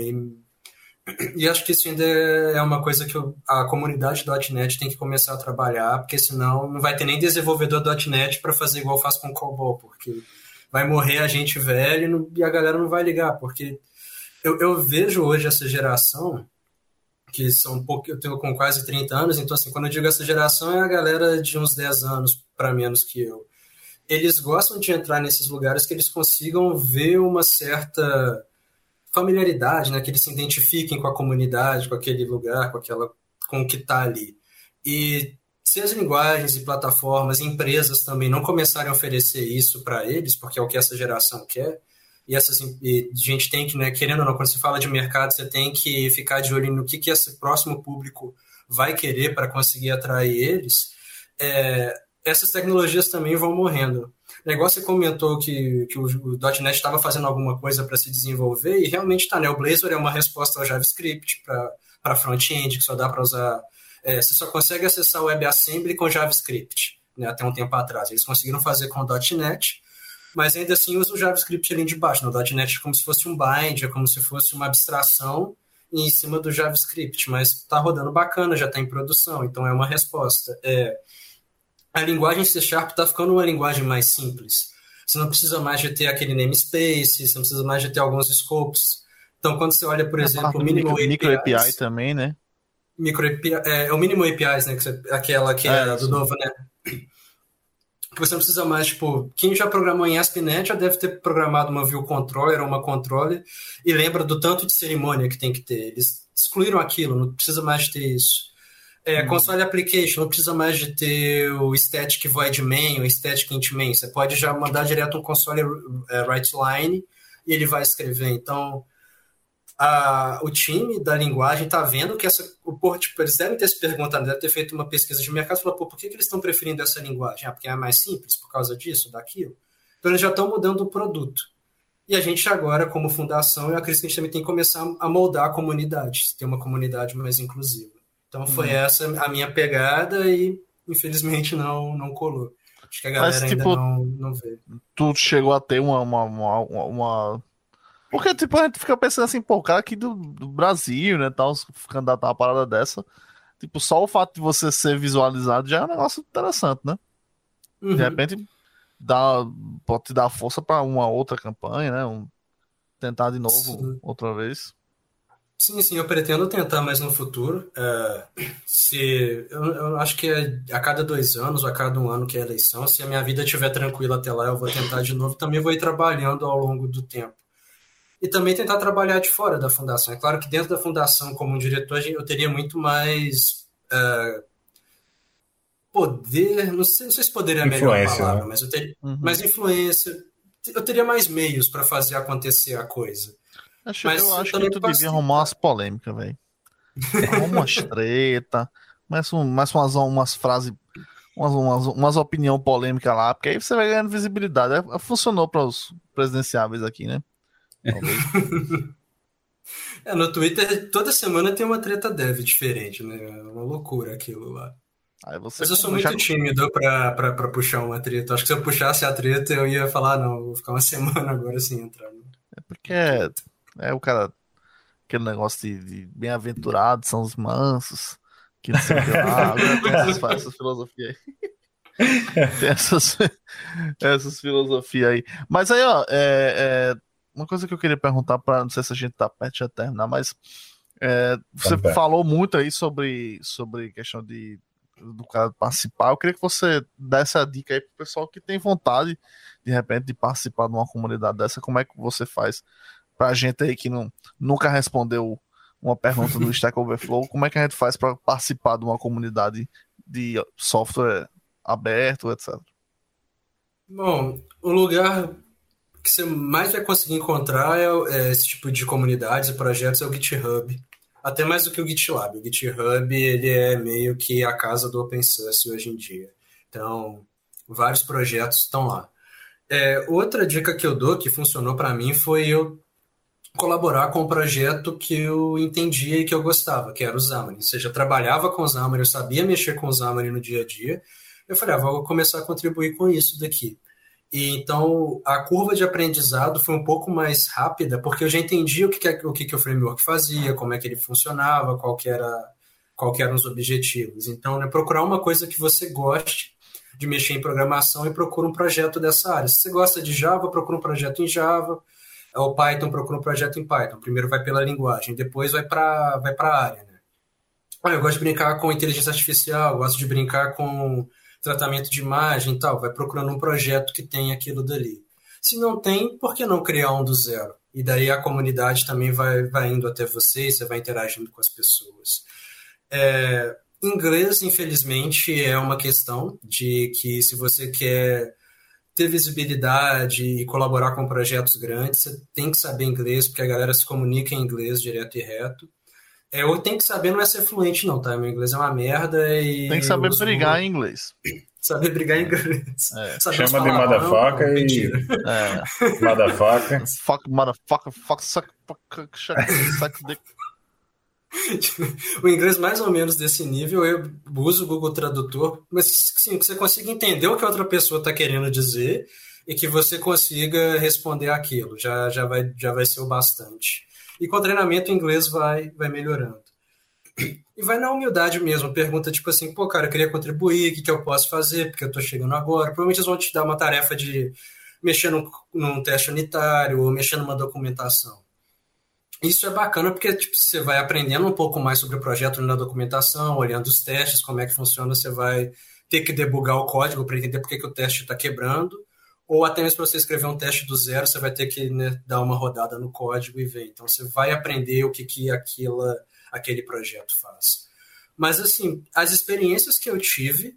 E acho que isso ainda é uma coisa que a comunidade .NET tem que começar a trabalhar, porque senão não vai ter nem desenvolvedor .NET para fazer igual faz com o COBOL, porque vai morrer a gente velho e a galera não vai ligar, porque eu vejo hoje essa geração, que eu tenho com quase 30 anos, então assim, quando eu digo essa geração é a galera de uns 10 anos para menos que eu. Eles gostam de entrar nesses lugares que eles consigam ver uma certa familiaridade, né? Que eles se identifiquem com a comunidade, com aquele lugar, com o que está ali. E se as linguagens e plataformas, empresas também não começarem a oferecer isso para eles, porque é o que essa geração quer, e a gente tem que, né, querendo ou não, quando se fala de mercado, você tem que ficar de olho no que esse próximo público vai querer para conseguir atrair eles, essas tecnologias também vão morrendo. O negócio você comentou que o .NET estava fazendo alguma coisa para se desenvolver, e realmente está, né? O Blazor é uma resposta ao JavaScript para front-end, que só dá para usar... você só consegue acessar o WebAssembly com JavaScript, né? Até um tempo atrás. Eles conseguiram fazer com o .NET, mas ainda assim usa o JavaScript ali de baixo. No .NET é como se fosse um bind, é como se fosse uma abstração em cima do JavaScript, mas está rodando bacana, já está em produção, então é uma resposta. A linguagem C# está ficando uma linguagem mais simples. Você não precisa mais de ter aquele namespace, você não precisa mais de ter alguns scopes. Então, quando você olha, por exemplo, o Minimal Micro APIs... API também, né? Micro API, o Minimal APIs, né? Aquela que é do novo, né? Que você não precisa mais, tipo, quem já programou em ASP.NET já deve ter programado uma view controller ou uma controller e lembra do tanto de cerimônia que tem que ter. Eles excluíram aquilo, não precisa mais de ter isso. Console Application, não precisa mais de ter o static void main ou static int main. Você pode já mandar direto um console write line e ele vai escrever. Então, o time da linguagem está vendo que eles devem ter se perguntado, devem ter feito uma pesquisa de mercado e falado, por que eles estão preferindo essa linguagem? Porque é mais simples, por causa disso, daquilo. Então, eles já estão mudando o produto. E a gente agora, como fundação, eu acredito que a gente também tem que começar a moldar a comunidade, ter uma comunidade mais inclusiva. Então, foi essa a minha pegada e, infelizmente, não colou. Acho que a galera ainda não vê. Tu chegou a ter uma... Porque, tipo, a gente fica pensando assim, pô, o cara aqui do Brasil, né, tal, candidatar uma parada dessa, tipo, só o fato de você ser visualizado já é um negócio interessante, né? Uhum. De repente, pode te dar força pra uma outra campanha, né? Tentar de novo, outra vez. Sim, eu pretendo tentar mais no futuro. Eu acho que a cada 2 anos ou a cada 1 ano que é a eleição, se a minha vida estiver tranquila até lá, eu vou tentar de novo. Também vou ir trabalhando ao longo do tempo. E também tentar trabalhar de fora da fundação. É claro que dentro da fundação, como diretor, eu teria muito mais poder, não sei se poder é a melhor palavra, né? Mas eu teria mais influência, eu teria mais meios para fazer acontecer a coisa. Eu acho que tu devia arrumar umas polêmicas, velho. Arruma umas treta, começa umas frases, umas opiniões polêmicas lá, porque aí você vai ganhando visibilidade. Funcionou para os presidenciáveis aqui, né? No Twitter, toda semana tem uma treta dev diferente, né? É uma loucura aquilo lá. Mas eu sou muito tímido pra puxar uma treta. Acho que se eu puxasse a treta, eu ia falar, não, vou ficar uma semana agora sem entrar. É porque o cara, aquele negócio de bem-aventurados são os mansos, que não sei o que lá. Agora tem essas filosofias aí. Tem essas filosofias aí. Mas aí, ó, uma coisa que eu queria perguntar, não sei se a gente tá perto de terminar, mas você falou muito aí sobre questão do cara participar. Eu queria que você desse a dica aí pro pessoal que tem vontade, de repente, de participar de uma comunidade dessa. Como é que você faz pra gente aí que nunca respondeu uma pergunta no Stack Overflow? Como é que a gente faz para participar de uma comunidade de software aberto, etc? Bom, o lugar que você mais vai conseguir encontrar esse tipo de comunidades e projetos é o GitHub. Até mais do que o GitLab. O GitHub ele é meio que a casa do open source hoje em dia. Então, vários projetos estão lá. Outra dica que eu dou, que funcionou para mim, foi eu colaborar com um projeto que eu entendia e que eu gostava, que era o Xamarin. Ou seja, eu trabalhava com o Xamarin, eu sabia mexer com o Xamarin no dia a dia. Eu falei, vou começar a contribuir com isso daqui. E então a curva de aprendizado foi um pouco mais rápida, porque eu já entendi o que o framework fazia, como é que ele funcionava, qual que eram os objetivos. Então, procurar uma coisa que você goste de mexer em programação e procura um projeto dessa área. Se você gosta de Java, procura um projeto em Java. O Python, procura um projeto em Python. Primeiro vai pela linguagem, depois vai para a área. Né? Eu gosto de brincar com inteligência artificial, gosto de brincar com tratamento de imagem e tal, vai procurando um projeto que tem aquilo dali. Se não tem, por que não criar um do zero? E daí a comunidade também vai indo até você vai interagindo com as pessoas. Inglês, infelizmente, é uma questão de que se você quer ter visibilidade e colaborar com projetos grandes, você tem que saber inglês, porque a galera se comunica em inglês direto e reto. Eu tenho que saber, não é ser fluente não, tá? Meu inglês é uma merda e... Tem que saber brigar em inglês. Saber brigar em inglês. Chama de motherfucker e... Motherfucker. Fuck, motherfucker, fuck, suck dick. O inglês mais ou menos desse nível, eu uso o Google Tradutor, mas sim, que você consiga entender o que a outra pessoa está querendo dizer e que você consiga responder aquilo. Já vai ser o bastante. E com o treinamento o inglês vai melhorando. E vai na humildade mesmo. Pergunta tipo assim, cara, eu queria contribuir, o que eu posso fazer, porque eu estou chegando agora. Provavelmente eles vão te dar uma tarefa de mexer num teste unitário ou mexer numa documentação. Isso é bacana porque tipo, você vai aprendendo um pouco mais sobre o projeto na documentação, olhando os testes, como é que funciona, você vai ter que debugar o código para entender por que o teste está quebrando, ou até mesmo para você escrever um teste do zero, você vai ter que, né, dar uma rodada no código e ver. Então você vai aprender o que aquele projeto faz. Mas assim, as experiências que eu tive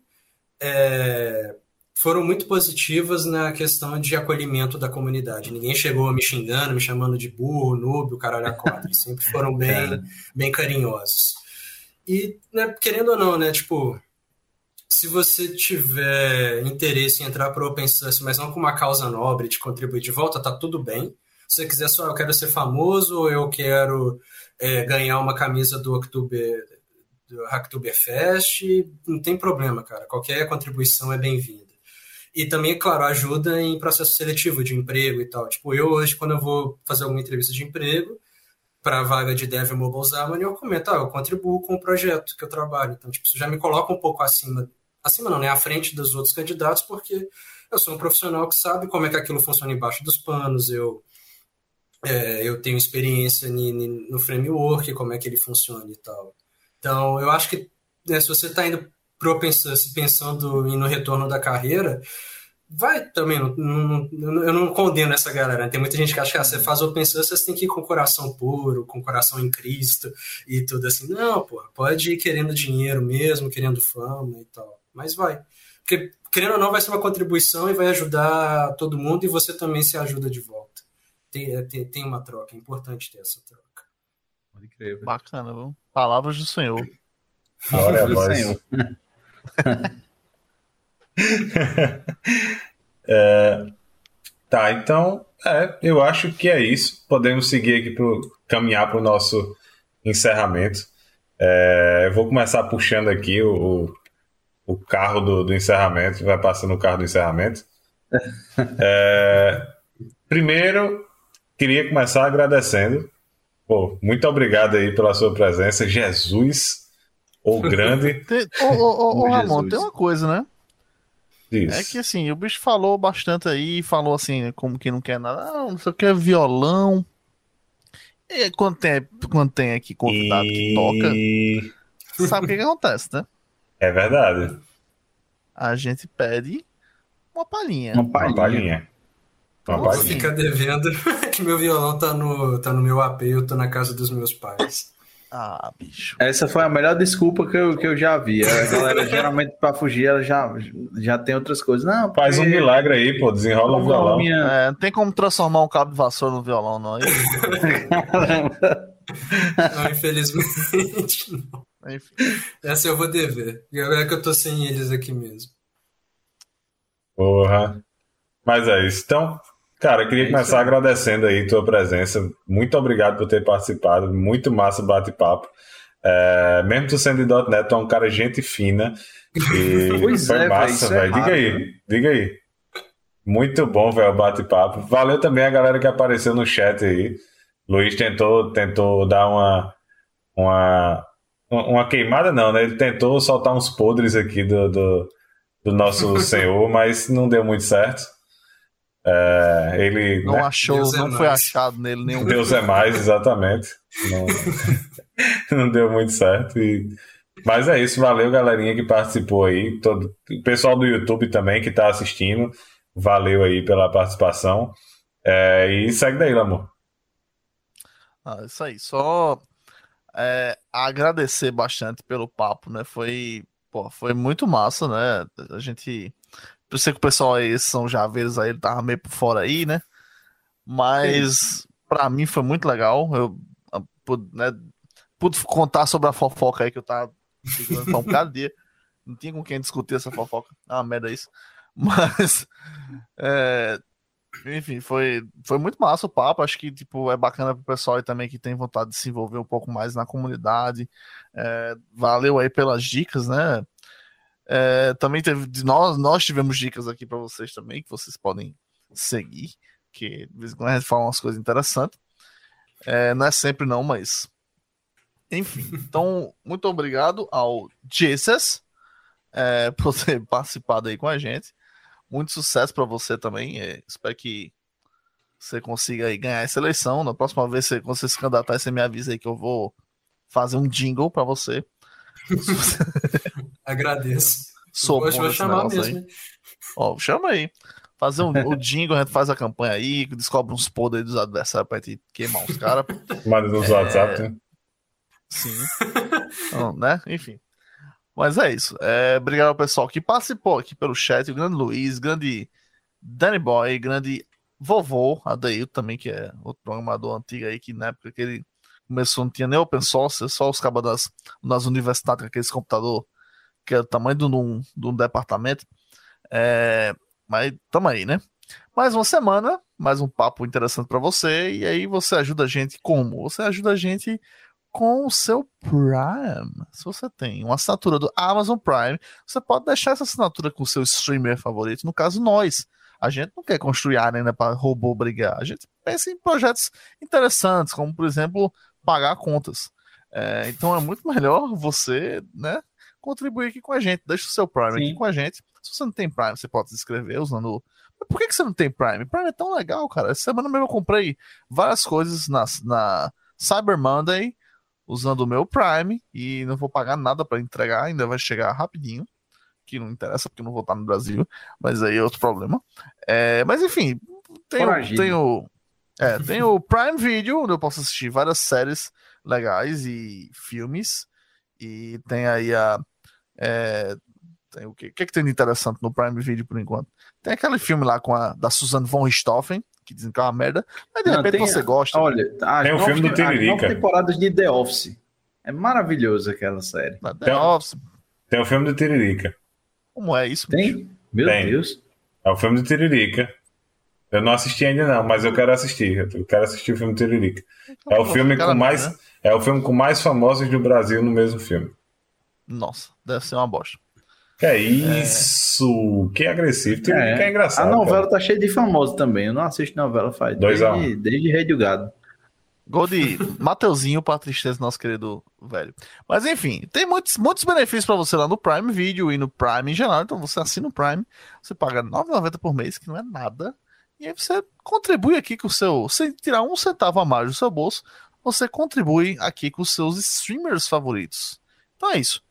foram muito positivas na questão de acolhimento da comunidade. Ninguém chegou me xingando, me chamando de burro, noob, o caralho a quatro. Eles sempre foram bem carinhosos. E, né, querendo ou não, né, tipo, se você tiver interesse em entrar para o Open Source, mas não com uma causa nobre de contribuir de volta, tá tudo bem. Se você quiser só, eu quero ser famoso, ou eu quero ganhar uma camisa do Hacktoberfest, não tem problema, cara. Qualquer contribuição é bem-vinda. E também, claro, ajuda em processo seletivo de emprego e tal. Tipo, eu hoje, quando eu vou fazer alguma entrevista de emprego para a vaga de Dev Mobile Xamarin, eu comento, eu contribuo com o projeto que eu trabalho. Então, tipo, isso já me coloca um pouco acima não, né? À frente dos outros candidatos, porque eu sou um profissional que sabe como é que aquilo funciona embaixo dos panos, eu tenho experiência no framework, como é que ele funciona e tal. Então, eu acho que, né, se você está indo para o Open Source pensando no retorno da carreira, vai também, eu não condeno essa galera. Tem muita gente que acha que você faz Open Source, você tem que ir com o coração puro, com o coração em Cristo e tudo assim. Não, porra, pode ir querendo dinheiro mesmo, querendo fama e tal. Mas vai. Porque, querendo ou não, vai ser uma contribuição e vai ajudar todo mundo e você também se ajuda de volta. Tem uma troca, é importante ter essa troca. Pode crer. Bacana, viu? Palavras do Senhor. Glória a voz. Senhor. Tá, então eu acho que é isso. Podemos seguir aqui caminhar para o nosso encerramento. Eu vou começar puxando aqui o carro do encerramento, vai passando o carro do encerramento. Primeiro, queria começar agradecendo. Pô, muito obrigado aí pela sua presença, Jesus, o grande. Ramon, tem uma coisa, né? Isso. É que assim, o bicho falou bastante aí, falou assim, como que não quer nada, não sei o que, violão. E quando tem aqui convidado que toca, sabe o que acontece, né? É verdade. A gente pede uma palhinha. Uma palhinha. Vou ficar devendo que meu violão tá no meu AP, eu tô na casa dos meus pais. Ah, bicho. Essa foi a melhor desculpa que eu já vi. A galera, geralmente, pra fugir, ela já tem outras coisas. Não, porque... Faz um milagre aí, pô, desenrola o violão. Não tem como transformar um cabo de vassoura no violão, não. Não, infelizmente, não. Enfim. Essa eu vou dever. E agora que eu tô sem eles aqui mesmo. Porra. Mas é isso. Então, cara, eu queria começar agradecendo aí tua presença. Muito obrigado por ter participado. Muito massa o bate-papo. Mesmo tu sendo de .NET, tu é um cara gente fina. E foi massa, velho. Diga aí. Muito bom, velho, o bate-papo. Valeu também a galera que apareceu no chat aí. Luiz tentou dar uma queimada, não, né? Ele tentou soltar uns podres aqui do nosso senhor, mas não deu muito certo. Ele não achou, Deus não foi achado nele nenhum. Deus é mais, exatamente. Não deu muito certo. Mas é isso, valeu galerinha que participou aí. O pessoal do YouTube também que tá assistindo, valeu aí pela participação. E segue daí, Lamor. Isso aí, só agradecer bastante pelo papo, né? Foi muito massa, né? A gente. Eu sei que o pessoal aí são javeiros aí, ele tava meio por fora aí, né? Mas pra mim foi muito legal. Eu pude contar sobre a fofoca aí que eu tava segurando por um bocado de dia. Não tinha com quem discutir essa fofoca. Ah, merda isso. Mas enfim, foi muito massa o papo. Acho que tipo, é bacana pro pessoal aí também que tem vontade de se envolver um pouco mais na comunidade. Valeu aí pelas dicas, né? Também nós tivemos dicas aqui para vocês também, que vocês podem seguir, que de vez em quando a gente fala umas coisas interessantes. Não é sempre não, mas enfim. Então, muito obrigado ao Jesus por ter participado aí com a gente. Muito sucesso para você também. Espero que você consiga aí ganhar essa eleição. Na próxima vez que você se candidatar, você me avisa aí que eu vou fazer um jingle para você. Agradeço. Sou bom vou chamar mesmo. Aí. Ó, chama aí. Fazer o jingle, a gente faz a campanha aí, descobre uns poderes dos adversários pra gente queimar os caras. Manda nos WhatsApp, né? Sim. Então, né? Enfim. Mas é isso. Obrigado ao pessoal que participou aqui pelo chat. O grande Luiz, grande Danny Boy, grande Vovô, Adeilton também, que é outro programador antigo aí, que na época que ele começou não tinha nem open source, só os cabas das universidades com aqueles computadores que é o tamanho de um departamento. Mas tamo aí, né? Mais uma semana, mais um papo interessante para você. E aí você ajuda a gente como? Você ajuda a gente com o seu Prime. Se você tem uma assinatura do Amazon Prime, você pode deixar essa assinatura com o seu streamer favorito. No caso, nós. A gente não quer construir arena para robô brigar. A gente pensa em projetos interessantes, como, por exemplo, pagar contas. Então é muito melhor você, né, contribuir aqui com a gente. Deixa o seu Prime aqui com a gente. Se você não tem Prime, você pode se inscrever usando... Mas por que você não tem Prime? Prime é tão legal, cara. Essa semana mesmo eu comprei várias coisas na Cyber Monday usando o meu Prime e não vou pagar nada para entregar, ainda vai chegar rapidinho, que não interessa porque eu não vou estar no Brasil, mas aí é outro problema. Mas enfim, tem o Prime Video, onde eu posso assistir várias séries legais e filmes, e tem aí tem o que tem de interessante no Prime Video por enquanto? Tem aquele filme lá da Susanne von Richthofen, que dizem que é uma merda, mas de repente você gosta. Olha, tem o filme do Tiririca. 9 temporadas de The Office. É maravilhoso aquela série. Office. Tem o filme do Tiririca. Como é isso? Tem? Meu Deus. É o filme do Tiririca. Eu não assisti ainda não, mas eu quero assistir. Eu quero assistir o filme do Tiririca. É o filme com mais famosos do Brasil no mesmo filme. Nossa, deve ser uma bosta. Que é isso? Que agressivo. Tiririca é engraçado. A novela tá cheia de famosos também. Eu não assisto novela faz desde Rei do Gado. Gol de Mateuzinho para tristeza, nosso querido velho. Mas enfim, tem muitos benefícios para você lá no Prime Video e no Prime em geral. Então você assina o Prime, você paga R$ 9,90 por mês, que não é nada. E aí você contribui aqui com o seu... Sem tirar um centavo a mais do seu bolso, você contribui aqui com os seus streamers favoritos. Então é isso.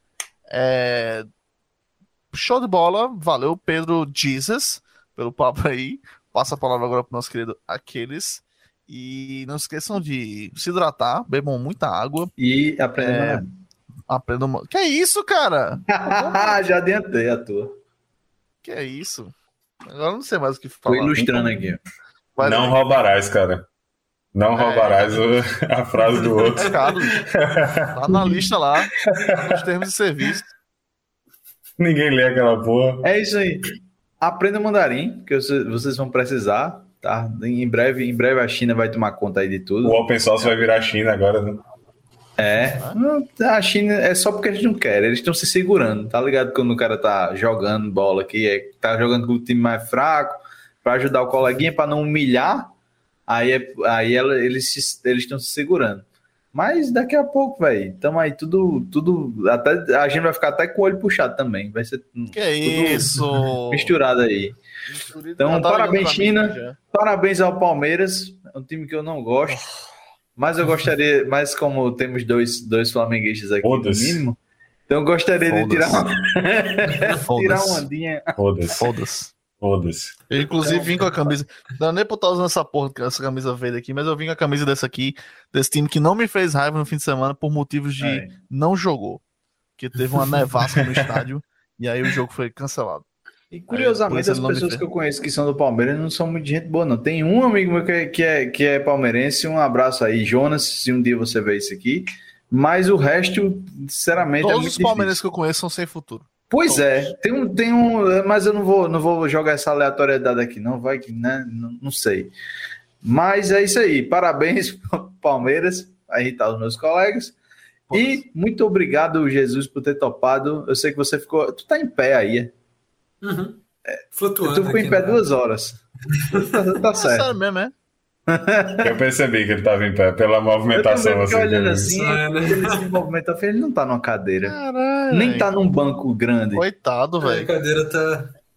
Show de bola. Valeu, Pedro Jesus, pelo papo aí. Passa a palavra agora pro nosso querido Aquiles. E não esqueçam de se hidratar, bebam muita água. E aprendam. Que é isso, cara? Já adiantei a tua. Que é isso? Agora não sei mais o que falar. Tô ilustrando aqui. Não roubarás, cara. Não roubarás a frase do outro. Tá na lista lá, nos termos de serviço. Ninguém lê aquela porra. É isso aí. Aprenda mandarim, que vocês vão precisar. Tá? Em breve a China vai tomar conta aí de tudo. O Open Source vai virar China agora, né? A China é só porque eles não querem, eles estão se segurando, tá ligado? Quando o cara tá jogando bola aqui, tá jogando com o time mais fraco, pra ajudar o coleguinha, pra não humilhar, aí eles estão se segurando. Mas daqui a pouco, velho, tamo aí tudo, até, a gente vai ficar até com o olho puxado também, vai ser isso misturado aí. Então, parabéns, China, parabéns ao Palmeiras, é um time que eu não gosto, mas eu gostaria, mas como temos dois flamenguistas aqui no mínimo, então eu gostaria de tirar uma ondinha. Foda-se. Eu, inclusive, vim com a camisa. Não nem pra estar usando essa camisa verde aqui, mas eu vim com a camisa desse time que não me fez raiva no fim de semana por motivos de não jogou. Porque teve uma nevasca no estádio e aí o jogo foi cancelado. E curiosamente, as pessoas que eu conheço que são do Palmeiras não são muito gente boa, não. Tem um amigo meu que é palmeirense, um abraço aí, Jonas, se um dia você ver isso aqui. Mas o resto, sinceramente, todos é muito os palmeirenses que eu conheço são sem futuro. Pois é, tem um, mas eu não vou jogar essa aleatoriedade aqui, não vai que, né? Não sei. Mas é isso aí, parabéns Palmeiras, a irritar os meus colegas. E muito obrigado, Jesus, por ter topado. Eu sei que você ficou, tu tá em pé aí, Uhum. Flutuando. Tu ficou em pé 2 horas. Tá certo. Sério mesmo, é? Eu percebi que ele estava em pé pela movimentação. Eu olhando assim, ele se movimenta, ele não tá numa cadeira. Caralho, nem tá num banco grande. Coitado, velho. A cadeira tá...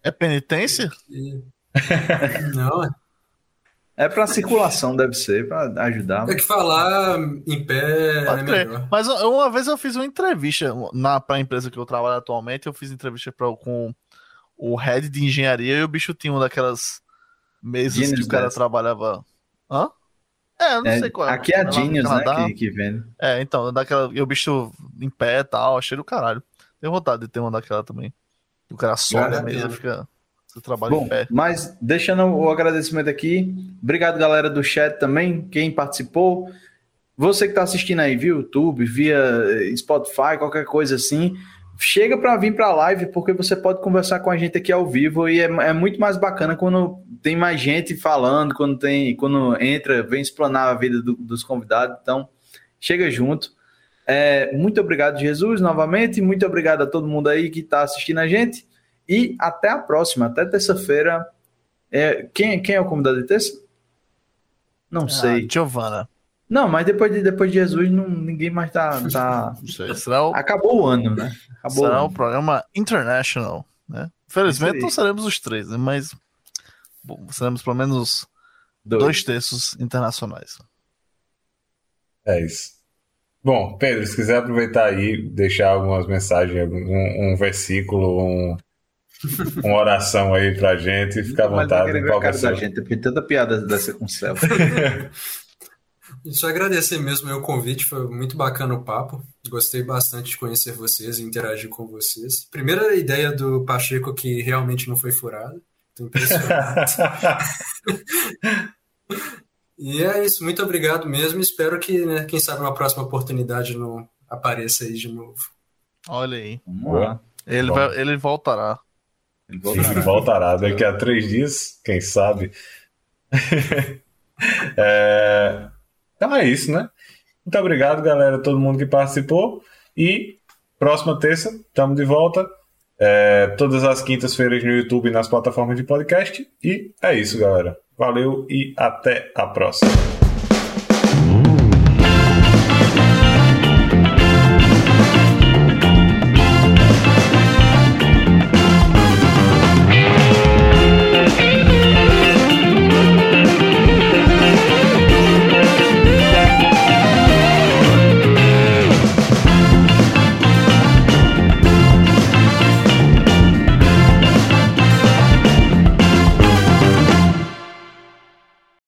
É penitência? Não, É pra circulação, deve ser, pra ajudar. é que falar em pé Pode é crer. melhor. Mas uma vez eu fiz uma entrevista para a empresa que eu trabalho atualmente, eu fiz entrevista com o head de engenharia e o bicho tinha uma daquelas mesas Genius que o cara Desk. trabalhava. Hã? Eu não sei qual é. Aqui é a Lá no Genius, né, Canadá. que vende. Então, daquela. E o bicho em pé e tal, achei do caralho. Tenho vontade de ter uma daquela também. O cara sobe Vale a a mesa e pena. fica. Você trabalha em Bom, pé. mas deixando o agradecimento aqui, obrigado galera do chat também, quem participou. Você que está assistindo aí via YouTube, via Spotify, qualquer coisa assim, chega para vir para a live, porque você pode conversar com a gente aqui ao vivo e é muito mais bacana quando tem mais gente falando, quando entra, vem explanar a vida dos convidados. Então, chega junto. Muito obrigado, Jesus, novamente. Muito obrigado a todo mundo aí que está assistindo a gente. E até a próxima, até terça-feira. Quem é o convidado de terça? Não sei. Giovana. Não, mas depois de Jesus, ninguém mais tá... Não sei. Será Acabou o ano, né? será o programa International, né? Infelizmente não seremos os três, né? Mas seremos pelo menos 2/3 internacionais. É isso. Bom, Pedro, se quiser aproveitar aí, deixar algumas mensagens, um versículo, uma oração aí pra gente, fica à Mas vai vontade. querer ver a cara da gente, porque tanta piada dessa com o céu. E só agradecer mesmo o convite, foi muito bacana o papo. Gostei bastante de conhecer vocês e interagir com vocês. Primeira ideia do Pacheco que realmente não foi furada. Tô impressionado. E é isso, muito obrigado mesmo. Espero que, né, quem sabe, uma próxima oportunidade não apareça aí de novo. Olha aí. Vamos lá. Ele voltará. Sim, voltará daqui a 3 dias, quem sabe. Então é isso, né? Muito obrigado, galera, todo mundo que participou. E próxima terça, estamos de volta. Todas as quintas-feiras no YouTube e nas plataformas de podcast. E é isso, galera. Valeu e até a próxima.